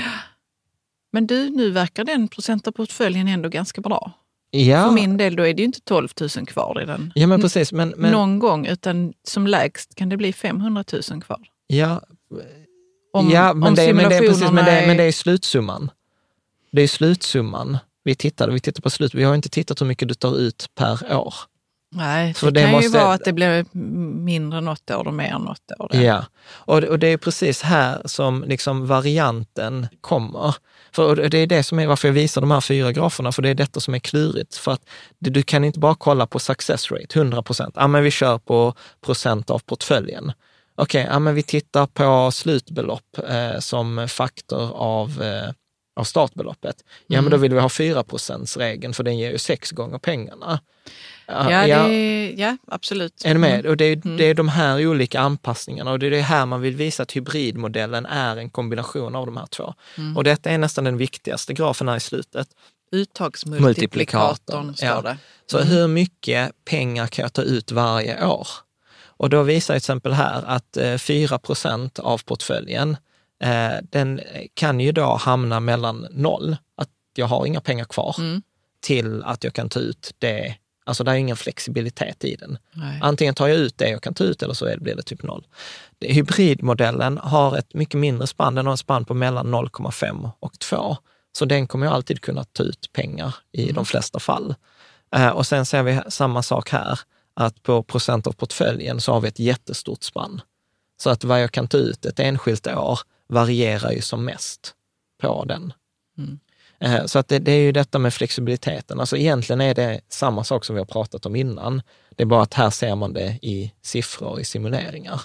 Men du, nu verkar den procent av portföljen ändå ganska bra. Ja. För min del då är det ju inte tolv tusen kvar i den. Ja, men precis. Men, men... Någon gång, utan som lägst kan det bli femhundratusen kvar. Ja, om, ja men, om det, men, det, precis, men, det, är... men det är slutsumman. Det är slutsumman. Vi tittade, vi tittar på slut. Vi har inte tittat hur mycket du tar ut per år. Nej, så det, det kan måste... ju vara att det blir mindre något år och mer något år. Där. Ja, och, och det är precis här som liksom varianten kommer. För det är det som är varför jag visar de här fyra graferna, för det är detta som är klurigt. För att du kan inte bara kolla på success rate, hundra procent. Ja, men vi kör på procent av portföljen. Okej, okay, ja, men vi tittar på slutbelopp eh, som faktor av... Eh, av startbeloppet. Ja, mm. men då vill vi ha fyra procent-regeln, för den ger ju sex gånger pengarna. Ja, ja, ja, det, ja absolut. Är du med? Mm. Och det är, mm. det är de här olika anpassningarna, och det är det här man vill visa att hybridmodellen är en kombination av de här två. Mm. Och detta är nästan den viktigaste grafen här i slutet. Uttagsmultiplikatorn står ja. det. Så Mm. hur mycket pengar kan jag ta ut varje år? Och då visar till exempel här att eh, fyra procent av portföljen eh, den kan ju då hamna mellan noll, att jag har inga pengar kvar, mm. till att jag kan ta ut det. Alltså det är ingen flexibilitet i den. Nej. Antingen tar jag ut det jag kan ta ut, eller så blir det typ noll. Det, hybridmodellen har ett mycket mindre spann. Den har en spann på mellan noll komma fem och två. Så den kommer jag alltid kunna ta ut pengar i mm. de flesta fall. Eh, och sen ser vi samma sak här, att på procent av portföljen så har vi ett jättestort spann. Så att vad jag kan ta ut ett enskilt år varierar ju som mest på den. Mm. Så att det, det är ju detta med flexibiliteten. Alltså egentligen är det samma sak som vi har pratat om innan. Det är bara att här ser man det i siffror, i simuleringar.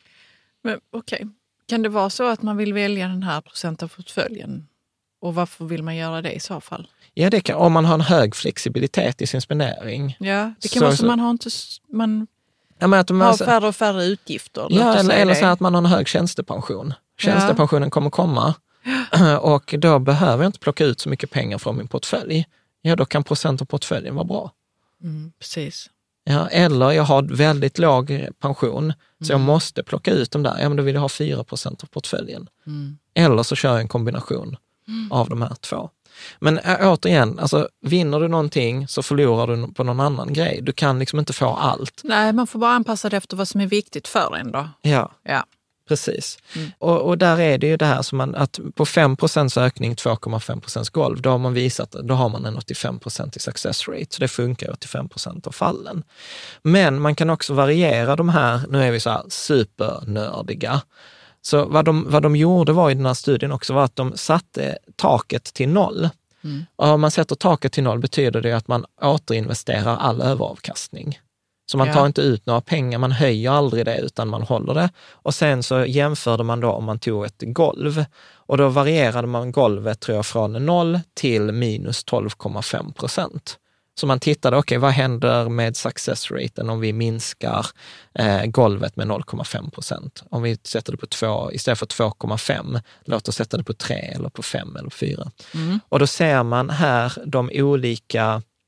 Men okej, okay. Kan det vara så att man vill välja den här procent av portföljen? Och varför vill man göra det i så fall? Ja, det kan, om man har en hög flexibilitet i sin spendering. Ja, det kan så, vara så, så man har inte... Man ja, men att man, har färre och färre utgifter. Ja, eller, eller så att man har en hög tjänstepension. Tjänstepensionen ja. kommer komma. Och då behöver jag inte plocka ut så mycket pengar från min portfölj. Ja, då kan procent av portföljen vara bra. Mm, precis. Ja, eller jag har väldigt låg pension, mm. så jag måste plocka ut dem där. Ja, men då vill jag ha fyra procent av portföljen. Mm. Eller så kör jag en kombination mm. av de här två. Men äh, återigen, alltså, vinner du någonting så förlorar du på någon annan grej. Du kan liksom inte få allt. Nej, man får bara anpassa det efter vad som är viktigt för en då. Ja. Ja. Precis. Mm. Och, och där är det ju det här som man, att på fem procent ökning, två komma fem procent golv, då har man visat, då har man en åttiofem procent i success rate. Så det funkar i åttiofem procent av fallen. Men man kan också variera de här, nu är vi så här supernördiga. Så vad de, vad de gjorde var i den här studien också var att de satte taket till noll. Mm. Och om man sätter taket till noll betyder det att man återinvesterar all överavkastning. Så man tar ja. inte ut några pengar, man höjer aldrig det utan man håller det. Och sen så jämförde man då om man tog ett golv. Och då varierade man golvet tror jag från noll till minus tolv komma fem procent. Så man tittade, okej okay, vad händer med success raten om vi minskar eh, golvet med noll komma fem procent? Om vi sätter det på två istället för två komma fem, låt oss sätta det på tre eller på fem eller fyra. Mm. Och då ser man här de olika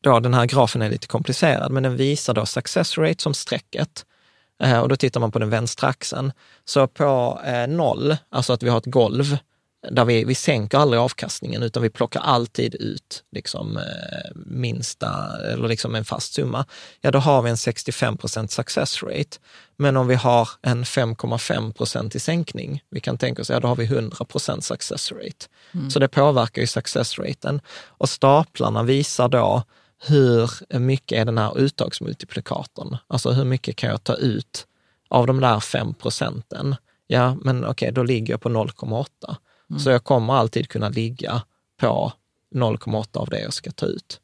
då den här grafen är lite komplicerad, men den visar då success rate som strecket. Eh, och då tittar man på den vänstra axeln. Så på eh, noll, alltså att vi har ett golv, där vi, vi sänker aldrig avkastningen utan vi plockar alltid ut liksom, eh, minsta eller liksom en fast summa. Ja, då har vi en sextiofem procent success rate. Men om vi har en fem komma fem procent i sänkning, vi kan tänka oss, ja då har vi hundra procent success rate. Mm. Så det påverkar ju success raten. Och staplarna visar då hur mycket är den här uttagsmultiplikatorn. Alltså hur mycket kan jag ta ut av de där fem procenten. Ja, men okej, okay, då ligger jag på noll komma åtta. Mm. Så jag kommer alltid kunna ligga på noll komma åtta av det jag ska ta ut.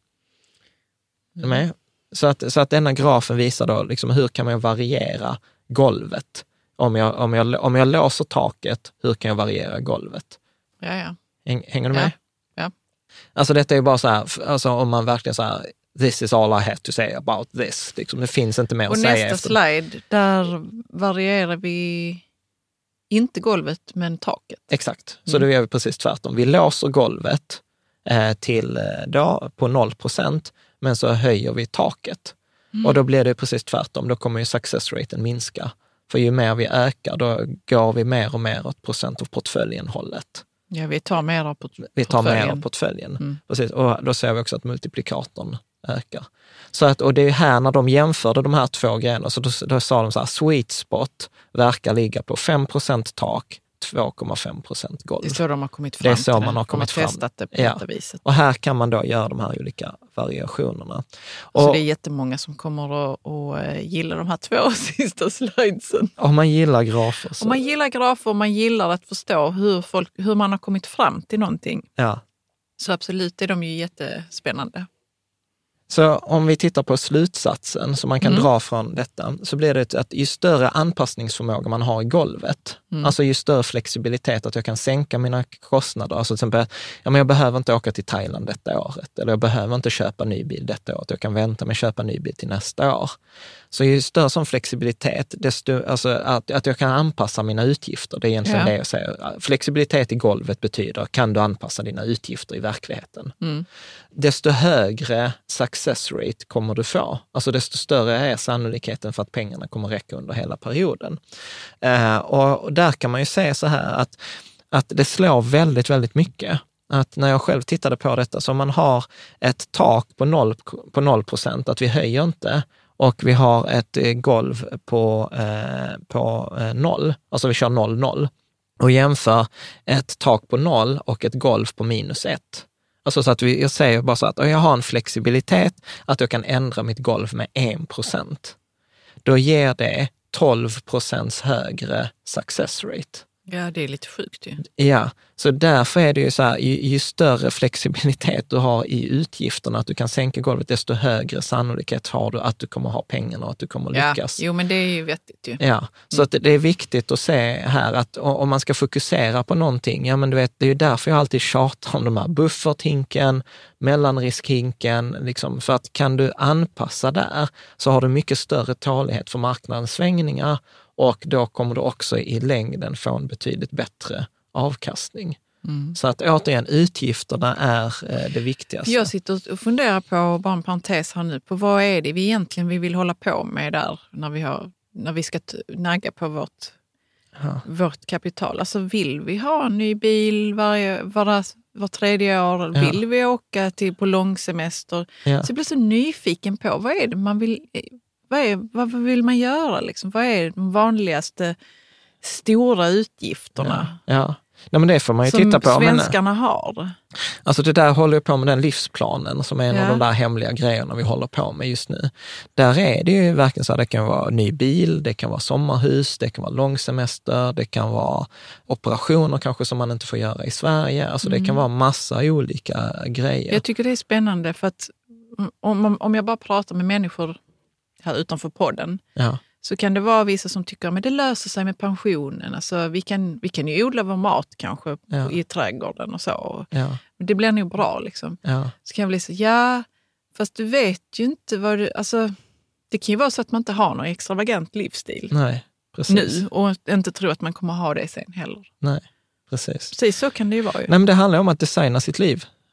Mm. Så, att, så att denna grafen visar då liksom hur kan man variera golvet. Om jag, om jag, om jag låser taket, hur kan jag variera golvet? Ja, ja. Hänger du med? Ja. Ja. Alltså detta är ju bara så här, alltså om man verkligen så här, this is all I have to say about this. Liksom, det finns inte mer och att säga. Och nästa efter. slide, där varierar vi inte golvet, men taket. Exakt, så mm. då gör vi precis tvärtom. Vi låser golvet eh, till då, på noll procent, men så höjer vi taket. Mm. Och då blir det precis tvärtom, då kommer ju success raten minska. För ju mer vi ökar, då går vi mer och mer åt procent av portföljen-hållet. Ja, vi tar mer av port- Vi tar portföljen. mer av portföljen. Mm. Precis. Och då ser vi också att multiplikatorn ökar. Så att, och det är här när de jämförde de här två grejerna, så då, då sa de så här, sweet spot verkar ligga på fem procent tak, två komma fem procent golv. Det är så de har kommit fram Det är så till man har kommit de har fram. testat det på ja. detta viset. Och här kan man då göra de här olika variationerna. Och, så det är jättemånga som kommer att, att gilla de här två sista slidesen. Om man gillar grafer. Så. Om man gillar grafer och man gillar att förstå hur, folk, hur man har kommit fram till någonting. Ja. Så absolut är de ju jättespännande. Så om vi tittar på slutsatsen som man kan mm. dra från detta, så blir det att ju större anpassningsförmåga man har i golvet, mm. alltså ju större flexibilitet att jag kan sänka mina kostnader. Alltså till exempel, ja, men jag behöver inte åka till Thailand detta året, eller jag behöver inte köpa ny bil detta året, jag kan vänta med att köpa ny bil till nästa år. Så ju större som flexibilitet, desto, alltså att, att jag kan anpassa mina utgifter, det är egentligen ja. det jag säger. Flexibilitet i golvet betyder, kan du anpassa dina utgifter i verkligheten? Mm. Desto högre success rate kommer du få. Alltså desto större är sannolikheten för att pengarna kommer räcka under hela perioden. Eh, och, och där kan man ju säga så här att, att det slår väldigt, väldigt mycket. Att när jag själv tittade på detta, så man har ett tak på noll, på noll procent, att vi höjer inte, och vi har ett golv på, eh, på eh, noll, alltså vi kör noll noll, och jämför ett tak på noll och ett golv på minus ett. Alltså så att vi, jag säger bara så att jag har en flexibilitet att jag kan ändra mitt golv med en procent. Då ger det tolv procent högre success rate. Ja, det är lite sjukt ju. Ja, så därför är det ju så här, ju, ju större flexibilitet du har i utgifterna, att du kan sänka golvet, desto högre sannolikhet har du att du kommer ha pengarna och att du kommer ja, lyckas. Jo, men det är ju vettigt ju. Ja, så mm. att det är viktigt att se här att om man ska fokusera på någonting, ja men du vet, det är ju därför jag alltid tjatar om de här bufferthinken, mellanriskhinken, liksom, för att kan du anpassa där så har du mycket större tålighet för marknadens svängningar. Och då kommer du också i längden få en betydligt bättre avkastning. Mm. Så att återigen, utgifterna är eh, det viktigaste. Jag sitter och funderar på, bara en parentes här nu, på vad är det vi egentligen vi vill hålla på med där när vi, har, när vi ska t- nagga på vårt, ja. vårt kapital. Alltså vill vi ha en ny bil varje, var, var tredje år? Ja. Vill vi åka till, på långsemester? Ja. Så jag blir så nyfiken på, vad är det man vill... Vad, är, vad vill man göra? Liksom? Vad är de vanligaste stora utgifterna? Ja, ja. Nej, men det får man ju som titta på. Som svenskarna men, har. Alltså det där håller ju på med den livsplanen som är en ja. av de där hemliga grejerna vi håller på med just nu. Där är det ju verkligen så att det kan vara ny bil, det kan vara sommarhus, det kan vara långsemester, det kan vara operationer kanske som man inte får göra i Sverige. Alltså mm. det kan vara massa olika grejer. Jag tycker det är spännande för att om, om jag bara pratar med människor här utanför podden, ja. så kan det vara vissa som tycker att det löser sig med pensionen. Alltså, vi, kan, vi kan ju odla vår mat kanske ja. i trädgården och så. Ja. Det blir nog bra liksom. Ja. Så kan jag bli så, ja, fast du vet ju inte vad du... Alltså, det kan ju vara så att man inte har någon extravagant livsstil. Nej, precis. Nu och inte tror att man kommer ha det sen heller. Nej, precis. Precis så kan det ju vara ju. Nej, men det handlar om att designa sitt liv.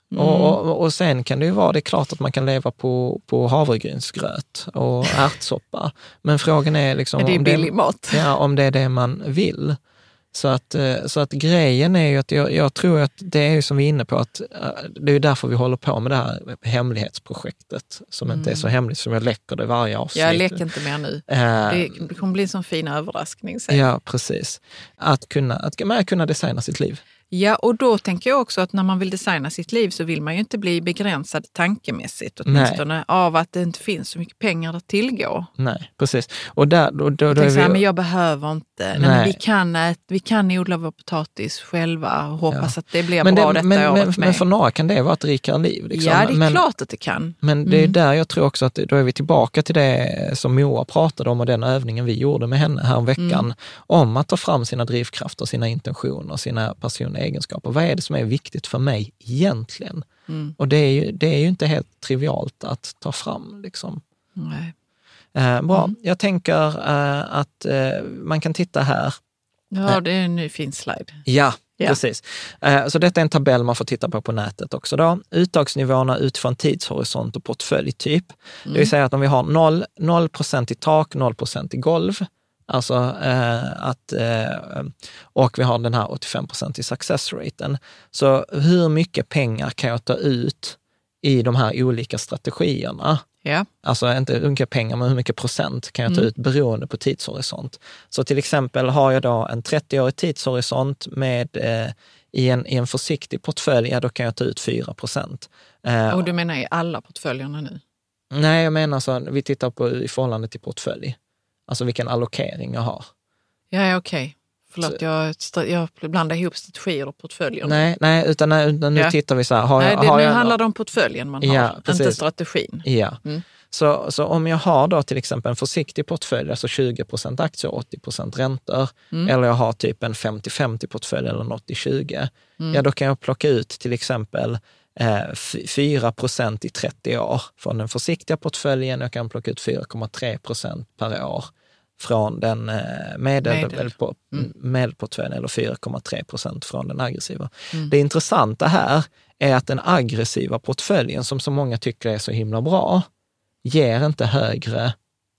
Mm. Och, och, och sen kan det ju vara, det är klart att man kan leva på, på havregrynsgröt och ärtsoppa. Men frågan är liksom... Är det om billig det, mat? Ja, om det är det man vill. Så att, så att grejen är ju att jag, jag tror att det är ju som vi är inne på, att det är ju därför vi håller på med det här hemlighetsprojektet som mm. inte är så hemligt, som jag läcker det varje avsnitt. Jag läcker inte mer nu. Äh, det kommer bli en sån fin överraskning sen. Ja, precis. Att kunna, att, att kunna designa sitt liv. Ja, och då tänker jag också att när man vill designa sitt liv så vill man ju inte bli begränsad tankemässigt, åtminstone Nej. av att det inte finns så mycket pengar att tillgå. Nej, precis. Och där, då, då, då är vi... så här, men jag behöver inte. Nej. Nej, men vi, kan ät, vi kan odla vår potatis själva och hoppas ja. att det blir men bra det, detta men, året men, med. Men för några kan det vara ett rikare liv. Liksom. Ja, det är men, klart att det kan. Men det är mm. där jag tror också att då är vi tillbaka till det som Moa pratade om och den övningen vi gjorde med henne här veckan mm. om att ta fram sina drivkrafter, sina intentioner, sina personliga egenskaper. Vad är det som är viktigt för mig egentligen? Mm. Och det är, ju, det är ju inte helt trivialt att ta fram. Liksom. Nej. Eh, bra, mm. jag tänker eh, att eh, man kan titta här. Ja, det är en ny fin slide. Ja, ja. precis. Eh, så detta är en tabell man får titta på på nätet också då. Uttagsnivåerna utifrån tidshorisont och portföljtyp. Mm. Det vill säga att om vi har noll procent i tak, noll procent i golv. Alltså eh, att, eh, och vi har den här åttiofem procent i success-raten. Så hur mycket pengar kan jag ta ut i de här olika strategierna? Ja. Alltså inte hur mycket pengar, men hur mycket procent kan jag ta mm. ut beroende på tidshorisont. Så till exempel har jag då en trettioårig tidshorisont med eh, i, en, i en försiktig portfölj, ja, då kan jag ta ut fyra procent. Eh, och du menar i alla portföljerna nu? Nej, jag menar så vi tittar på i förhållande till portfölj. Alltså vilken allokering jag har. Ja, okej. Okay. Förlåt, jag, jag blandar ihop strategier och portföljer. Nej, nej utan, utan nu ja. tittar vi så här. Har nej, jag, det, har nu jag handlar det om portföljen man har, ja, inte strategin. Ja, mm. så, så om jag har då till exempel en försiktig portfölj, alltså tjugo procent aktier och åttio procent räntor, mm. eller jag har typ en femtio femtio portfölj eller en åttio tjugo, mm. ja då kan jag plocka ut till exempel eh, fyra procent i trettio år från den försiktiga portföljen. Jag kan plocka ut fyra komma tre procent per år från den medel, medel. På, mm. medelportföljen eller fyra komma tre procent från den aggressiva. Mm. Det intressanta här är att den aggressiva portföljen, som så många tycker är så himla bra, ger inte högre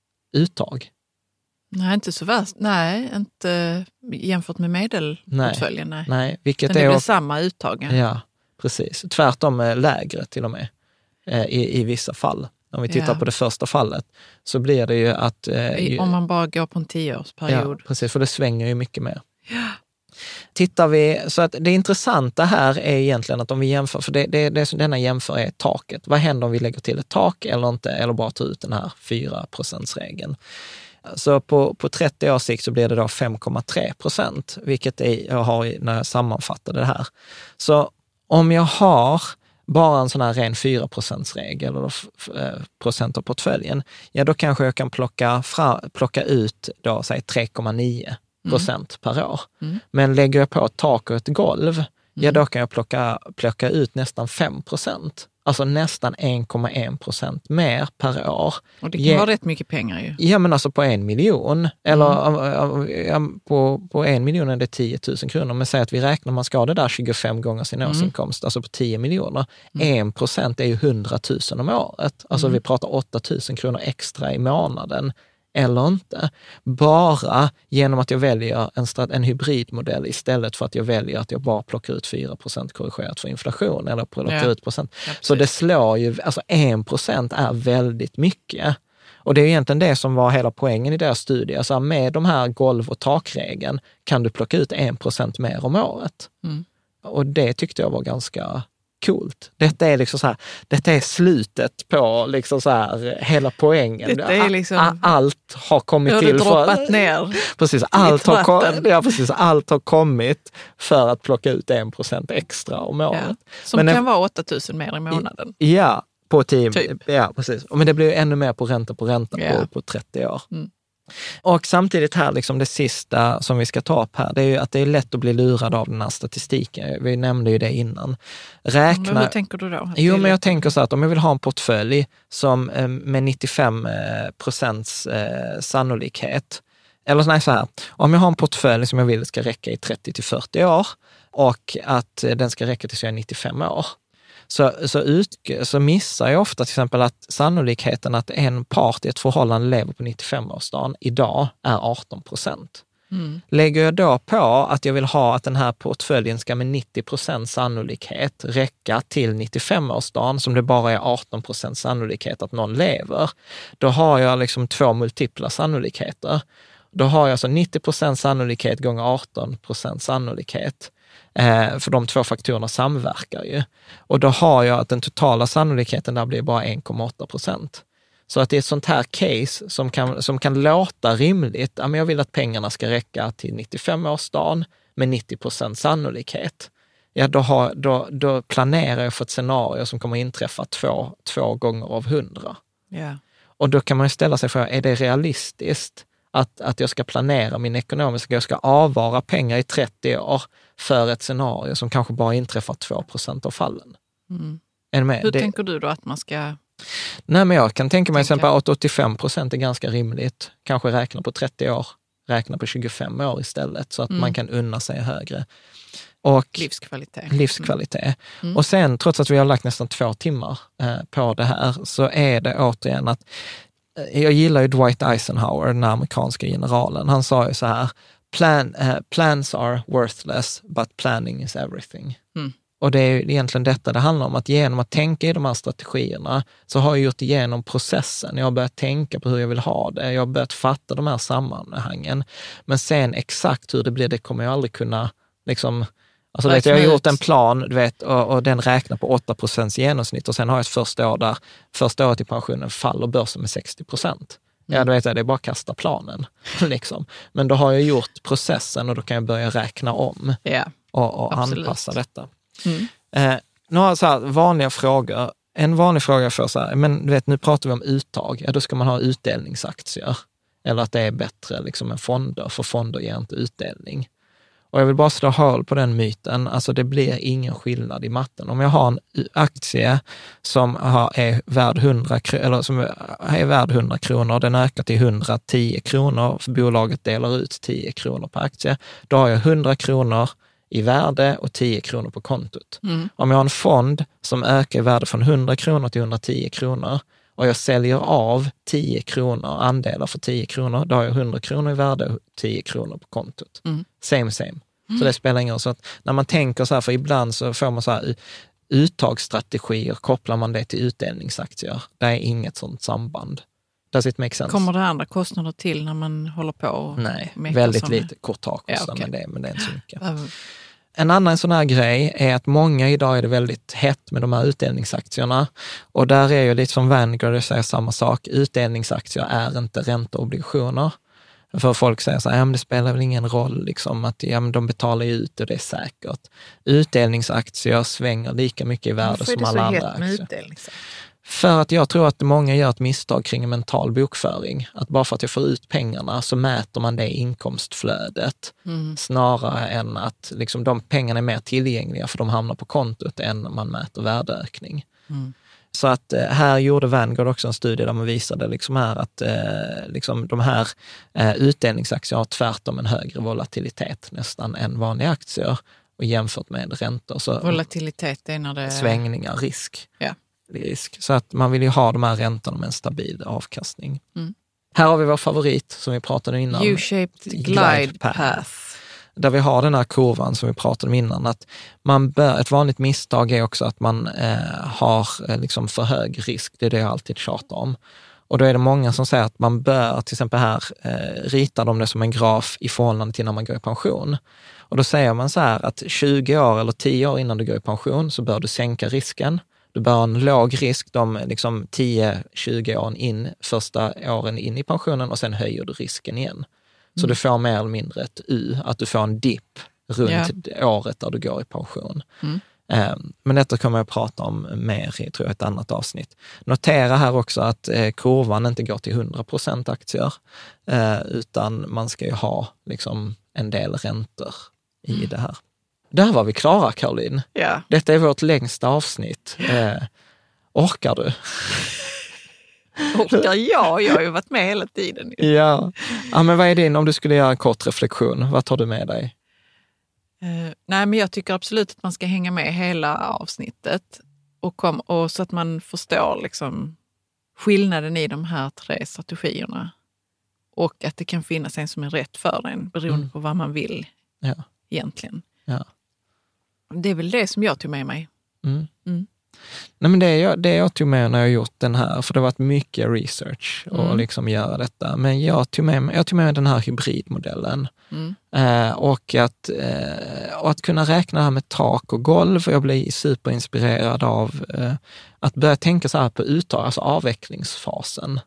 uttag. Nej, inte så värst. Nej, inte jämfört med medelportföljen. Nej, nej. nej vilket det är är väl samma uttag. Ja, precis. Tvärtom är lägre till och med i, i vissa fall. Om vi tittar ja. på det första fallet så blir det ju att... Eh, Om man bara går på en tioårsperiod. Ja, precis, för det svänger ju mycket mer. Ja. Tittar vi, så att det intressanta här är egentligen att om vi jämför, för det, det, det som denna jämför är taket. Vad händer om vi lägger till ett tak eller inte, eller bara tar ut den här fyra procent-regeln? Så på, på trettio års sikt så blir det då fem komma tre procent, vilket är, jag har när jag sammanfattade det här. Så om jag har bara en sån här ren fyra procent-regel eller procent av portföljen, ja då kanske jag kan plocka, fra, plocka ut då, säg tre komma nio procent mm. per år. Mm. Men lägger jag på ett tak och ett golv, mm. ja då kan jag plocka, plocka ut nästan fem procent. Alltså nästan en komma en procent mer per år. Och det kan ja, vara rätt mycket pengar ju. Ja, men alltså på en miljon. Eller mm. på, på en miljon är det tio tusen kronor. Men säg att vi räknar, man ska ha det där tjugofem gånger sin mm. årsinkomst. Alltså på tio miljoner. Mm. En procent är ju hundra tusen om året. Alltså mm. vi pratar åtta tusen kronor extra i månaden. Eller inte. Bara genom att jag väljer en, strat- en hybridmodell istället för att jag väljer att jag bara plockar ut fyra procent korrigerat för inflation eller plockar ja. ut procent. Ja, så det slår ju, alltså en procent är väldigt mycket. Och det är egentligen det som var hela poängen i deras studie. Alltså med de här golv- och takregeln kan du plocka ut en procent mer om året. Mm. Och det tyckte jag var ganska coolt. Detta är liksom så här, detta är slutet på liksom så här hela poängen. Detta är liksom, allt har kommit har till för för ner. Precis, allt har kommit, ja, precis, allt har kommit för att plocka ut en procent extra om året. Ja, som men kan en, vara åtta tusen mer i månaden. Ja, på team. Typ. Ja, precis. Men det blir ännu mer på ränta på ränta ja. på, på trettio år. Mm. Och samtidigt här, liksom det sista som vi ska ta upp här, det är ju att det är lätt att bli lurad av den här statistiken. Vi nämnde ju det innan. Räkna... Men hur tänker du då? Jo, men jag tänker så att om jag vill ha en portfölj som med nittiofem procents sannolikhet, eller nej, så här, om jag har en portfölj som jag vill ska räcka i trettio till fyrtio år och att den ska räcka tills jag är nittiofem år, så, så, ut, så missar jag ofta till exempel att sannolikheten att en part i ett förhållande lever på nittiofem-årsdagen idag är arton procent. Mm. Lägger jag då på att jag vill ha att den här portföljen ska med nittio procent sannolikhet räcka till nittiofem-årsdagen som det bara är arton procent sannolikhet att någon lever, då har jag liksom två multipla sannolikheter. Då har jag alltså nittio procent sannolikhet gånger arton procent sannolikhet. Eh, för de två faktorerna samverkar ju. Och då har jag att den totala sannolikheten där blir bara en komma åtta procent. Så att det är ett sånt här case som kan, som kan låta rimligt. Ja, men jag vill att pengarna ska räcka till nittiofem-årsdagen med nittio procent sannolikhet. Ja, då, har, då, då planerar jag för ett scenario som kommer inträffa två, två gånger av hundra. Yeah. Och då kan man ju ställa sig för, är det realistiskt att, att jag ska planera min ekonomiska, jag ska avvara pengar i trettio år för ett scenario som kanske bara inträffar två procent av fallen? Mm. Är med? Hur det, tänker du då att man ska... Nej, men jag kan tänka mig till exempel att åttiofem procent är ganska rimligt. Kanske räkna på trettio år, räkna på tjugofem år istället så att mm. man kan unna sig högre. Och livskvalitet. Livskvalitet. Mm. Och sen, trots att vi har lagt nästan två timmar eh, på det här, så är det återigen att eh, jag gillar ju Dwight Eisenhower, den amerikanska generalen. Han sa ju så här, Plan, uh, plans are worthless, but planning is everything. Mm. Och det är ju egentligen detta det handlar om, att genom att tänka i de här strategierna så har jag gjort igenom processen. Jag har börjat tänka på hur jag vill ha det. Jag har börjat fatta de här sammanhangen. Men sen exakt hur det blir, det kommer jag aldrig kunna liksom... Alltså vet, jag har gjort en plan, du vet, och, och den räknar på åtta procent genomsnitt och sen har jag ett första år där första året i pensionen faller börsen med sextio procent. Ja, då vet jag, det är bara att kasta planen. Liksom. Men då har jag gjort processen och då kan jag börja räkna om ja, och, och anpassa detta. Mm. Eh, några så här vanliga frågor. En vanlig fråga för så här, men du vet, nu pratar vi om uttag. Ja, då ska man ha utdelningsaktier. Eller att det är bättre liksom än fonder, för fonder ger inte utdelning. Och jag vill bara slå hål på den myten. Alltså det blir ingen skillnad i matten. Om jag har en aktie som har, är värd hundra eller som är värd hundra kronor, den ökar till hundratio kronor, för bolaget delar ut tio kronor per aktie. Då har jag hundra kronor i värde och tio kronor på kontot. Mm. Om jag har en fond som ökar i värde från hundra kronor till hundratio kronor och jag säljer av tio kronor, andelar för tio kronor, då har jag hundra kronor i värde och tio kronor på kontot. Mm. Same, same. Mm. Så det spelar ingen roll. Så att när man tänker så här, för ibland så får man så här uttagsstrategier, kopplar man det till utdelningsaktier. Det är inget sånt samband. Does it make sense? Kommer det andra kostnader till när man håller på? Och Nej, väldigt lite korttagkostnader, ja, okay. men, det, men det är inte så mycket. En annan sån här grej är att många idag är det väldigt hett med de här utdelningsaktierna. Och där är ju lite som Vanguard, det säger samma sak. Utdelningsaktier är inte ränteobligationer. För folk säger så här, ja, men det spelar väl ingen roll liksom, att ja, men de betalar ut och det är säkert. Utdelningsaktier svänger lika mycket i värde som alla andra aktier. För att jag tror att många gör ett misstag kring en mental bokföring. Att bara för att jag får ut pengarna så mäter man det inkomstflödet. Mm. Snarare än att liksom, de pengarna är mer tillgängliga för de hamnar på kontot än man mäter värdeökning. Mm. Så att eh, här gjorde Vanguard också en studie där man visade liksom här att eh, liksom de här eh, utdelningsaktierna har tvärtom en högre volatilitet nästan än vanliga aktier och jämfört med räntor. Så volatilitet är när det... Svängningar, risk. Ja. risk. Så att man vill ju ha de här räntorna med en stabil avkastning. Mm. Här har vi vår favorit som vi pratade innan. U-shaped glide, glide path. path. Där vi har den här kurvan som vi pratade om innan. Att man bör, ett vanligt misstag är också att man eh, har eh, liksom för hög risk. Det är det jag alltid tjatar om. Och då är det många som säger att man bör, till exempel här, eh, rita de det som en graf i förhållande till när man går i pension. Och då säger man så här att tjugo år eller tio år innan du går i pension så bör du sänka risken. Du bör ha en låg risk de liksom tio till tjugo åren in, första åren in i pensionen och sen höjer du risken igen. Så mm. du får mer eller mindre ett U, att du får en dipp runt yeah. året där du går i pension. Mm. Um, men detta kommer jag att prata om mer i tror jag, ett annat avsnitt. Notera här också att eh, kurvan inte går till hundra procent aktier, eh, utan man ska ju ha liksom, en del räntor i mm. det här. Där var vi klara, Caroline. Yeah. Detta är vårt längsta avsnitt. Eh, orkar du? Orkar jag? Jag har ju varit med hela tiden. Ja. ja, men vad är din, om du skulle göra en kort reflektion, vad tar du med dig? Uh, nej, men jag tycker absolut att man ska hänga med hela avsnittet. Och, kom, och så att man förstår liksom skillnaden i de här tre strategierna. Och att det kan finnas en som är rätt för en beroende mm. på vad man vill ja. egentligen. Ja. Det är väl det som jag tog med mig. Mm. Mm. Nej, men det, jag, det jag tog med när jag gjort den här, för det har varit mycket research och mm. liksom göra detta. Men jag tog med, jag tog med den här hybridmodellen. Mm. Eh, och, att, eh, och att kunna räkna här med tak och golv. Jag blev superinspirerad av eh, att börja tänka så här på uttag, alltså avvecklingsfasen.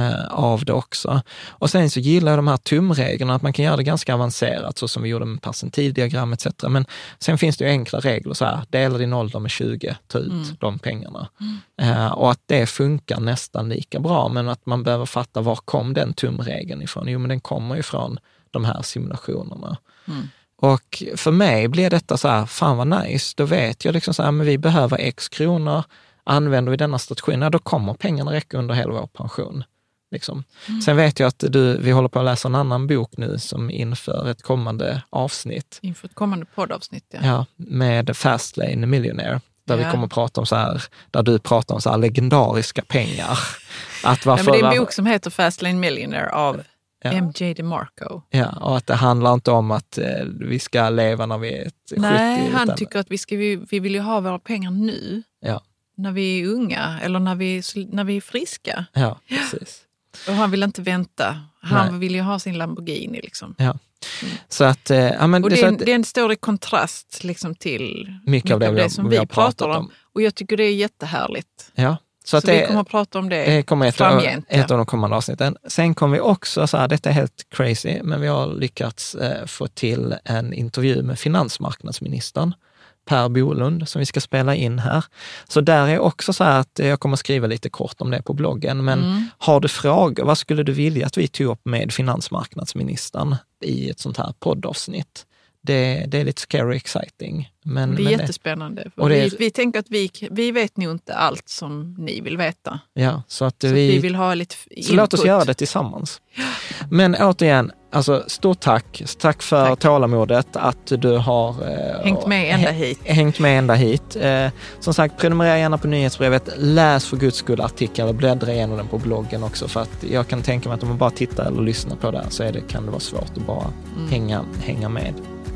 Av det också. Och sen så gillar jag de här tumreglerna, att man kan göra det ganska avancerat så som vi gjorde med percentildiagram et cetera. Men sen finns det ju enkla regler så här, dela din ålder med tjugo, ta ut mm. de pengarna. Mm. Uh, och att det funkar nästan lika bra, men att man behöver fatta var kom den tumregeln ifrån? Jo, men den kommer ju från de här simulationerna. Mm. Och för mig blir detta så här, fan vad nice, då vet jag liksom så här, men vi behöver x kronor, använder vi denna strategin, ja, då kommer pengarna räcka under hela vår pension. Liksom. Mm. Sen vet jag att du, vi håller på att läsa en annan bok nu som inför ett kommande avsnitt. Inför ett kommande poddavsnitt, ja. Ja, med Fastlane Millionaire. Där ja. vi kommer att prata om så här, där du pratar om så här legendariska pengar. Att varför, ja, men det är en bok som heter Fastlane Millionaire av ja. M J DeMarco. Ja, och att det handlar inte om att eh, vi ska leva när vi är sjuttio. Nej, han utan... tycker att vi, ska, vi, vi vill ju ha våra pengar nu. Ja. När vi är unga eller när vi, när vi är friska. Ja, precis. Och han vill inte vänta. Han Nej. vill ju ha sin Lamborghini liksom. Ja. Mm. Så att, ja, men och det, det, är, att, det är en stor kontrast liksom till mycket, mycket av det, av det vi, som vi vi pratar om. om. Och jag tycker det är jättehärligt. Ja. Så, att så det, vi kommer att prata om det, det kommer ett, framgent. Ett ja. av de kommande avsnitten. Sen kommer vi också, så här, detta är helt crazy, men vi har lyckats eh, få till en intervju med finansmarknadsministern Per Bolund som vi ska spela in här. Så där är också så här att jag kommer att skriva lite kort om det på bloggen. Men mm. har du frågor, vad skulle du vilja att vi tog upp med finansmarknadsministern i ett sånt här poddavsnitt? Det, det är lite scary exciting. Men, det är men jättespännande. Det, och det, vi, vi tänker att vi, vi vet nog inte allt som ni vill veta. Ja, så att, så vi, att vi vill ha lite input. Så låt oss göra det tillsammans. Men återigen, alltså, stort tack. Tack för tack. tålamodet att du har eh, hängt med ända hit. Hängt med ända hit. Eh, som sagt, prenumerera gärna på nyhetsbrevet. Läs för guds skull artikeln och bläddra igenom den på bloggen också. För att jag kan tänka mig att om man bara tittar eller lyssnar på det så är det, kan det vara svårt att bara mm. hänga, hänga med.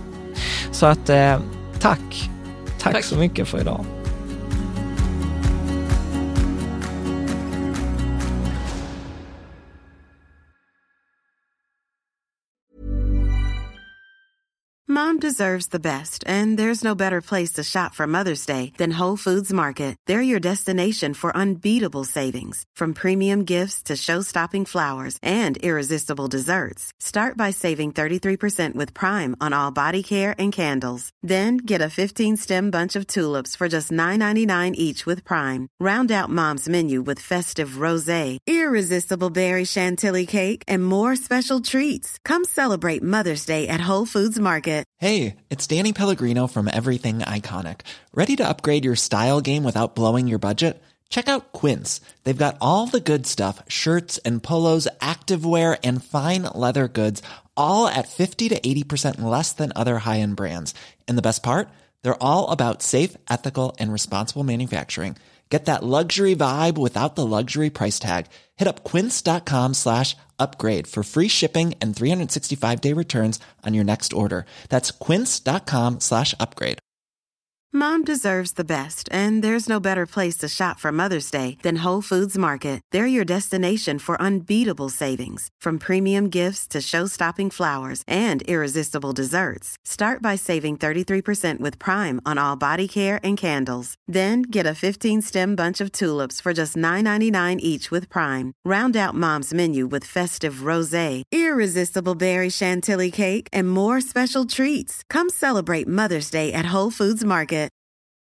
Så att eh, tack. tack. Tack så mycket för idag. Mom deserves the best, and there's no better place to shop for Mother's Day than Whole Foods Market. They're your destination for unbeatable savings, from premium gifts to show-stopping flowers and irresistible desserts. Start by saving thirty-three percent with Prime on all body care and candles. Then get a fifteen-stem bunch of tulips for just nine ninety-nine each with Prime. Round out Mom's menu with festive rosé, irresistible berry chantilly cake, and more special treats. Come celebrate Mother's Day at Whole Foods Market. Hey, it's Danny Pellegrino from Everything Iconic. Ready to upgrade your style game without blowing your budget? Check out Quince. They've got all the good stuff, shirts and polos, activewear, and fine leather goods, all at fifty to eighty percent less than other high-end brands. And the best part? They're all about safe, ethical, and responsible manufacturing. Get that luxury vibe without the luxury price tag. Hit up quince.com slash upgrade for free shipping and three sixty-five day returns on your next order. That's quince.com slash upgrade. Mom deserves the best, and there's no better place to shop for Mother's Day than Whole Foods Market. They're your destination for unbeatable savings, from premium gifts to show-stopping flowers and irresistible desserts. Start by saving thirty-three percent with Prime on all body care and candles. Then get a fifteen-stem bunch of tulips for just nine ninety-nine each with Prime. Round out Mom's menu with festive rosé, irresistible berry chantilly cake, and more special treats. Come celebrate Mother's Day at Whole Foods Market.